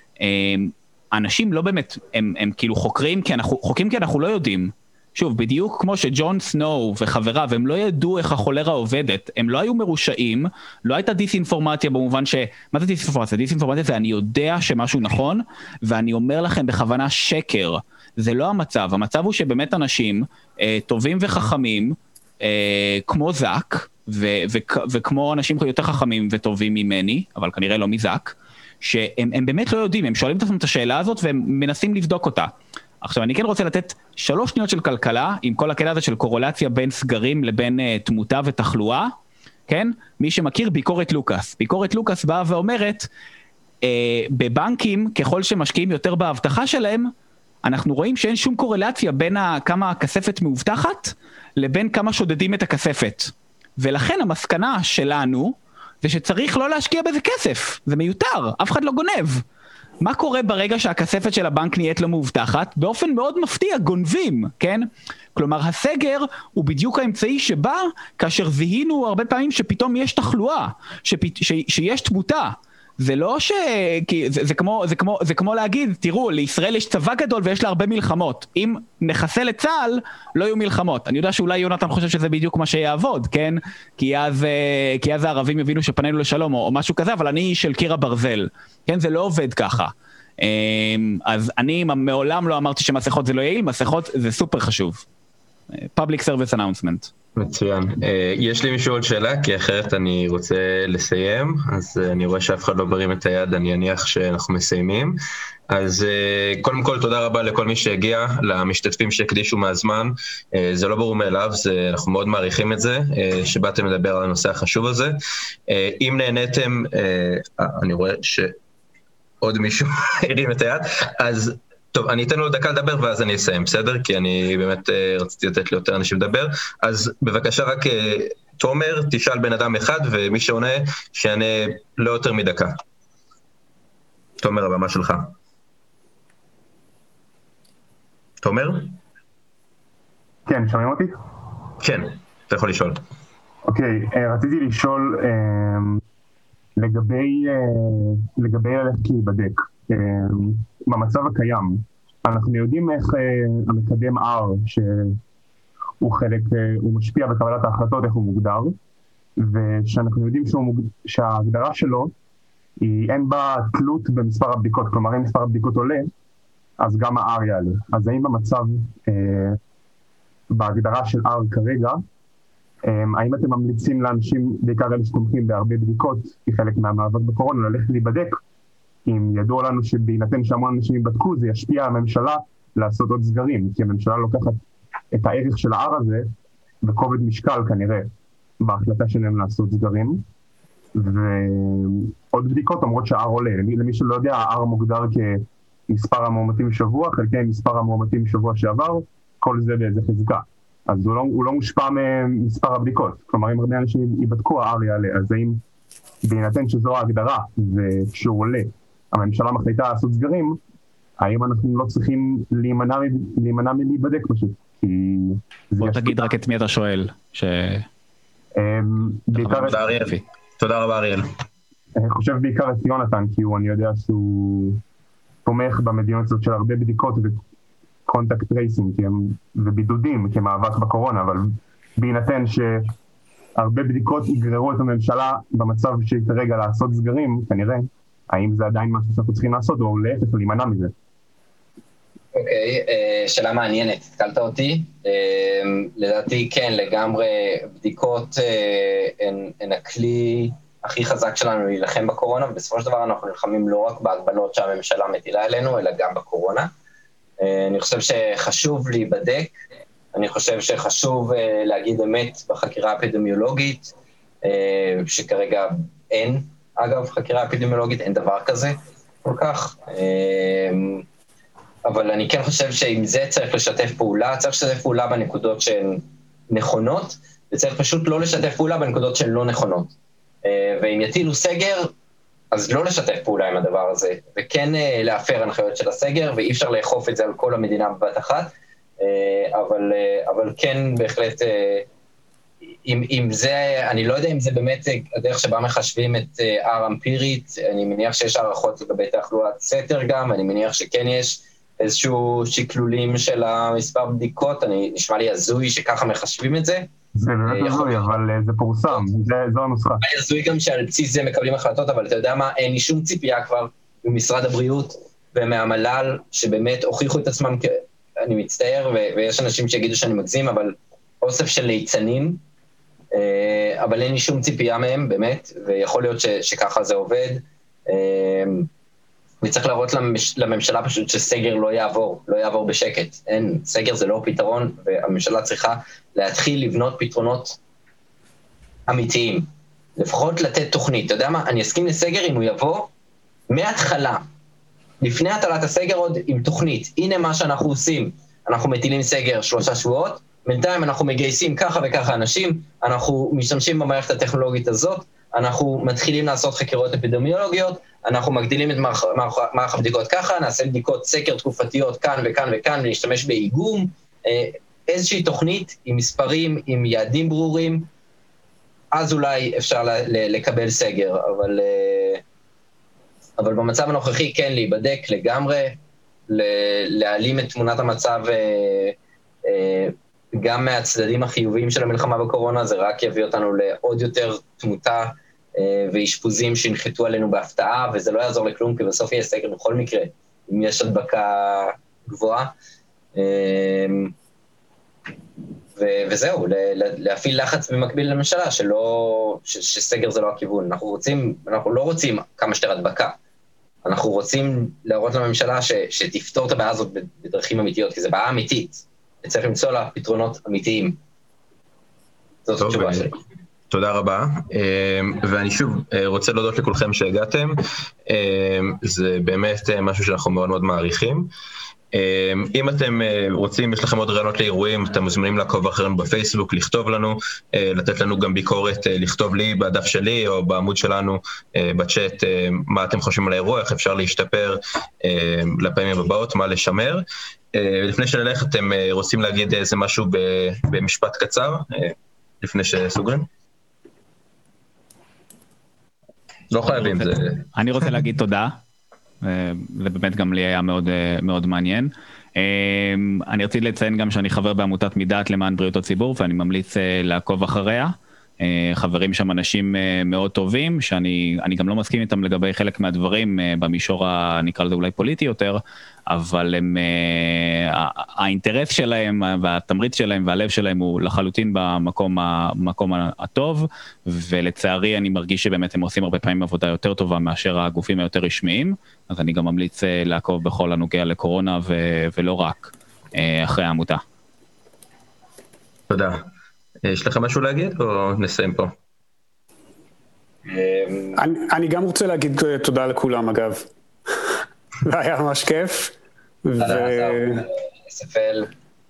אנשים לא באמת, הם כאילו חוקרים כי אנחנו לא יודעים. שוב, בדיוק כמו שג'ון סנואו וחבריו, הם לא ידעו איך החולרה עובדת, הם לא היו מרושעים, לא הייתה דיסאינפורמציה במובן מה זה דיסאינפורמציה? דיסאינפורמציה זה אני יודע שמשהו נכון, ואני אומר לכם בכוונה שקר. זה לא המצב, המצב הוא שבאמת אנשים טובים וחכמים, כמו זק, וכמו אנשים יותר חכמים וטובים ממני, אבל כנראה לא מזק, שהם באמת לא יודעים, הם שואלים את השאלה הזאת והם מנסים לבדוק אותה. עכשיו, אני כן רוצה לתת 3 שניות של כלכלה, עם כל הקטע הזה של קורולציה בין סגרים לבין תמותה ותחלואה, כן? מי שמכיר, ביקורת לוקאס. ביקורת לוקאס באה ואומרת, בבנקים, ככל שמשקיעים יותר בהבטחה שלהם, אנחנו רואים שאין שום קורלציה בין כמה הכספת מאובטחת, לבין כמה שודדים את הכספת. ולכן המסקנה שלנו, זה שצריך לא להשקיע בזה כסף. זה מיותר, אף אחד לא גונב. מה קורה ברגע שהכספת של הבנק נהיית לא מאובטחת? באופן מאוד מפתיע, גונבים, כן? כלומר, הסגר הוא בדיוק האמצעי שבא כאשר זיהינו הרבה פעמים שפתאום יש תחלואה, שיש תמותה. זה לא זה כמו להגיד, תראו, לישראל יש צבא גדול ויש לה הרבה מלחמות. אם נחסל את צה"ל, לא יהיו מלחמות. אני יודע שאולי יונתן חושב שזה בדיוק מה שיעבוד, כן? כי אז הערבים יבינו שפנינו לשלום או משהו כזה, אבל אני של קיר הברזל. כן? זה לא עובד ככה. אז אני מעולם לא אמרתי שמסכות זה לא יעיל, מסכות זה סופר חשוב. Public Service Announcement. מצוין. יש לי מישהו עוד שאלה, כי אחרת אני רוצה לסיים, אז אני רואה שאף אחד לא ברים את היד, אני אניח שאנחנו מסיימים. אז קודם כל תודה רבה לכל מי שהגיע, למשתתפים שהקדישו מהזמן, זה לא ברור מאליו, אנחנו מאוד מעריכים את זה, שבאתם לדבר על הנושא החשוב הזה. אם נהניתם, אני רואה שעוד מישהו הרים את היד, אז טוב, אני אתן לו דקה לדבר ואז אני אסיים, בסדר? כי אני באמת רציתי לתת ליותר אנשים לדבר. אז בבקשה רק תומר, תשאל בן אדם אחד, ומי שעונה, שיענה לא יותר מדקה. תומר, הבמה שלך. תומר? כן, שומעים אותי? כן, אתה יכול לשאול. אוקיי, רציתי לשאול לגבי ללכת להיבדק. במצב הקיים, אנחנו יודעים איך המקדם R, שהוא חלק, הוא משפיע בקבלת ההחלטות, איך הוא מוגדר, ושאנחנו יודעים שההגדרה שלו, אין בה תלות במספר הבדיקות, כלומר אם מספר הבדיקות עולה, אז גם ה-R יעלה. אז האם במצב, בהגדרה של R כרגע, האם אתם ממליצים לאנשים, בעיקר אלה שתומכים בהרבה בדיקות, כחלק מהמאבק בקורונה, ללכת להיבדק, אם ידוע לנו שבהינתן שהמון אנשים יבדקו, זה ישפיע על הממשלה לעשות עוד סגרים, כי הממשלה לוקחת את הערך של ה-R הזה, בכובד משקל כנראה, בהחלטה שלהם לעשות סגרים, ועוד בדיקות אומרות שה-R עולה. למי שלא יודע, ה-R מוגדר כמספר המאומתים בשבוע, חלקי מספר המאומתים בשבוע שעבר, כל זה באיזה חזקה. אז הוא לא מושפע ממספר הבדיקות. כלומר, אם הרבה אנשים יבדקו, ה-R יעלה. אז האם בהינתן שזו ההגדרה, וכשהוא עולה, הממשלה מחליטה לעשות סגרים, האם אנחנו לא צריכים להימנע מלהיבדק פשוט? בוא תגיד רק את מי אתה שואל. תודה רבה אריאל. אני חושב בעיקר את יונתן, כי אני יודע שהוא תומך במדינות הזאת של הרבה בדיקות וקונטקט טרייסינג ובידודים כמאבק בקורונה, אבל בהינתן שהרבה בדיקות יגררו את הממשלה במצב שהיא כרגע לעשות סגרים, כנראה, האם זה עדיין משהו שאנחנו צריכים לעשות, או להפך להימנע מזה? אוקיי, שאלה מעניינת, התקלת אותי. לדעתי כן, לגמרי בדיקות הן הכלי הכי חזק שלנו להילחם בקורונה, ובסופו של דבר אנחנו נלחמים לא רק בהגבלות שהממשלה מטילה אלינו, אלא גם בקורונה. אני חושב שחשוב להיבדק, אני חושב שחשוב להגיד אמת בחקירה האפידמיולוגית, שכרגע אין, אגב, חקירה אפידמיולוגית, אין דבר כזה כל כך. אבל אני כן חושב שעם זה צריך לשתף פעולה, צריך לשתף פעולה בנקודות שהן נכונות, וצריך פשוט לא לשתף פעולה בנקודות שהן לא נכונות. ואם יטילו סגר, אז לא לשתף פעולה עם הדבר הזה, וכן להפר הנחיות של הסגר, ואי אפשר לאכוף את זה על כל המדינה בבת אחת, אבל כן בהחלט, אם זה, אני לא יודע אם זה באמת הדרך שבה מחשבים את R אמפירית, אני מניח שיש הערכות לגבי תחלואת סתר גם, אני מניח שכן יש איזשהו שקלולים של המספר בדיקות, נשמע לי הזוי שככה מחשבים את זה. זה באמת הזוי, אבל זה פורסם, זו הנוסחה. הזוי גם שעל בסיס זה מקבלים החלטות, אבל אתה יודע מה, אין לי שום ציפייה כבר ממשרד הבריאות ומהמל"ל, שבאמת הוכיחו את עצמם, אני מצטער, ויש אנשים שיגידו שאני מגזים, אבל אוסף של ליצנים, אבל אין לי שום ציפייה מהם, באמת, ויכול להיות שככה זה עובד, וצריך להראות לממשלה פשוט שסגר לא יעבור בשקט. אין, סגר זה לא פתרון, והממשלה צריכה להתחיל לבנות פתרונות אמיתיים. לפחות לתת תוכנית. אתה יודע מה? אני אסכים לסגר אם הוא יבוא מההתחלה, לפני הטלת הסגר עוד עם תוכנית. הנה מה שאנחנו עושים. אנחנו מטילים סגר 3 שבועות, בינתיים אנחנו מגייסים ככה וככה אנשים, אנחנו משתמשים במערכת הטכנולוגית הזאת, אנחנו מתחילים לעשות חקירות אפידמיולוגיות, אנחנו מגדילים את מערך הבדיקות ככה, נעשה בדיקות סקר תקופתיות כאן וכאן וכאן, ונשתמש באיגום, איזושהי תוכנית עם מספרים, עם יעדים ברורים, אז אולי אפשר לקבל סגר, אבל במצב הנוכחי כן להיבדק לגמרי, להעלים את תמונת המצב גם מהצדדים החיוביים של המלחמה בקורונה, זה רק יביא אותנו לעוד יותר תמותה ואשפוזים שינחתו עלינו בהפתעה, וזה לא יעזור לכלום, כי בסוף יהיה סגר בכל מקרה, אם יש הדבקה גבוהה. וזהו, להפעיל לחץ במקביל לממשלה, שסגר זה לא הכיוון. אנחנו לא רוצים כמה שיותר הדבקה. אנחנו רוצים להראות לממשלה שתפתור את הבעיה הזאת בדרכים אמיתיות, כי זו בעיה אמיתית. וצריך למצוא לה פתרונות אמיתיים. זאת התשובה שלי. תודה רבה, ואני שוב רוצה להודות לכולכם שהגעתם, זה באמת משהו שאנחנו מאוד מאוד מעריכים. אם אתם רוצים, יש לכם עוד רעיונות לאירועים, אתם מוזמנים לעקוב אחרינו בפייסבוק, לכתוב לנו, לתת לנו גם ביקורת, לכתוב לי בדף שלי או בעמוד שלנו בצ'אט מה אתם חושבים על האירוע, איך אפשר להשתפר לפעמים הבאות, מה לשמר. לפני שנלך, אתם רוצים להגיד איזה משהו במשפט קצר, לפני שסוגרים? לא חייבים, זה... אני רוצה להגיד תודה, ובאמת גם לי היה מאוד, מאוד מעניין. אני רציתי לציין גם שאני חבר בעמותת מדעת למען בריאות הציבור, ואני ממליץ לעקוב אחריה. חברים שם אנשים מאוד טובים, שאני גם לא מסכים איתם לגבי חלק מהדברים במישור, נקרא לזה אולי פוליטי יותר, אבל האינטרס שלהם והתמריץ שלהם והלב שלהם הוא לחלוטין במקום הטוב, ולצערי אני מרגיש שבאמת הם עושים הרבה פעמים עבודה יותר טובה מאשר הגופים היותר רשמיים, אז אני גם ממליץ לעקוב בכל הנוגע לקורונה ולא רק אחרי העמותה. תודה. יש לך משהו להגיד או נסיים פה? אני גם רוצה להגיד תודה לכולם אגב. זה היה ממש כיף. ספל.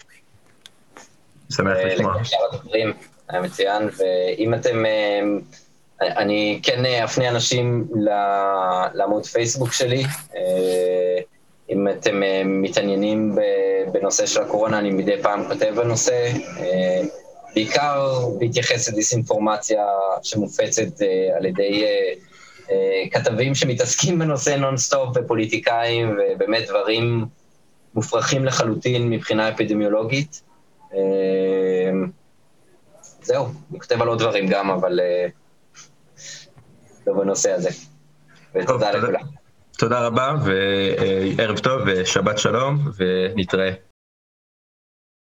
שמח לשמוע. היה מצוין, ואם אתם, אני כן אפנה אנשים לעמוד פייסבוק שלי, אם אתם מתעניינים בנושא של הקורונה, אני מדי פעם כותב בנושא, בעיקר בהתייחס לדיסאינפורמציה שמופצת על ידי כתבים שמתעסקים בנושא נונסטופ ופוליטיקאים, ובאמת דברים מופרכים לחלוטין מבחינה אפידמיולוגית. זהו, אני כותב על עוד דברים גם, אבל לא בנושא הזה. ותודה לכולם. תודה רבה, וערב טוב, ושבת שלום, ונתראה.